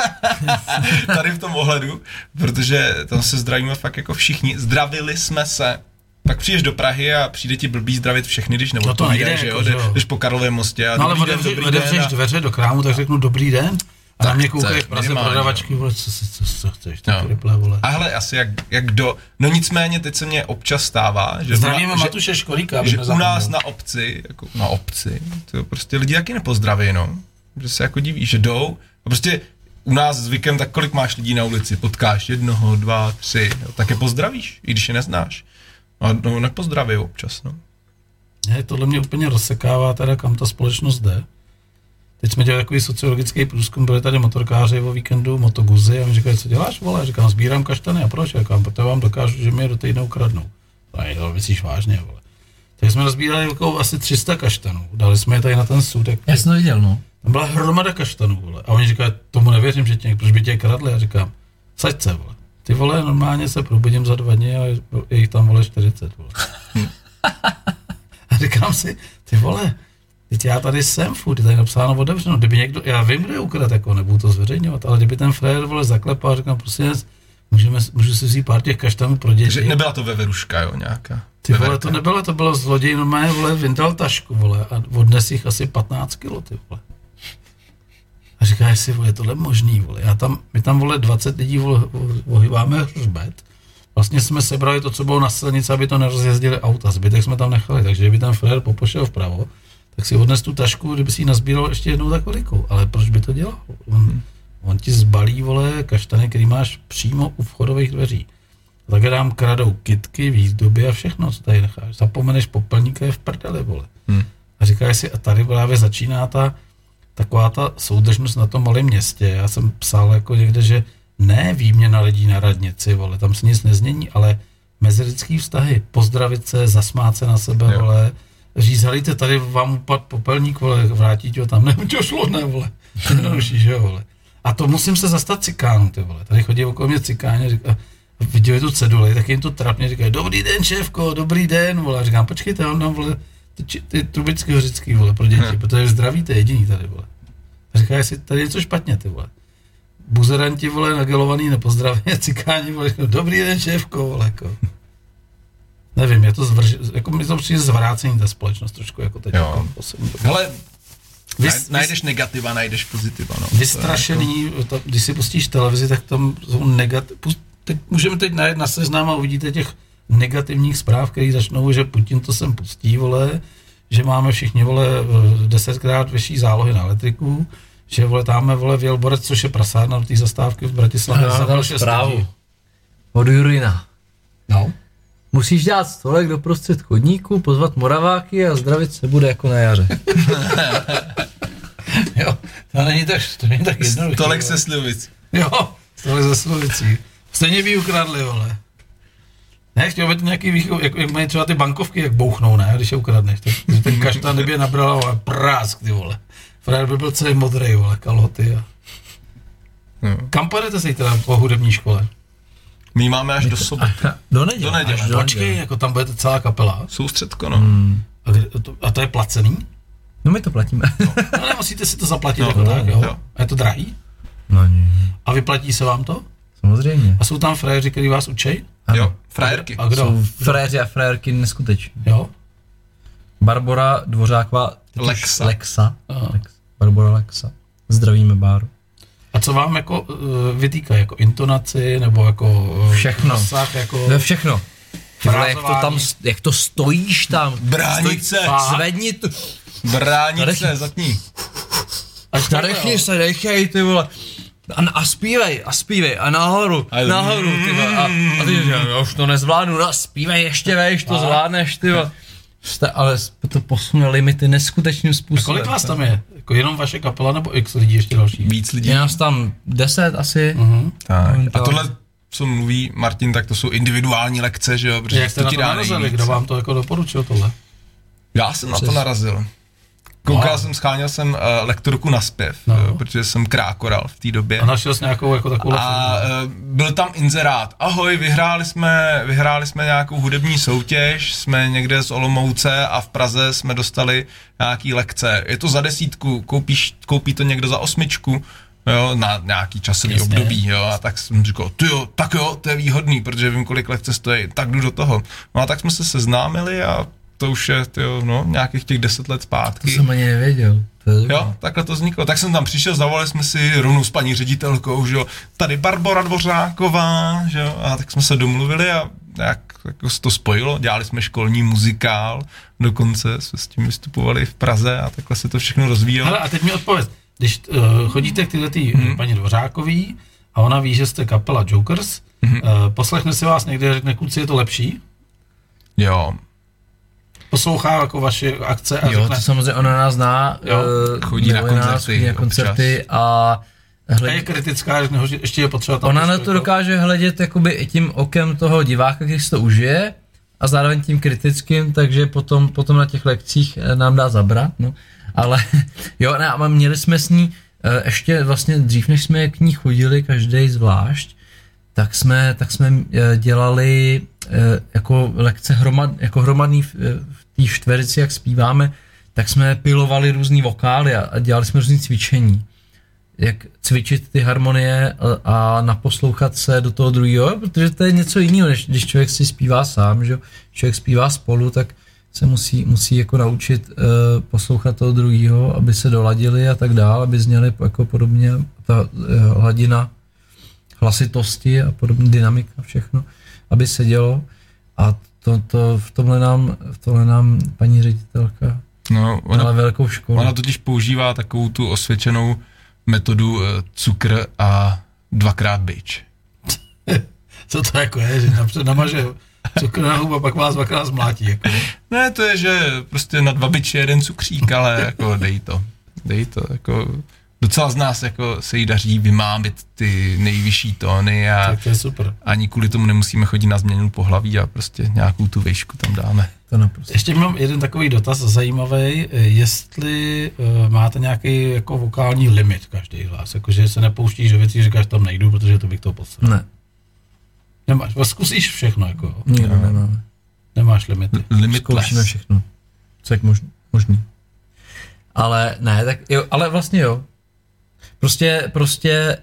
Tady v tom ohledu, protože tam se zdravíme fakt jako všichni. Zdravili jsme se. Pak přijdeš do Prahy a přijde ti blbý zdravit všechny, když nebo to nejde, že jo? Jdeš po Karlově mostě a no, ale otevřeš dveře do krámu, tak řeknu dobrý den. A na mě koukají v Praze prodavačky, vole, co chceš, ty ryple, vole. A hele, asi jak kdo, no nicméně teď se mně občas stává, že zdravíme Matuše Školíka, že u nás na obci, to prostě lidi taky nepozdraví, no. Že se jako diví, že jdou a prostě u nás zvykem, tak kolik máš lidí na ulici, potkáš 1, 2, 3, tak je pozdravíš, i když je neznáš. No nepozdraví občas, no. Ne, tohle mě úplně rozsekává teda, kam ta společnost jde. Teď jsme dělali takový sociologický průzkum, byli tady motorkáři o víkendu, motoguzy a mi říkají, co děláš, vole? Říkám, sbírám kaštany a proč? Říkám, protože vám dokážu, že mi je do týdne ukradnou. A to myslíš vážně, vole. Tak jsme nazbírali jako asi 300 kaštanů, dali jsme je tady na ten sudek. Já jsem to viděl, no. Tam byla hromada kaštanů, vole. A oni říkají, tomu nevěřím, že proč by tě kradli? A říkám, saď se, vole. Ty vole, normálně se probudím za 2 dny a je jich tam, vole, 40, vole. A říkám si, ty vole, teď já tady jsem furt, je tady napsáno otevřeno, kdyby někdo, já vím, kdo je ukrad, jako nebudu to zveřejňovat, ale kdyby ten frér, vole, zaklepal, říkám, prostě můžu si vzít pár těch kaštanů pro děti. Takže nebyla to veveruška, jo, nějaká? Ty vole, to nebylo, to bylo zloděj, normálně, vole, vyndal tašku, vole, a odnes jich asi 15 kilo, ty vole. A říkáš si, vole, je tohle možný, vole, my tam, vole, 20 lidí, vole, ohýbáme hřbet. Vlastně jsme sebrali to, co bylo na silnici, aby to nerozjezdili auta, zbytek jsme tam nechali, takže kdyby ten frér popošel vpravo, tak si odnes tu tašku, kdyby si ji nazbíral ještě jednou tak velikou. Ale proč by to dělal? On ti zbalí, vole, kaštany, který máš přímo u vchodových dveří. A tak dám kradou kytky, výzdoby a všechno, co tady necháš. Zapomeneš popelníka, je v prdeli, vole. A říkáš si, a tady právě začíná taková ta soudržnost na tom malém městě. Já jsem psal jako někde, že ne výměna lidí na radnici, vole, tam se nic nezmění, ale mezilidský vztahy, pozdravit se, zasmát se na sebe, jo. Vole, říct, helejte, tady vám upad popelník, vole, vrátit ho tam, nevím, čo šlo, ne, vole, jednodušší, že jo, vole. A to musím se zastat cikánů, ty vole, tady chodí okolo mě cikáni viděli tu ceduli, tak jim to trapně říkají, dobrý den, šéfko, dobrý den, vole. A říkám, počkejte, on nám, vole, ty trubicky hořický, vole, pro děti, protože zdraví to je jediný tady, vole. A říká, jestli tady je něco špatně, ty vole. Buzeranti, vole, nagelovaný, nepozdraví, cikáni, vole, dobrý den, šéfko, vole, jako. Nevím, je to jako mi to přijde zvrácení ta společnost trošku, jako teď. Jako hele, najdeš negativa, najdeš pozitiva, no. Vystrašený, jako... když si pustíš televizi, tak tam jsou můžeme teď najet na Seznam a uvidíte těch negativních zpráv, které začnou, že Putin to sem pustí, vole, že máme všichni, vole, 10krát vyšší zálohy na elektriku, že, vole, táme, vole, v Jelborec, což je prasárna do té zastávky v Bratislavě. Zadal zprávu od Jurina. No. Musíš dát stolek do prostřed chodníku, pozvat Moraváky a zdravit se bude jako na jaře. Jo, to není tak jednoduché. Stolek se Slivovic. Jo, stolek se Slivovicí. Stejně by ukradli, vole. Ne, chtěl by to nějaký výchov, jak mají třeba ty bankovky, jak bouchnou, ne, když je ukradneš. Ten kaštan by je nabral, ale prásk, ty vole. Frajer by byl celý modrej, vole, kalhoty a... Kam půjdete si teda po hudební škole? My máme až do soboty. Do neděle. Počkej, jako tam budete celá kapela. Soustředko, no. A to je placený? No my to platíme. No nemusíte si to zaplatit jako tak, jo? A je to drahý? No ne. A vyplatí se vám to? Samozřejmě. A jsou tam frajeři, kteří vás učej? Jo, frajerky. A kdo? Jsou frajeři a frajerky neskuteční. Jo? Barbora Dvořáková. Lexa. Barbora Lexa. Zdravíme Báru. A co vám jako vytýká, jako intonaci, nebo jako všechno. Rozsah, jako... Všechno. Jak to stojíš tam. Bránice. Zvedni tu. Bránice, zatní. Dechej, ty vole. A zpívej, a nahoru, ty vole. A ty, já už to nezvládnu, no zpívej ještě vejš, to zvládneš, ty vole. Ale to posune limity neskutečným způsobem. A kolik vás tam je? Jako jenom vaše kapela, nebo x lidí ještě další? Víc lidí. Je nás tam 10 asi. Tak. A tohle, co mluví Martin, tak to jsou individuální lekce, že jo? Jak jste na to narazili? Kdo vám to jako doporučil tohle? Já jsem na to narazil. Koukal jsem, scháněl jsem lektorku na zpěv, protože jsem krákoral v té době. A našel jsi nějakou jako takovou byl tam inzerát. Ahoj, vyhráli jsme nějakou hudební soutěž, jsme někde z Olomouce a v Praze jsme dostali nějaký lekce. Je to za 10, koupí to někdo za 8, jo, na nějaký časový období, jo, a tak jsem říkal, tak jo, to je výhodný, protože vím, kolik lekce stojí, tak jdu do toho. No a tak jsme se seznámili a to už je, nějakých těch 10 let zpátky. To jsem ani nevěděl. Jo, takhle to vzniklo. Tak jsem tam přišel, zavolali jsme si rovnou s paní ředitelkou, že jo, tady Barbora Dvořáková, že jo, a tak jsme se domluvili a jak jako se to spojilo, dělali jsme školní muzikál, dokonce jsme s tím vystupovali v Praze a takhle se to všechno rozvíjelo. Hele, a teď mi odpověď, když chodíte k tyhletý paní Dvořákový a ona ví, že jste kapela Jokers, poslechne si vás někde a řekne, kluci, je to lepší? Jo. Poslouchá jako vaše akce a jo, řekne... to samozřejmě ona nás zná, chodí na koncerty a je kritická, že ještě je potřeba tam... Ona na to dokáže hledět jakoby i tím okem toho diváka, když si to užije a zároveň tím kritickým, takže potom na těch lekcích nám dá zabrat, no. Ale jo, ne, a měli jsme s ní ještě vlastně dřív, než jsme k ní chodili každý zvlášť, tak jsme dělali jako lekce hromadný v té čtverici, jak zpíváme, tak jsme pilovali různý vokály a dělali jsme různý cvičení. Jak cvičit ty harmonie a naposlouchat se do toho druhého, protože to je něco jiného, než když člověk si zpívá sám, že člověk zpívá spolu, tak se musí jako naučit poslouchat toho druhého, aby se doladili a tak dále, aby zněli jako podobně ta hladina hlasitosti a podobně dynamika, všechno, aby se dělo. A v tomhle nám paní ředitelka dala velkou školu. Ona totiž používá takovou tu osvědčenou metodu cukr a 2x bič. Co to jako je, že napřed namaže cukr na hubu a pak vás 2x zmlátí, jako? Ne, to je, že prostě na 2 biče jeden cukřík, ale jako dej to, jako docela z nás jako se jí daří vymámit ty nejvyšší tóny a tak to je super. Ani kvůli tomu nemusíme chodit na změnu pohlaví a prostě nějakou tu výšku tam dáme. To naprosto. Ještě mám jeden takový dotaz zajímavý, jestli máte nějaký jako vokální limit každý hlas, jakože se nepouštíš do věcí, říkáš tam nejdu, protože to bych to posral. Ne. Nemáš, zkusíš všechno, jako. Nikdo nemáme. Nemáš limity. Zkoušíme všechno, co je možný. Ale ne, tak jo, ale vlastně jo. Prostě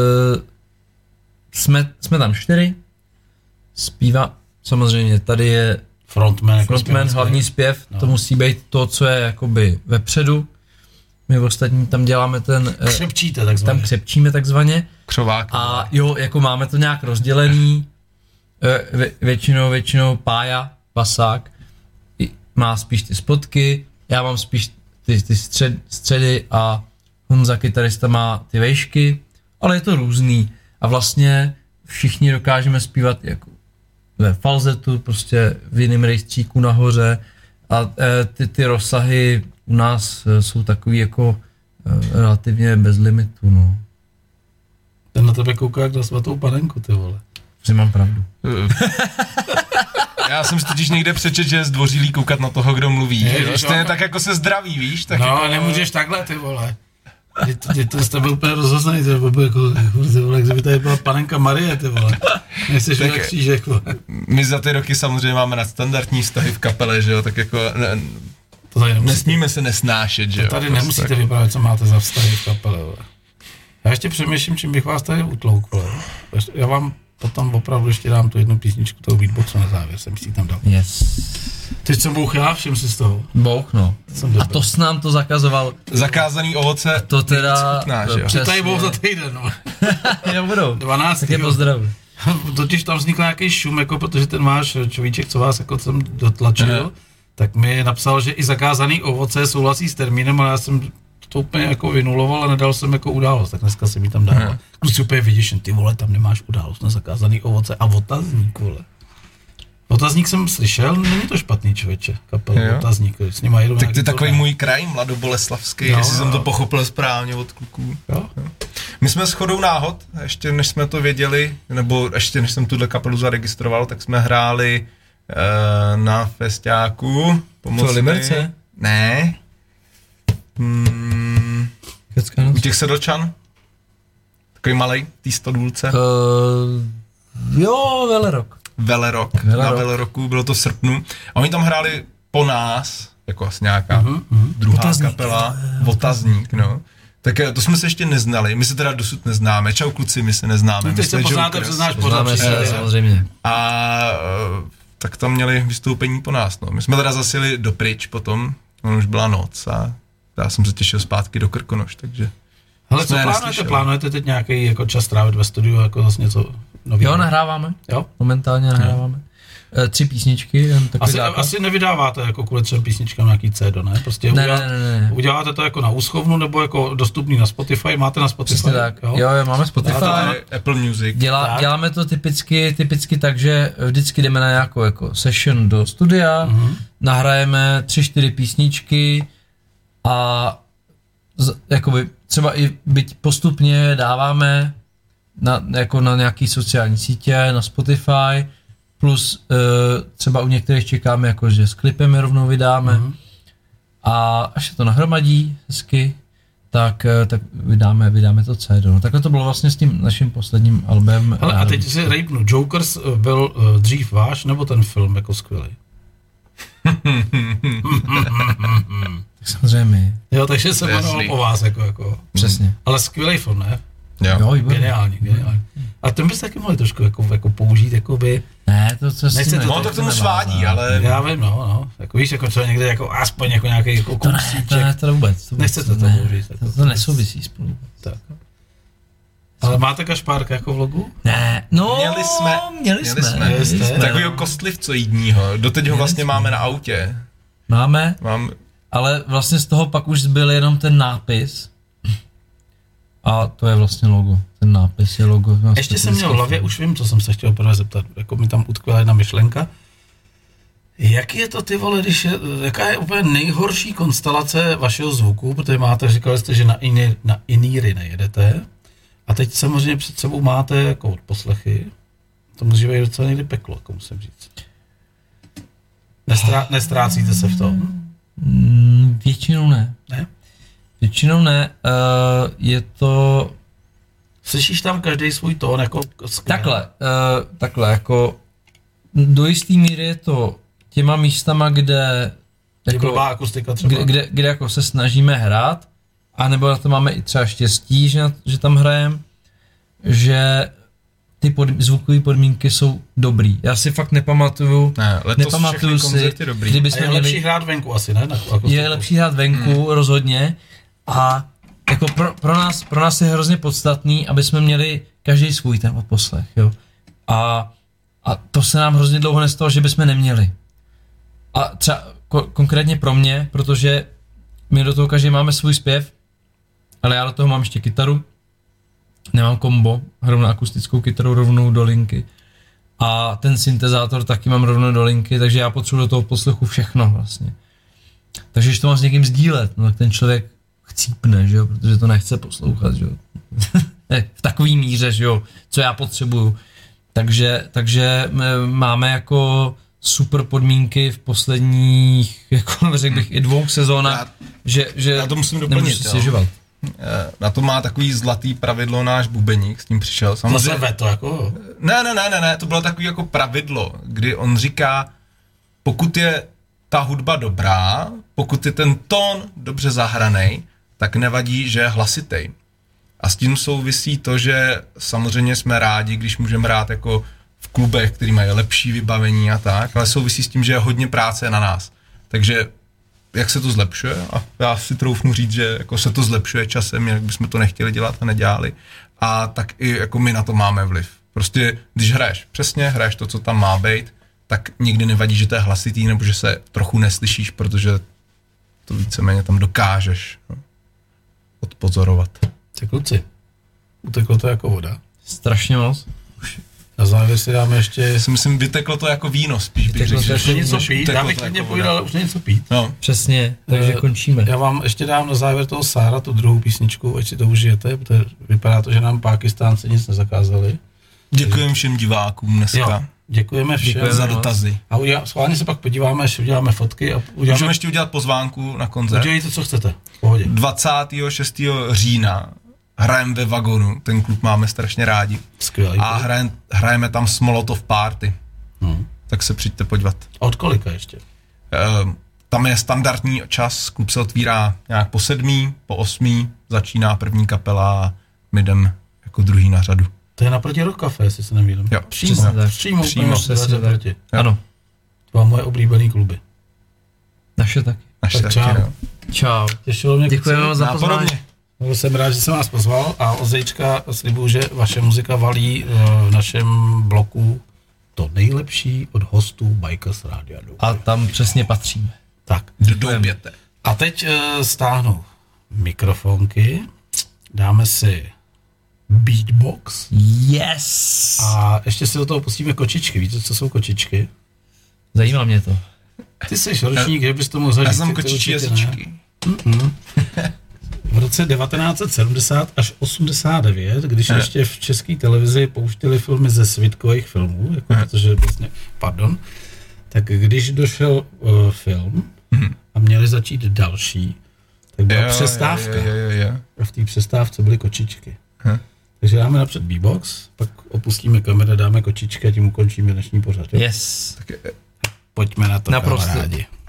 jsme tam 4, zpívá, samozřejmě tady je frontman hlavní zpěv, to musí být to, co je jakoby vepředu. My ostatní tam děláme ten... Křepčíte takzvaně. Tam křepčíme takzvaně. Křovák. A jo, jako máme to nějak rozdělený, většinou Pája, basák, má spíš ty spotky, já mám spíš ty středy a Honza kytarista má ty vejšky, ale je to různý a vlastně všichni dokážeme zpívat jako ve falzetu, prostě v jiném rejstříku nahoře a ty rozsahy u nás jsou takový jako relativně bez limitu, no. Ten na tebe kouká jak na svatou panenku, ty vole. Že mám pravdu. Já jsem si totiž někde přečet, že je zdvořilý koukat na toho, kdo mluví. Stejně tak jako se zdraví, víš? Tak no, jako... nemůžeš takhle, ty vole. Ty to jste byl úplně rozhozený, ty vole, jak kdyby tady byla panenka Marie, ty vole. Nejseš tak, křížek, vole. My za ty roky samozřejmě máme nadstandardní vztahy v kapele, že jo, tak jako nesmíme se nesnášet, že jo. Tady nemusíte vypadat, co máte za vztahy v kapele, vole. Já ještě přemýšlím, čím bych vás tady utlouk, vole. Já vám potom opravdu ještě dám tu jednu písničku toho beatboxu na závěr, jsem si ji tam dal. Yes. Teď jsem bouch já, všim si z toho. Bouch, no. A to s nám to zakazoval. Zakázaný ovoce. To teda... Chutná, že jo. Přesně. Tady bouch za týden, no. Jo, budou. 12. Tak je pozdravuji. Totiž tam vznikl nějaký šum, jako protože ten váš človíček, co vás jako jsem dotlačil, tak mi napsal, že i zakázaný ovoce souhlasí s termínem, ale já jsem to úplně jako vynuloval a nedal jsem jako událost, tak dneska jsem mi tam dával. Kluci úplně vidíš, ty vole, tam nemáš událost na zakázaný ovoce a otazník, vole. Otazník jsem slyšel, není to špatný, člověče, kapel Otazník, s nima jedu. Tak to je takový můj kraj, mladoboleslavský, jestli jsem to pochopil správně od kluků. Jo. My jsme shodou náhod, ještě než jsme to věděli, nebo ještě než jsem tuhle kapelu zaregistroval, tak jsme hráli na festiáku. Co, Liberce? Ne. U těch Sedlčan? Takový malej, tý stodůlce. Jo, Velerok. Na Veleroku, bylo to v srpnu. A oni tam hráli po nás, jako asi nějaká druhá Otazník, kapela, Otazník, no. Tak to jsme se ještě neznali, my se teda dosud neznáme, čau kluci, my se neznáme. No, teď se poznáte, přiznáš pořád. Samozřejmě. A tak tam měli vystoupení po nás, no. My jsme teda zasjeli do pryč potom, už byla noc a já jsem se těšil zpátky do Krkonoš, takže... Hele, co plánujete? Plánujete teď nějaký jako čas trávit ve studiu, jako zase něco nového? Jo, nahráváme. Jo? Momentálně nahráváme. 3 písničky. Asi nevydáváte jako kvůli 3 písničkám nějaký CD, ne? Prostě ne. Uděláte to jako na úschovnu nebo jako dostupný na Spotify? Máte na Spotify? Přesně tak. Jo, máme Spotify. Apple Music. Děláme to typicky tak, že vždycky jdeme na nějakou jako session do studia, nahrajeme 3-4 písničky a jakoby třeba i byť postupně dáváme na nějaký sociální sítě, na Spotify, plus třeba u některých čekáme jako, že s klipem je rovnou vydáme a až se to nahromadí hezky, tak vydáme to CD. No, takhle to bylo vlastně s tím naším posledním albem. Hele, a teď si rejpnu, Jokers byl dřív váš, nebo ten film jako skvělý? Samozřejmě. Jo, takže se jmenoval po vás, jako. Přesně. Ale skvělý film, ne? Jo, geniální. A ten byste taky mohli trošku jako použít, jakoby... Ne, to co s tím no, to k tomu svádí, ale... Já vím, no. Jako víš, jako třeba někde jako aspoň jako nějaký jako kousíček. To vůbec. Nechcete to použít. To nesouvisí spolu. Tak. Ale máte kašpárka jako vlogu? Ne, no, měli jsme. Takovýho kostlivcoidního, doteď ho vlastně máme na autě. Máme, ale vlastně z toho pak už zbyl jenom ten nápis. A to je vlastně logo, ten nápis je logo. Ještě jsem měl v hlavě, už vím, co jsem se chtěl prvé zeptat, jako mi tam utkvěla jedna myšlenka. Jak je to, ty vole, jaká je úplně nejhorší konstelace vašeho zvuku, protože říkali jste, že na iníry nejedete a teď samozřejmě před sebou máte jako odposlechy, to může být docela někdy peklo, jako musím říct. Nestrácíte se v tom? Většinou ne. Ne? Většinou ne, je to Slyšíš tam každý svůj tón jako Takhle, jako do jistý míry je to těma místama, kde jako, akustika třeba. Kde jako se snažíme hrát, anebo na to máme i třeba štěstí, že tam hrajeme, že ty zvukové podmínky jsou dobrý. Já si fakt nepamatuju si, kdyby jsme měli... Je lepší hrát venku asi, ne? Je lepší hrát venku, rozhodně. A jako pro nás je hrozně podstatný, aby jsme měli každý svůj ten odposlech, jo. A to se nám hrozně dlouho nestalo, že bychom neměli. A třeba konkrétně pro mě, protože my do toho každý máme svůj zpěv, ale já do toho mám ještě kytaru, nemám kombo, hraju na akustickou kytaru rovnou do linky a ten syntezátor taky mám rovnou do linky, takže já potřebuji do toho poslechu všechno vlastně. Takže když to mám s někým sdílet, no tak ten člověk chcípne, že jo, protože to nechce poslouchat, že jo. V takový míře, že jo, co já potřebuju. Takže máme jako super podmínky v posledních, jako řekl bych, i 2 sezónách, že já to musím doplnit, si stěžovat. Na to má takový zlatý pravidlo náš bubeník, s tím přišel. Samozřejmě veto, jako? Ne, to bylo takový jako pravidlo, kdy on říká, pokud je ta hudba dobrá, pokud je ten tón dobře zahranej, tak nevadí, že je hlasitej. A s tím souvisí to, že samozřejmě jsme rádi, když můžeme hrát jako v klubech, který mají lepší vybavení a tak, ale souvisí s tím, že je hodně práce na nás. Takže jak se to zlepšuje? A já si troufnu říct, že jako se to zlepšuje časem, jak bychom to nechtěli dělat a nedělali. A tak i jako my na to máme vliv. Prostě když hraješ to, co tam má být, tak nikdy nevadí, že to je hlasitý nebo že se trochu neslyšíš, protože to víceméně tam dokážeš odpozorovat. Tak kluci, uteklo to jako voda. Strašně moc. Na závěr si dáme ještě... Já si myslím, vyteklo to jako víno spíš bych řekl. Už něco pít, já bych klidně pojít, ale už něco pít. No. Přesně, takže končíme. Já vám ještě dám na závěr toho Sára, tu druhou písničku, ať si to užijete, protože vypadá to, že nám Pákistánci nic nezakázali. Děkujeme všem divákům dneska. Jo, děkujeme všem za dotazy. A schválně se pak podíváme, až uděláme fotky. Můžeme ještě udělat pozvánku na koncert. Udělejte, co chcete. V pohodě. 26. října hrajeme ve Vagonu, ten klub máme strašně rádi. Skvělý. A hrajeme tam Smolotov Party. Tak se přijďte podívat. A od kolika ještě? Tam je standardní čas, klub se otvírá nějak po 7, po 8, začíná první kapela a my jdeme jako druhý na řadu. To je naproti Rock Café, jestli se nemýlím. Jo, přímo. Ano. To má moje oblíbený kluby. Naše taky. Čau. Těšilo mě. Děkujeme vám za pozvání. Jsem rád, že jsem vás pozval a od Zejčka slibuju, že vaše muzika valí v našem bloku to nejlepší od hostů Bikers Rádia. A tam přesně patříme. Tak. Douběte. A teď stáhnu mikrofonky, dáme si beatbox. Yes! A ještě si do toho pustíme kočičky. Víte, co jsou kočičky? Zajímá mě to. Ty jsi ročník, že bys to mohl zažít. Já jsem kočičí jazyčky. V roce 1970 až 89, když ještě v české televizi pouštěli filmy ze Svitkových filmů, jako protože vlastně, tak když došel film a měli začít další, tak byla přestávka. A v té přestávce byly kočičky. Takže dáme napřed beatbox, pak opustíme kameru, dáme kočičky a tím ukončíme dnešní pořad. Yes. Pojďme na to, naprosto. kamarádi.